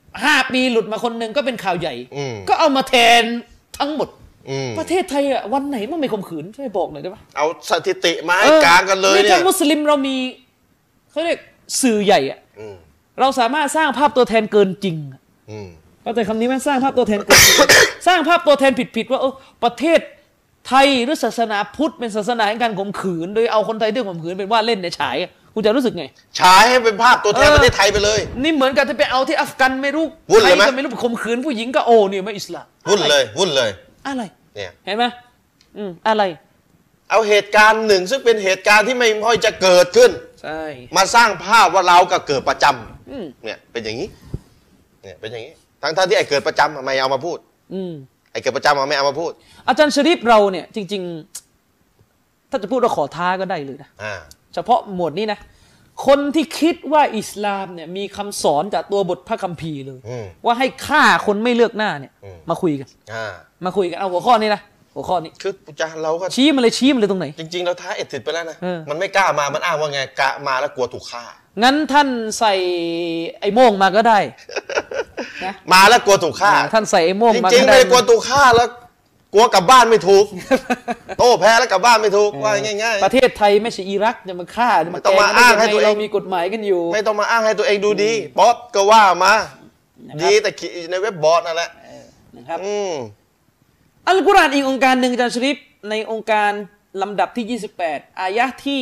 5 ปีหลุดมาคนหนึ่งก็เป็นข่าวใหญ่ก็เอามาแทนทั้งหมดประเทศไทยอ่ะวันไหนมันไม่ข่มขืนช่วยบอกหน่อยได้ปะเอาสถิติมาให้กลางกันเลยเนี่ยถ้ามุสลิมเรามีเขาเรียกสื่อใหญ่อ่ะเราสามารถสร้างภาพตัวแทนเกินจริงเข้าใจคำนี้ไหมสร้างภาพตัวแทนเกินจริงสร้างภาพตัวแทนผิดว่าประเทศไทยหรือศาสนาพุทธเป็นศาสนาแห่งการข่มขืนโดยเอาคนไทยที่ข่มขืนเป็นว่าเล่นในฉายคุณจะรู้สึกไงฉายให้เป็นภาพตัวแทนประเทศไทยไปเลยนี่เหมือนกันที่ไปเอาที่อัฟกันไม่รู้ใครก็ไม่รู้ข่มขืนผู้หญิงก็เนี่ยไม่อิสลามวุ่นเลยอะไรเนี่ยเห็นไหมอะไรเอาเหตุการณ์หนึ่งซึ่งเป็นเหตุการณ์ที่ไม่ค่อยจะเกิดขึ้นใช่มาสร้างภาพว่าเราก็เกิดประจำเนี่ยเป็นอย่างนี้เนี่ยเป็นอย่างนี้ทั้งที่ไอ้เกิดประจำไม่เอามาพูดไอ้เกิดประจำไม่เอามาพูดอาจารย์ชริฟเราเนี่ยจริงๆถ้าจะพูดเราขอท้าก็ได้เลยนะเฉพาะหมวดนี้นะคนที่คิดว่าอิสลามเนี่ยมีคำสอนจากตัวบทพระคัมภีร์เลยว่าให้ฆ่าคนไม่เลือกหน้าเนี่ยมาคุยกันเอาหัวข้อนี้นะหัวข้อนี้คืออาจารย์เราก็ชี้มันเลยตรงไหนจริงๆเราท้าเอ็ดติดไปแล้วนะมันไม่กล้ามามันอ้างว่าไงกะมาแล้วกลัวถูกฆ่างั้นท่านใส่ไอ้โม่งมาก็ได้นะมาแล้วกลัวถูกฆ่าท่านใส่ไอ้โม่งมาจริงๆเลยกลัวถูกฆ่าแล้วกลัวกลับบ้านไม่ถูกโต้แพ้แล้วกลับบ้านไม่ถูกว่าง่ายๆประเทศไทยไม่ใช่อิรักจะมาฆ่าจะมาต้องมาอ้างให้ตัวเองเรามีกฎหมายกันอยู่ไม่ต้องมาอ้างให้ตัวเองดูดีป๊อปก็ว่ามาดีแต่ในเว็บบอร์ดนั่นแหละนะครับอัลกุรอานอีกองค์การหนึ่งอาจารย์ชริฟในองค์การลำดับที่28อายะห์ที่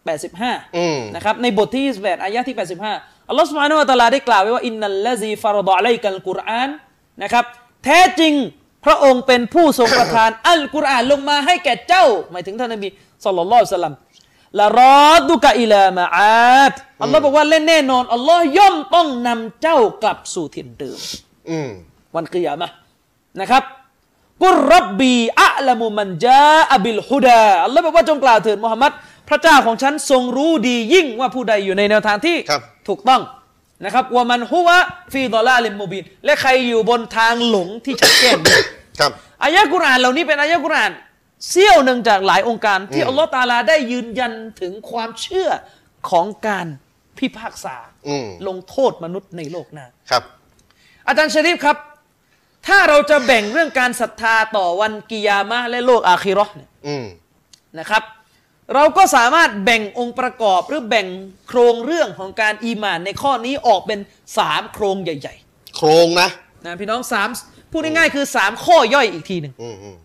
85นะครับในบทที่28อายะห์ที่85อัลลอฮฺซุบฮานะฮูวะตะอาลาได้กล่าวไว้ว่าอินนัลลซีฟารฎออะลัยกัลกุรอานนะครับแท้จริงพระองค์เป็นผู้ทรงประทานอัลกุรอานลงมาให้แก่เจ้าหมายถึงท่านนบีศ็อลลัลลอฮุอะลัยฮิวะซัลลัมละรอดุกะอิลามะอาดอัลลอฮ์บอกว่าแน่นอนอัลลอฮ์ย่อมต้องนำเจ้ากลับสู่ถิ่นเดิมวันกิยามะห์นะครับกุรร็อบบีอะละมุมันจาอะบิลฮุดาอัลลอฮ์บอกว่าจงกล่าวเถิดมุฮัมมัดพระเจ้าของฉันทรงรู้ดียิ่งว่าผู้ใดอยู่ในแนวทางที่ถูกต้องนะครับว่ามันฮุวะฟีดอลาลิมมูบินและใครอยู่บนทางหลงที่ชัดเจนครับอายะกุรอานเหล่านี้เป็นอายะกุรอานเสี้ยวหนึ่งจากหลายองค์การที่อัลลอฮ์ตะอาลาได้ยืนยันถึงความเชื่อของการพิพากษาลงโทษมนุษย์ในโลกหน้าครับอาจารย์ชะรีฟครับถ้าเราจะแบ่งเรื่องการศรัทธาต่อวันกิยามะห์และโลกอาคิเราะห์เนี่ยนะครับเราก็สามารถแบ่งองค์ประกอบหรือแบ่งโครงเรื่องของการอีหม่านในข้อนี้ออกเป็น3โครงใหญ่ๆโครงนะพี่น้อง3พูดง่ายๆคือ3ข้อย่อยอีกทีหนึ่ง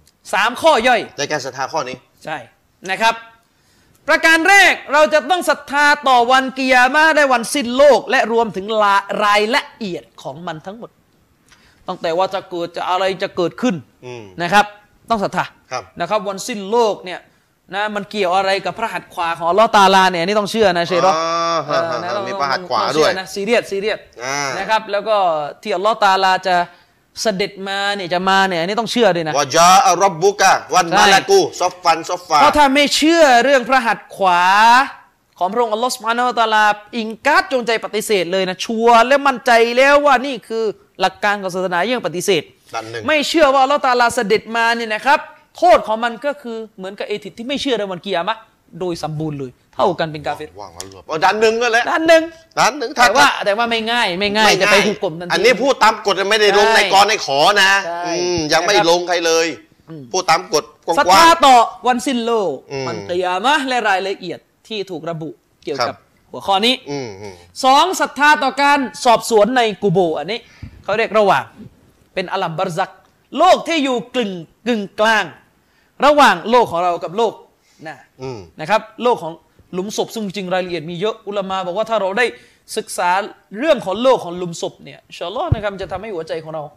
3ข้อย่อยในการศรัทธาข้อนี้ใช่นะครับประการแรกเราจะต้องศรัทธาต่อวันกิยามะห์และวันสิ้นโลกและรวมถึงรายละเอียดของมันทั้งหมดตั้งแต่ว่าจะเกิดจะอะไรจะเกิดขึ้นนะครับต้องศรัทธานะครับวันสิ้นโลกเนี่ยนะมันเกี่ยวอะไรกับพระหัตถ์ขวาของอัลเลาะห์ตะอาลาเนี่ยนี่ต้องเชื่อนะเชโรมีพระหัตถ์ขวาด้วยนะซีเรียสนะครับแล้วก็ที่อัลเลาะห์ตะอาลาจะเสด็จมาเนี่ยจะมาเนี่ยนี่ต้องเชื่อด้วยนะวะจาอะร็อบบุกะวันมาลากูซอฟฟันซอฟฟาเพราะถ้าไม่เชื่อเรื่องพระหัตถ์ขวาของพระองค์อัลเลาะห์ซุบฮานะฮูวะตะอาลาอิงการ์ดจงใจปฏิเสธเลยนะชัวร์และมั่นใจแล้วว่านี่คือหลักการของศาสนายังปฏิเสธไม่เชื่อว่าอัลเลาะห์ตะอาลาเสด็จมาเนี่ยนะครับโทษของมันก็คือเหมือนกับเอทิสที่ไม่เชื่อในวันกิยามะห์โดยสมบูรณ์เลยเท่ากันเป็นกาเฟรว่างมันรวมด้านหนึ่งก็แล้วด้านหนึ่งแต่ว่าไม่ง่ายจะไปหุกกลมทันทีอันนี้พูดตามกฎไม่ได้ลงในกรในขอนะยังไม่ลงใครเลยพูดตามกฎกว้างๆศรัทธาต่อวันสิ้นโลกวันกิยามะห์และรายละเอียดที่ถูกระบุเกี่ยวกับหัวข้อนี้2ศรัทธาต่อการสอบสวนในกุโบร์อันนี้เขาเรียกระหว่างเป็นอัลลัมบัรซักโลกที่อยู่กึ่งกลางระหว่างโลกของเรากับโลกหน้าอืมนะครับโลกของหลุมศพซึ่งจริงรายละเอียดมีเยอะอุลามะบอกว่าถ้าเราได้ศึกษาเรื่องของโลกของหลุมศพเนี่ยอินชาอัลลอฮ์นะครับจะทำให้หัวใจของเรา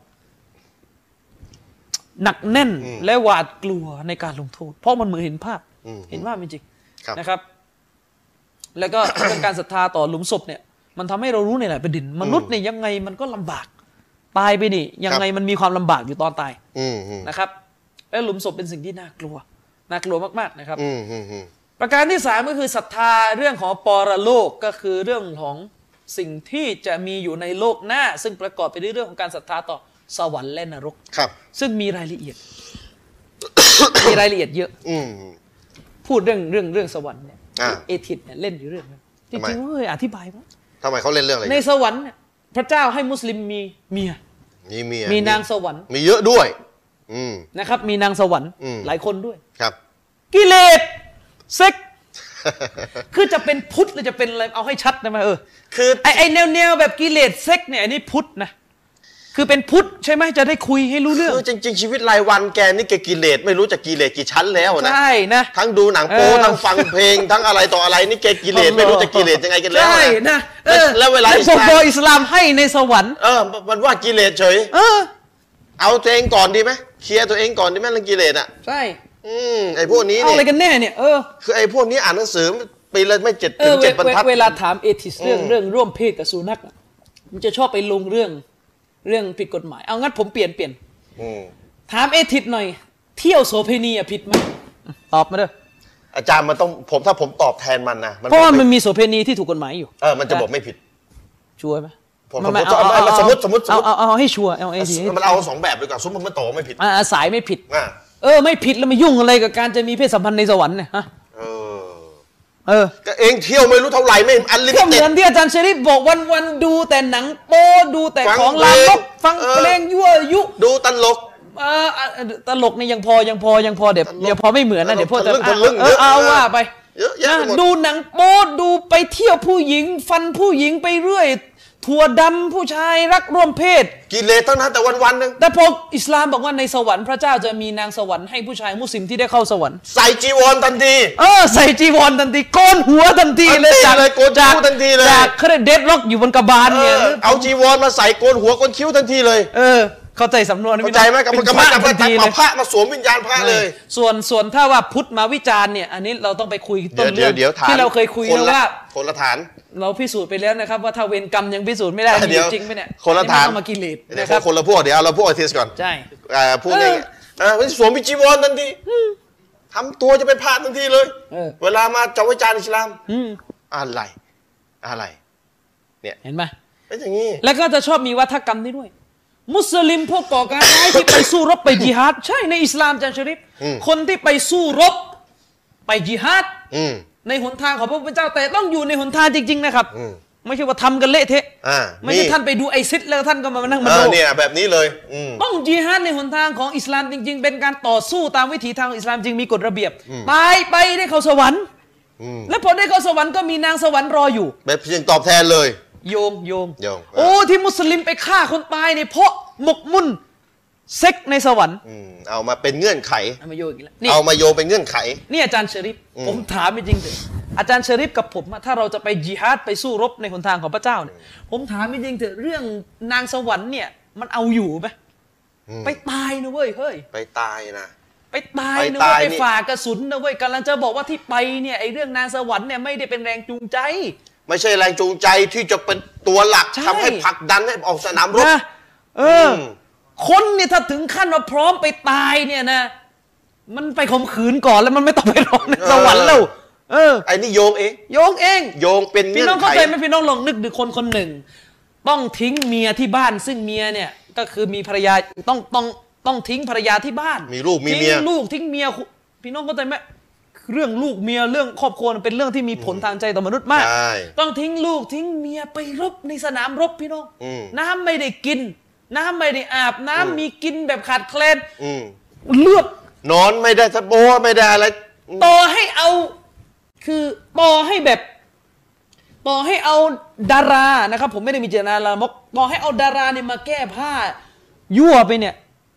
หนักแน่นและหวาดกลัวในการลงโทษเพราะมันเหมือนเห็นภาพเห็นภาพจริงๆนะครับแล้วก็ เรื่องการศรัทธาต่อหลุมศพเนี่ยมันทำให้เรารู้ในหลายประเด็นมนุษย์เนี่ยยังไงมันก็ลำบากตายไปนี่ยังไงมันมีความลำบากอยู่ตอนตายนะครับแล้วหลุมศพเป็นสิ่งที่น่ากลัวมากๆนะครับประการที่3ก็คือศรัทธาเรื่องของปรโลกก็คือเรื่องของสิ่งที่จะมีอยู่ในโลกหน้าซึ่งประกอบไปด้วยเรื่องของการศรัทธาต่อสวรรค์และนรกซึ่งมีรายละเอียด มีรายละเอียดเยอะพูดเรื่องสวรรค์เนี่ยเอทิสเนี่ยเล่นอยู่เรื่องนั้นจริงๆว่าอธิบายว่าทำไมเขาเล่นเรื่องอะไรในสวรรค์เนี่ยพระเจ้าให้มุสลิมมีเมียมีนางสวรรค์มีเยอะด้วยนะครับมีนางสวรรค์หลายคนด้วยครับกิเลสเซ็กคือจะเป็นพุทธหรือจะเป็นอะไรเอาให้ชัดนะมาคือไอแนวแบบกิเลสเซ็กเนี่ยอันนี้พุทธนะคือเป็นพุทธใช่ไหมจะได้คุยให้รู้เรื่องคือจริงๆชีวิตรายวันแกนี่แกกิเลสไม่รู้จะกิเลสกี่ชั้นแล้วนะใช่นะทั้งดูหนังโป๊ทั้งฟังเพลงทั้งอะไรต่ออะไรนี่แกกิเลสไม่รู้จะกิเลสยังไงกันแล้วใช่นะแล้วเวลาอิสลามให้ในสวรรค์มันว่ากิเลสเฉยเอาตัวเองก่อนดีไหมเคลียร์ตัวเองก่อนดีไหมเรื่องกิเลสอ่ะใช่ไอ้พวกนี้เอาอะไรกันแน่เนี่ยคือไอ้พวกนี้อ่านหนังสือปีละไม่7 บรรทัดเวลาถามเอทิสเรื่องร่วมเพศกับสุนัขมันจะชอบไปลงเรื่องผิดกฎหมายเอางั้นผมเปลี่ยนถามเอทิสหน่อยเที่ยวโสเภณีผิดไหมตอบมาเด้ออาจารย์มันต้องถ้าผมตอบแทนมันนะเพราะว่ามันมีโสเภณีที่ถูกกฎหมายอยู่มันจะบอกไม่ผิดชัวร์ไหมสมมติเอาให้ชัวร์มันเอา2แบบด้วยกันสมมติมันโตไม่ผิดสายไม่ผิดไม่ผิดแล้วมายุ่งอะไรกับการจะมีเพศสัมพันธ์ในสวรรค์เนี่ยฮะก็เองเที่ยวไม่รู้เท่าไหร่ไม่อันลิมิเต็ดเหมือนที่อาจารย์ชริฟบอกวันดูแต่หนังโป๊ดูแต่ของลามกฟังเพลงยั่วยุดูตลกตลกนี่ยังพอเดี๋ยวพอไม่เหมือนนะเดี๋ยวพวกจะเอาว่าไปดูหนังโป๊ดูไปเที่ยวผู้หญิงฟันผู้หญิงไปเรื่อยถั่วดำผู้ชายรักร่วมเพศกิเลสเท่านั้นแต่วันๆนึงแต่พออิสลามบอกว่าในสวรรค์พระเจ้าจะมีนางสวรรค์ให้ผู้ชายมุสลิมที่ได้เข้าสวรรค์ใส่จีวรทันทีใส่จีวรทันทีโกนหัวทันทีเลยโกนคิ้วทันทีเลยจากเครเดดล็อกอยู่บนกระบาลเนี่ยเอาจีวรมาใส่โกนหัวโกนคิ้วทันทีเลยเข้าใจสำนวนเข้าใจไหมกับพระมาสวมวิญญาณพระเลยส่วนถ้าว่าพุทธมาวิจารณ์เนี่ยอันนี้เราต้องไปคุยต้นเรื่องที่เราเคยคุยแล้วว่าคนละฐานเราพิสูจน์ไปแล้วนะครับว่าถ้าเวรกรรมยังพิสูจน์ไม่ได้จริงไหมเนี่ยคนละฐานต้องมากิเลสนะครับคนละพวกเดี๋ยวเราพวกไอทิสก่อนใช่พวกนี้สวมจีวรทันทีทำตัวจะเป็นพระทันทีเลยเวลามาจะวิจารณ์อิสลามอะไรเนี่ยเห็นไหมเป็นอย่างนี้แล้วก็จะชอบมีวัฒกรรมนี้ด้วยมุสลิมพวกก่อการร้ายที่ไปสู้รบไปญิฮาดใช่ในอิสลามอาจารย์ชริฟคนที่ไปสู้รบไปญิฮาดในหนทางของพระพุทธเจ้าแต่ต้องอยู่ในหนทางจริงๆนะครับไม่ใช่ว่าทำกันเละเทะไม่ใช่ท่านไปดูไอซิดแล้วท่านก็มานั่งมาดูเนี่ยแบบนี้เลยต้องญิฮาดในหนทางของอิสลามจริงๆเป็นการต่อสู้ตามวิถีทางของอิสลามจริงมีกฎระเบียบตายไปได้เข้าสวรรค์แล้วพอได้เข้าสวรรค์ก็มีนางสวรรค์รออยู่แบบเพียงตอบแทนเลยโยงโอ้ที่มุสลิมไปฆ่าคนตายเนี่ยเพราะหมกมุ่นเซ็กในสวรรค์เอามาเป็นเงื่อนไขเอามาโยงเป็นเงื่อนไขนี่อาจารย์ชริฟผมถามจริงๆเถอะอาจารย์ชริฟกับผมถ้าเราจะไปญิฮาดไปสู้รบในหนทางของพระเจ้าเนี่ยผมถามจริงๆเถอะเรื่องนางสวรรค์เนี่ยมันเอาอยู่ไหมไปตายนะเว้ยเฮ้ยไปตายนะไปตายนะเว้ยไปฝ่ากระสุนนะเว้ยกำลังจะบอกว่าที่ไปเนี่ยไอ้เรื่องนางสวรรค์เนี่ยไม่ได้เป็นแรงจูงใจไม่ใช่แรงจูงใจที่จะเป็นตัวหลักทำให้ผลักดันให้ออกสนามรบคนเนี่ยถ้าถึงขั้นว่าพร้อมไปตายเนี่ยนะมันไปข่มขืนก่อนแล้วมันไม่ต้องไปรอในสวรรค์แล้วไอ้นี่โยงเองเป็นเงื่อนไขพี่น้องเข้าใจไหมพี่น้องลองนึกดูคนหนึ่งต้องทิ้งเมียที่บ้านซึ่งเมียเนี่ยก็คือมีภรรยาต้องทิ้งภรรยาที่บ้านมีลูกมีเมียทิ้งเมียพี่น้องเข้าใจไหมเรื่องลูกเมียเรื่องครอบครัวเป็นเรื่องที่มีผลทางใจต่อมนุษย์มากต้องทิ้งลูกทิ้งเมียไปรบในสนามรบพี่น้องน้ำไม่ได้กินน้ำไม่ได้อาบน้ำมีกินแบบขาดแคลนเลือดนอนไม่ได้สะโบไม่ได้อะไรต่อให้เอาคือต่อให้เอาดารานะครับผมไม่ได้มีเจตนาละมกต่อให้เอาดาราเนี่ยมาแก้ผ้ายั่วไปเนี่ย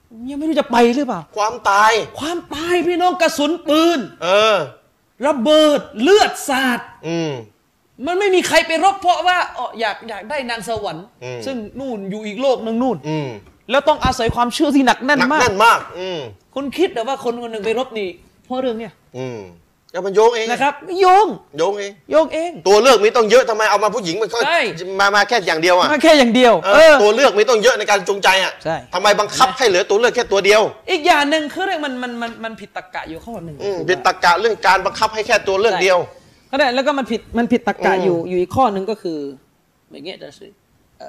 ยังไม่รู้จะไปหรือเปล่าความตายพี่น้องกระสุนปืนระเบิดเลือดสาดมันไม่มีใครไปรบเพราะว่าอยากได้นางสวรรค์ซึ่งนู่นอยู่อีกโลกนึงนู่นแล้วต้องอาศัยความเชื่อที่หนักแน่นมากคุณคิดแต่ว่าคนคนหนึ่งไปรบนี่เพราะเรื่องเนี้ยแล้วมันโยงเองนะครับโยงเองตัวเลือกมีต้องเยอะทำไมเอามาผู้หญิงมันก็มาแค่อย่างเดียวมาแค่อย่างเดียวตัวเลือกมีต้องเยอะในการจูงใจอ่ะทำไมบังคับให้เหลือตัวเลือกแค่ตัวเดียวอีกอย่างหนึ่งคือเรื่องมันผิดตรรกะอยู่ข้อหนึ่งผิดตรรกะเรื่องการบังคับให้แค่ตัวเลือกเดียวแล้วก็มันผิดตรรกะอยู่อีกข้อหนึ่งก็คืออย่างเงี้ยจะสิ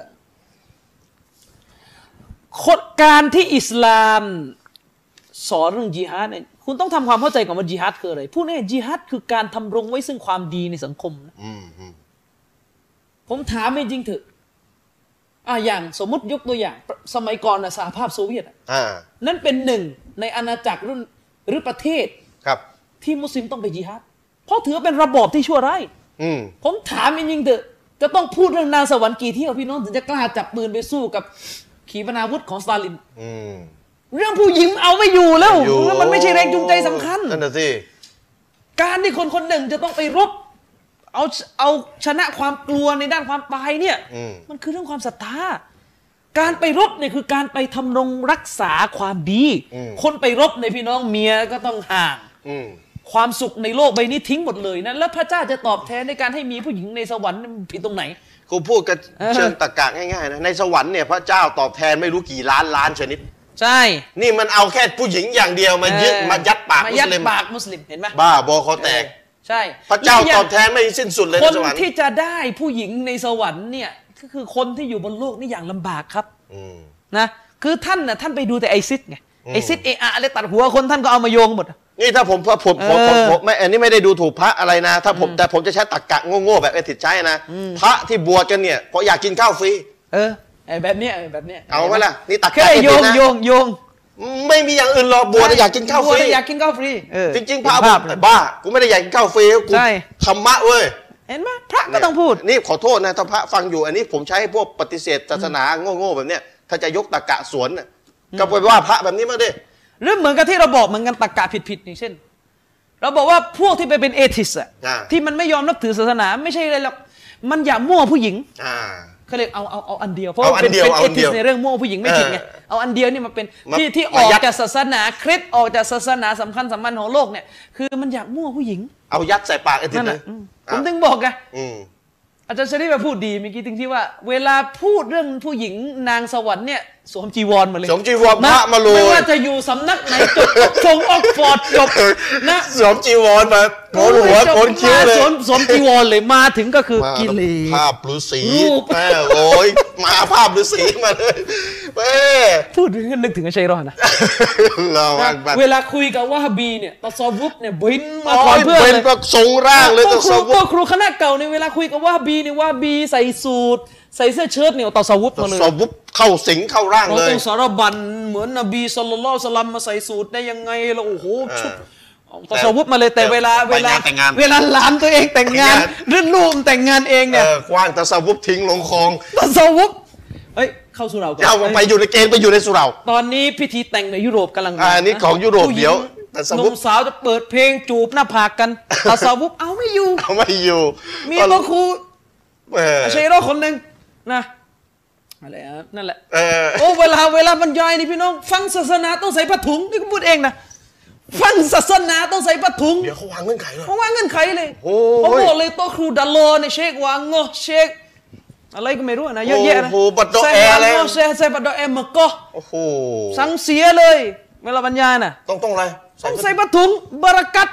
การที่อิสลามสอนเรื่องญิฮาดเนี่ยคุณต้องทำความเข้าใจก่อนว่าญิฮาดคืออะไรพูดง่ายๆญิฮาดคือการทำรงไว้ซึ่งความดีในสังคมนะผมถามจริงเถอะอย่างสมมติยกตัวอย่างสมัยก่อนสหภาพโซเวียตนั่นเป็นหนึ่งในอาณาจักรรุ่นหรือประเทศที่มุสลิมต้องไปญิฮาดเพราะถือเป็นระบอบที่ชั่วร้ายผมถามจริงๆเถอะจะต้องพูดเรื่องนางสวรรค์กี่เที่ยวพี่น้องถึงจะกล้าจับปืนไปสู้กับขีปนาวุธของสตาลินเรื่องผู้หญิงเอาไม่อยู่แล้วมันไม่ใช่แรงจูงใจสำคัญนั่นน่ะสิการที่คนหนึ่งจะต้องไปรบเอาชนะความกลัวในด้านความตายเนี่ยมันคือเรื่องความศรัทธาการไปรบเนี่ยคือการไปทำรงรักษาความดีคนไปรบในพี่น้องเมียก็ต้องห่างความสุขในโลกใบนี้ทิ้งหมดเลยนะแล้วพระเจ้าจะตอบแทนในการให้มีผู้หญิงในสวรรค์ผิดตรงไหนกูพูดกันเชิงตรรกะง่ายๆนะในสวรรค์เนี่ยพระเจ้าตอบแทนไม่รู้กี่ล้านชนิดใช่นี่มันเอาแค่ผู้หญิงอย่างเดียวมายึดมายัดปากมุสลิมเห็นไหมบ้าบอคอแตกใช่พระเจ้าตอบแทนไม่สิ้นสุดเลยในสวรรค์คนที่จะได้ผู้หญิงในสวรรค์เนี่ยก็คือคนที่อยู่บนโลกนี่อย่างลำบากครับนะคือท่านไปดูแต่ไอซิดไงไอซิดอะไรตัดหัวคนท่านก็เอามาโยงหมดนี่ถ้าผมไม่อันนี้ไม่ได้ดูถูกพระอะไรนะถ้าแต่ผมจะใช้ตรรกะโง่ๆแบบไอ้ติดใช้นะพระที่บวชกันเนี่ยเพราะอยากกินข้าวฟรีแบบเนี้ยเอาไหมล่ะนี่ตรรกะโยงไม่มีอย่างอื่นหรอกบวชอยากกินข้าวฟรีอยากกินข้าวฟรีจริงๆพระบ้ากูไม่ได้อยากกินข้าวฟรีกูธรรมะเว้ยเห็นไหมพระก็ต้องพูดนี่ขอโทษนะถ้าพระฟังอยู่อันนี้ผมใช้พวกปฏิเสธศาสนาโง่ๆแบบเนี้ยถ้าจะยกตรรกะสวนก็ไปว่าพระแบบนี้มาดิหรือเหมือนกับที่เราบอกเหมือนกันตรรกะผิดอย่างเช่นเราบอกว่าพวกที่ไปเป็นเอทิสที่มันไม่ยอมนับถือศาสนาไม่ใช่อะไรหรอกมันอย่ามั่วผู้หญิงเขาเรียกเอาอันเดียวเพราะเป็นเอทิสในเรื่องมั่วผู้หญิงไม่ผิดไงเอาอันเดียวนี่มาเป็นที่ออกจากศาสนาคริสต์ออกจากศาสนาสำคัญของโลกเนี่ยคือมันอยากมั่วผู้หญิงเอายัดใส่ปากเอทิสเลยผมถึงบอกไงอาจารย์ชริฟพูดดีเมื่อกี้ที่ว่าเวลาพูดเรื่องผู้หญิงนางสวรรค์เนี่ยสวมจีวรมาเลยสวมจีวรพระมาเลยไม่ว่าจะอยู่สำนักไหนจบชงออกฟอร์ดจบนะสวมจีวรมาโกนหัวโกนคิ้วเลยสวมจีวรเลยมาถึงก็คือกิเลสภาพฤาษีโอ้ยมาภาพฤาษีมาเลยพูดถึงนึกถึงชัยรอดนะเวลาคุยกับวะฮาบีเนี่ยตอซอวุฟเนี่ยบินมาก่อนเพื่อนเลยทรงร่างเลยตอซอวุฟครูคณะเก่าในเวลาคุยกับวะฮาบีเนี่ยวะฮาบีใส่สูทใส่เสื้อเชิ้ตเนี่ยตอซอวุฟมาเลยตอซอวุฟเข้าสิงเข้าร่างเลยต้องสารบัญเหมือนนบีศ็อลลัลลอฮุอะลัยฮิวะซัลลัมมาใส่สูทได้ยังไงแล้วโอ้โหชุดตอซอวุฟมาเลยแต่เวลาหลานตัวเองแต่งงานหรือลูกแต่งงานเองเนี่ยกว้างตอซอวุฟทิ้งลงคลองตอซอวุฟเข้าสุเหร่าก่อนเอาไปอยู่ในเกณฑ์ไปอยู่ในสุเหร่าตอนนี้พิธีแต่งในยุโรปกำลังอันนี้ของยุโรปเดี๋ยวหนุ่มสาวจะเปิดเพลงจูบหน้าผากกันตาสาวุบเอาไม่อยู่มีตัวครูชัยรอคนหนึ่งนะอะไรนั่นแหละโอ้เวลาบรรยายนี่พี่น้องฟังศาสนาต้องใส่ผ้าถุงนี่ก็พูดเองนะฟังศาสนาต้องใส่ผ้าถุงเดี๋ยวเขาวางเงื่อนไขเลยเขาวางเงื่อนไขเลยเขาบอกเลยตัวครูดัลโลเนี่ยเชควางงอเชคอะไรก็ไม่รู้นะเยอะแยะนะบัดดอแอร์เลยใส่บัดดอแอร์มาก็สังเสียเลยเวลาบรรยายน่ะต้องอะไรต้องใส่ผ้าถุงบารักัต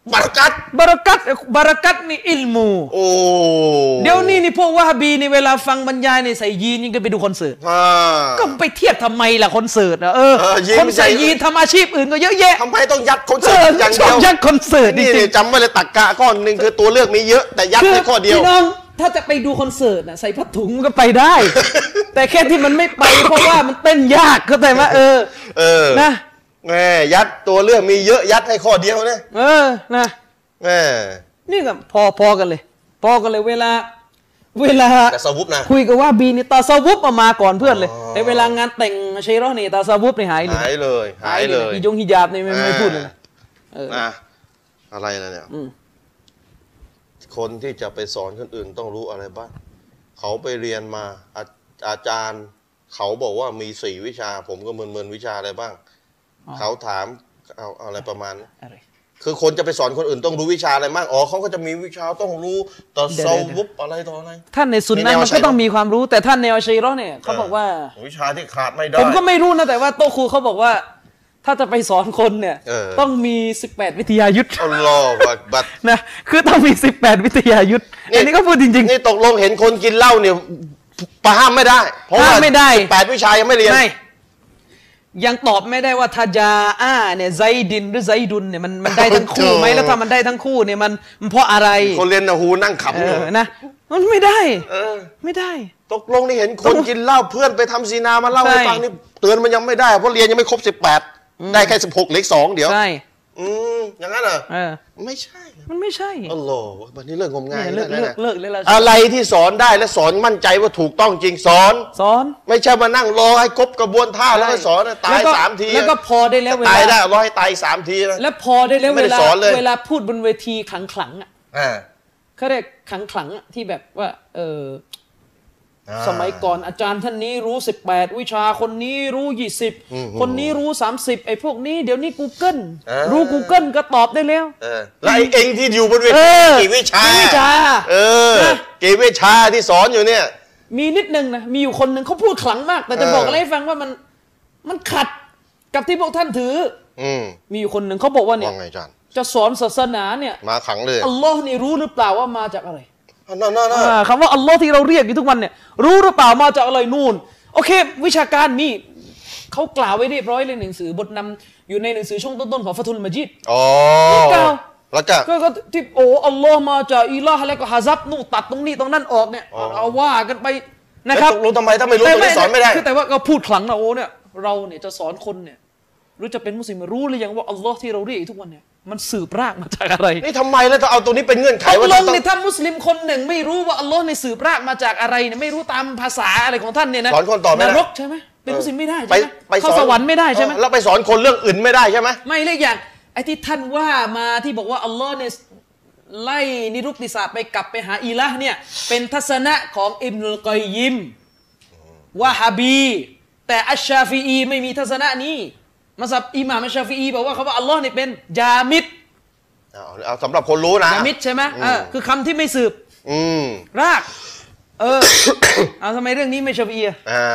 นี่อิลมูเดี๋ยวนี้พวกวะฮาบีนี่เวลาฟังบรรยายนี่ใส่ยีนนี่ก็ไปดูคอนเสิร์ตก็ไปเทียบทำไมล่ะคอนเสิร์ตคนใส่ยีนทำอาชีพอื่นก็เยอะแยะทำไมต้องยัดคอนเสิร์ตอย่างเดียวยัดคอนเสิร์ตนี่จำไว้เลยตรรกะข้อนึงคือตัวเลือกมีเยอะแต่ยัดแค่ข้อเดียวพี่น้องถ้าจะไปดูคอนเสิร์ตน่ะใส่ผ้าถุงมันก็ไปได้แต่แค่ที่มันไม่ไปเพราะว่ามันเต้นยากเข้าใจไหมนะยัดตัวเลือกมีเยอะยัดให้ข้อเดียวนะนะนี่ก็พอกันเลยเเวลาแต่ซาวุบนะคุยกับว่าบีนี่ตาซาวุบมาก่อนเพื่อนเลยแต่เวลางานแต่งชัยเราะห์นี่ตาซาวุบนี่หายเลยหายเลยฮิจงฮิญาบนี่ไม่พูดเลยนะอะไรนะเนี่ยคนที่จะไปสอนคนอื่นต้องรู้อะไรบ้างเขาไปเรียนมาอาจารย์เขาบอกว่ามี4 วิชาผมก็เมินวิชาอะไรบ้างเขาถามเอาอะไรประมาณคือคนจะไปสอนคนอื่นต้องรู้วิชาอะไรบ้างเขาก็จะมีวิชาต้องรู้ต่อเซาวุบอะไรต่ออะไรท่านในสุนนะมันก็ต้องมีความรู้แต่ท่านในอัชัยเราะห์เนี่ยเขาบอกว่าวิชาที่ขาดไม่ได้ผมก็ไม่รู้นะแต่ว่าโต๊ะครูเขาบอกว่าถ้าจะไปสอนคนเนี่ยต้องมี18วิทยายุทธอัลลอฮฺบัดนะคือต้องมี18วิทยายุทธอันนี้ก็พูดจริงๆนี่ตกลงเห็นคนกินเหล้าเนี่ยประห้ามไม่ได้เพราะว่า18วิชายังไม่เรียนยังตอบไม่ได้ว่าทาจาเนี่ยไซดินหรือไซดุนเนี่ยมันได้ทั้งคู่ไหมแล้วถ้ามันได้ทั้งคู่เนี่ยมันเพราะอะไรคนเรียนนะฮูนั่งขำอยู่นะมันไม่ได้ไม่ได้ตกลงนี่เห็นคนกินเหล้าเพื่อนไปทำซีนามาเล่าให้ฟังนี่เตือนมันยังไม่ได้เพราะเรียนยังไม่ครบ18ได้แค่16เหลือ2เดี๋ยวใช่อย่างนั้นเหรอไม่ใช่มันไม่ใช่อัลลอฮฺวันนี้เรื่องงมงายเลิกเลยอะไรที่สอนได้และสอนมั่นใจว่าถูกต้องจริงสอนไม่ใช่มานั่งรอให้ครบกระบวนท่าแล้วก็สอนตาย3 ทีแล้วก็พอได้แล้วตายได้รอให้ตาย3 ทีแล้วพอได้แล้วเวลาพูดบนเวทีขลังเขาเรียกขลังที่แบบว่าสมัยก่อนอาจารย์ท่านนี้รู้18วิชาคนนี้รู้20คนนี้รู้30ไอ้พวกนี้เดี๋ยวนี้ Google รู้ Google ก็ตอบได้แล้วแล้วไอ้เองที่อยู่บนเวทีกี่วิชากี่วิชาที่สอนอยู่เนี่ยมีนิดนึงนะมีอยู่คนหนึ่งเขาพูดขลังมากแต่จะบอกอะไรให้ฟังว่ามันขัดกับที่พวกท่านถือมีอยู่คนหนึ่งเขาบอกว่าเนี่ยจะสอนศาสนาเนี่ยมาขังเลยอัลลอฮ์นี่รู้หรือเปล่าว่ามาจากอะไรคำว่าอัลลอฮ์ที่เราเรียกอยู่ทุกวันเนี่ยรู้หรือเปล่ามาจากอะไรนู่นโอเควิชาการมีเขากล่าวไว้เรียบร้อยเลยหนังสือบทนำอยู่ในหนังสือช่วงต้นๆของฟะตุลมัจีดกล่าวแล้วก็ที่อัลลอฮ์มาจากอิลาฮ์แล้วก็ฮะซับนู่นตัดตรงนี้ตรงนั้นออกเนี่ยเอาว่ากันไปนะครับรู้ทำไมถ้าไม่รู้ตัวสอนไม่ได้คือแต่ว่าเราพูดขลังนะโอ้เนี่ยเราเนี่ยจะสอนคนเนี่ยรู้จะเป็นมุสลิมรู้หรือยังว่าอัลลอฮ์ที่เราเรียกทุกวันเนี่ยมันสืบรากมาจากอะไรนี่ทำไมแล้วจะเอาตัวนี้เป็นเงื่อนไขว่าต้องถ้ามุสลิมคนหนึ่งไม่รู้ว่าอัลลอฮ์ในสืบรากมาจากอะไรเนี่ยไม่รู้ตามภาษาอะไรของท่านเนี่ยนะสอนคนต่อไม่ได้นรกใช่ไหมเป็นมุสลิมไม่ได้ใช่ไหมเข้าสวรรค์ไม่ได้ใช่ไหมแล้วไปสอนคนเรื่องอื่นไม่ได้ใช่ไหมไม่เลยอย่างไอ้ที่ท่านว่ามาที่บอกว่าอัลลอฮ์เนี่ยไล่นิรุกติศาสตร์ไปกลับไปหาอิละห์เนี่ยเป็นทัศนะของอิบนุลกอยยิมวะฮาบีแต่อัชชาฟีอีไม่มีทัศนะนี้มัซฮับอิหม่ามอัชชาฟีอีบอกว่าเขาว่าอัลลอฮ์เนี่ยเป็นจามิดเอาสำหรับคนรู้นะจามิดใช่ไหมคือคำที่ไม่สืบรากเอาทำไมเรื่องนี้ไม่ชาฟี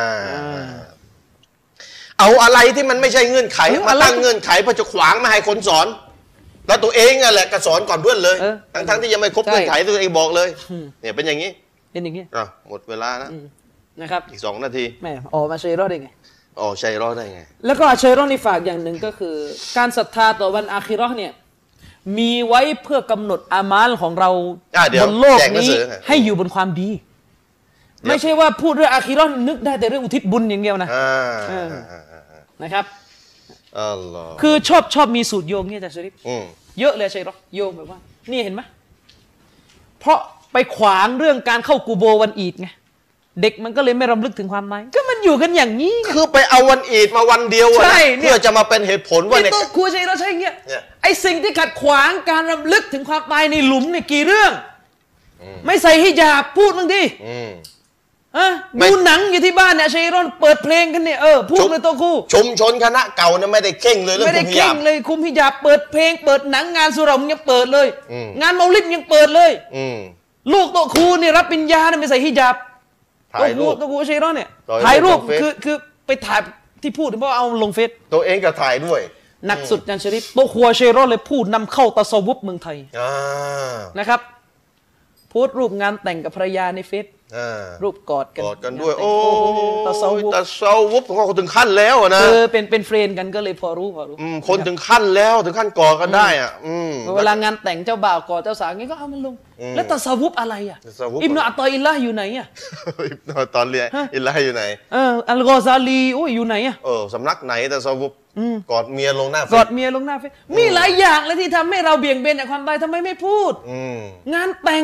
เอาอะไรที่มันไม่ใช่เงื่อนไขมาตั้งเงื่อนไขเพื่อจะขวางไม่ให้คนสอนแล้วตัวเองนั่นแหละก็สอนก่อนเพื่อนเลยทั้งที่ยังไม่ครบเงื่อนไขตัวเองบอกเลยเนี่ยเป็นอย่างนี้เป็นอย่างนี้หมดเวลานะนะครับอีก2 นาทีแม่มาชัยรอดได้ไงชัยรอดได้ไงแล้วก็ชัยรอดนี่ฝากอย่างหนึ่งก็คือการศรัทธาต่อวันอาคิเราะห์เนี่ยมีไว้เพื่อกำหนดอามัลของเราบนโลกนี้ให้อยู่บนความดีไม่ใช่ว่าพูดเรื่องอาคิเราะห์นึกได้แต่เรื่องอุทิศบุญอย่างเดียวนะนะครับคือชอบมีสูตรโยงเนี่ยแต่ชริฟเยอะเลยชัยรอดโยงแบบว่านี่เห็นไหมเพราะไปขวางเรื่องการเข้ากูโบวันอีดไงเด็กมันก็เลยไม่รำลึกถึงความตายก็มันอยู่กันอย่างนี้คือไปเอาวันอีดมาวันเดียวเพื่อจะมาเป็นเหตุผลว่าเนี่ยครูชัยเราใช่เงี้ยไอสิ่งที่ขัดขวางการรำลึกถึงความตายในหลุมเนี่ยกี่เรื่องไม่ใส่ฮิญาบพูดบ้างดิดูหนังอยู่ที่บ้านเนี่ยชัยรอนเปิดเพลงกันเนี่ยพูดเลยตัวครูชุมชนคณะเก่าเนี่ยไม่ได้เข่งเลยเรื่องคุมฮิญาบไม่ได้เข่งเลยคุมฮิญาบเปิดเพลงเปิดหนังงานสุเราะห์ยังเปิดเลยงานเมาลิดยังเปิดเลยลูกตัวครูเนี่ยรับปริญญาเนี่ยไม่ใส่ฮิญาบตัวครูชัยรอนเนี่ยถ่ายรูปคือไปถ่ายที่พูดเพราะเอาลงเฟซตัวเองก็ถ่ายด้วยหนักสุดยันชริฟตัวครัวชัยรอนเลยพูดนำเข้าตะซาวุฟเมืองไทยนะครับโพสต์รูปงานแต่งกับภรรยาในเฟซรูปกอดกันด้วยโอ้ตะซาวุฟเขาถึงขั้นแล้วนะเป็นเฟรนกันก็เลยพอรู้คนถึงขั้นแล้วถึงขั้นกอดกันได้อ่ะเวลางานแต่งเจ้าบ่าวกอดเจ้าสาวงี้ก็เอามันลงแล้วตะซาวุฟอะไรอ่ะอิบนุอัตตออิลลาห์อยู่ไหนอ่ะอิบนุอัตตออิลลาห์อยู่ไหนอัลกอซาลีโอ้ยอยู่ไหนอ่ะสำนักไหนตะซาวุฟกอดเมียลงหน้าเฟซกอดเมียลงหน้าเฟซมีหลายอย่างเลยที่ทำให้เราเบี่ยงเบนจากความตายทำไมไม่พูดงานแต่ง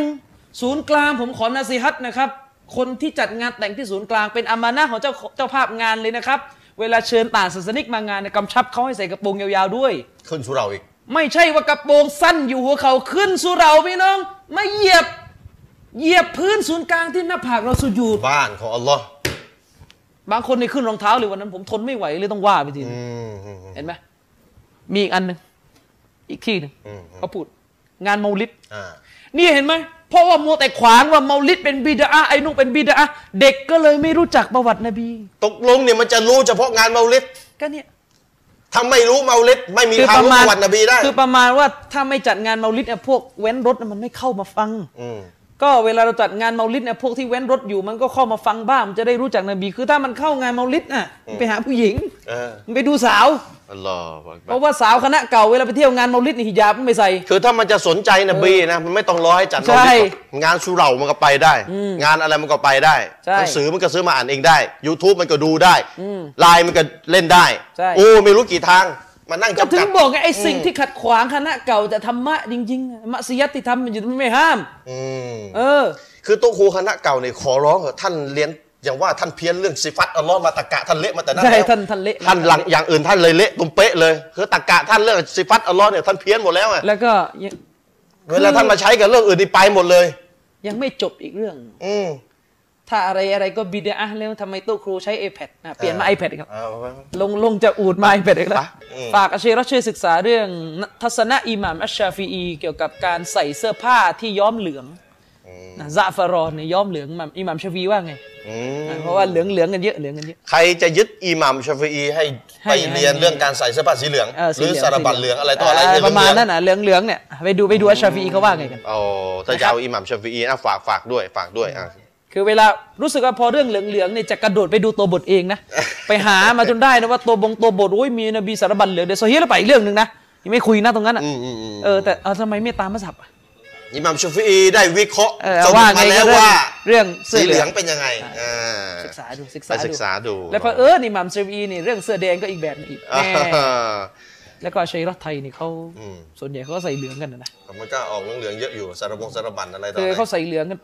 ศูนย์กลางผมขอนาซีฮัตนะครับคนที่จัดงานแต่งที่ศูนย์กลางเป็นอามานะห์ของเจ้าภาพงานเลยนะครับเวลาเชิญต่างศาสนิกมางานกำชับเขาให้ใส่กระโปรงยาวๆด้วยขึ้นสุเราอีกไม่ใช่ว่ากระโปรงสั้นอยู่หัวเขาขึ้นสุเราพี่น้องไม่เหยียบพื้นศูนย์กลางที่หน้าผากเราสุญูดบ้านของอัลลอฮ์บางคนนี่ขึ้นรองเท้าเลยวันนั้นผมทนไม่ไหวเลยต้องว่าไปทีเห็นไหมมีอีกอันหนึ่งอีกที่หนึ่งเขาพูดงานเมาลิดนี่เห็นไหมเพราะว่ามัวแต่ขวางว่าเมาลิดเป็นบิดาไอ้นุ่งเป็นบิดาเด็กก็เลยไม่รู้จักประวัตินบีตกลงเนี่ยมันจะรู้เฉพาะงานเมาลิดก็เนี่ยถ้าไม่รู้เมาลิดไม่มีทางรู้ประวัตินบีได้คือประมาณว่าถ้าไม่จัดงานเมาลิดเนี่ยพวกเว้นรถมันไม่เข้ามาฟังก็เวลาเราจัดงานเมาลิดเนี่ยพวกที่เว้นรถอยู่มันก็เข้ามาฟังบ้างมันจะได้รู้จักนบีคือถ้ามันเข้างานเมาลิดน่ะไปหาผู้หญิงไปดูสาวเพราะว่าสาวคณะเก่าเวลาไปเที่ยวงานเมาลิดนี่ฮิญาบไม่ใส่คือถ้ามันจะสนใจนบีนะมันไม่ต้องรอให้จัดเมาลิดงานสุเหร่ามันก็ไปได้งานอะไรมันก็ไปได้หนังสือมันก็ซื้อมาอ่านเองได้ YouTube มันก็ดูได้ไลน์มันก็เล่นได้โอ้ไม่รู้กี่ทางมานั่งก็ถึงบอกไอ้สิ่งที่ขัดขวางคณะเก่าจะธรรมะจริงๆมัสยิดที่ทำมันอยู่ไม่ห้ามคือโต๊ะครูคณะเก่าเนี่ยขอร้องเถอะท่านเรียนอย่างว่าท่านเพี้ยนเรื่องสิฟัตอัลลอฮ์มาตะกะท่านเละมาแต่นั้นแล้วท่านเละท่านหลังอย่างอื่นท่านเลยเละตุ้มเป๊ะเลยคือตะกะท่านเรื่องสิฟัตอัลลอฮ์เนี่ยท่านเพี้ยนหมดแล้วแล้วก็เวลาท่านมาใช้กับเรื่องอื่นนี่ไปหมดเลยยังไม่จบอีกเรื่องถ้าอะไรก็บิดาแล้วทำไมโต๊ะครูใช้ iPad เปลี่ยนมา iPad ครับลงจะอูดมา iPad อีกแล้วฝากอาชีรช่วยศึกษาเรื่องทัศนะอิหม่ามอัชชาฟีอีเกี่ยวกับการใส่เสื้อผ้าที่ย้อมเหลืองซะฟารอนเนี่ยย้อมเหลืองอิหม่ามชาฟีว่าไงเพราะว่าเหลืองกันเยอะใครจะยึดอิหม่ามชาฟีให้ไปเรียนเรื่องการใส่เสื้อผ้าสีเหลืองหรือสารบัญเหลืองอะไรต่ออะไรประมาณนั้นเหลืองเนี่ยไปดูอัชชาฟีเขาว่าไงกันถ้าจะเอาอิหม่ามชาฟีฝากด้วยคือเวลารู้สึกว่าพอเรื่องเหลืองๆเนี่ยจะกระโดดไปดูตัวบทเองนะไปหามาจนได้นะว่าตัวบทโอ้ยมีนบีสารบัญเหลืองเดี๋ยวโซฮีแล้วไปอีกเรื่องนึงนะยังไม่คุยนะตรงนั้นอ่ะแต่ทำไมไม่ตามมัซฮับอิหม่ามชาฟีอีได้วิเคราะห์จนมาแล้วว่าเรื่องสีเหลืองเป็นยังไงศึกษาดูแล้วพออิหม่ามชาฟีอีนี่เรื่องเสื้อแดงก็อีกแบบนึงอีกแล้วก็ชัยรัตไทยนี่เขาส่วนใหญ่เขาก็ใส่เหลืองกันนะมันก็ออกเหลืองเยอะอยู่สารบัญอะไรต่อคือเขาใส่เหลืองกัน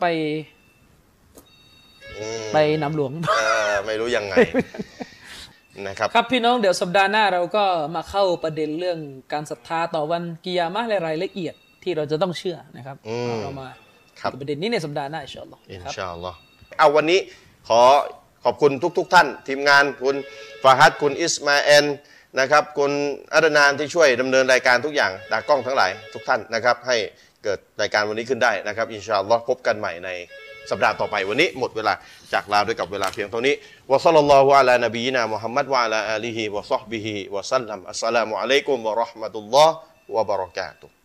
ไปนำหลวงไม่รู้ยังไงนะครับครับพี่น้องเดี๋ยวสัปดาห์หน้าเราก็มาเข้าประเด็นเรื่องการศรัทธาต่อวันกิยามะห์และรายละเอียดที่เราจะต้องเชื่อนะครับเรามาประเด็นนี้ในสัปดาห์หน้าอินชาอัลลอฮ์เอาวันนี้ขอบคุณทุกท่านทีมงานคุณฟาฮัดคุณอิสมาเอลนะครับคุณอัดนานที่ช่วยดำเนินรายการทุกอย่างตากล้องทั้งหลายทุกท่านนะครับให้เกิดรายการวันนี้ขึ้นได้นะครับอินชาอัลลอฮ์พบกันใหม่ในสัปดาห์ต่อไปวันนี้หมดเวลาจากลาด้วยกับเวลาเพียงเท่านี้วะศ็อลลัลลอฮุอะลานบีนะมุฮัมมัดวะอะลาอาลีฮิวะศอฮบิฮิวะซัลลัมอัสสลามุอะลัยกุมวะเราะห์มะตุลลอฮ์วะบะเราะกาตุฮ์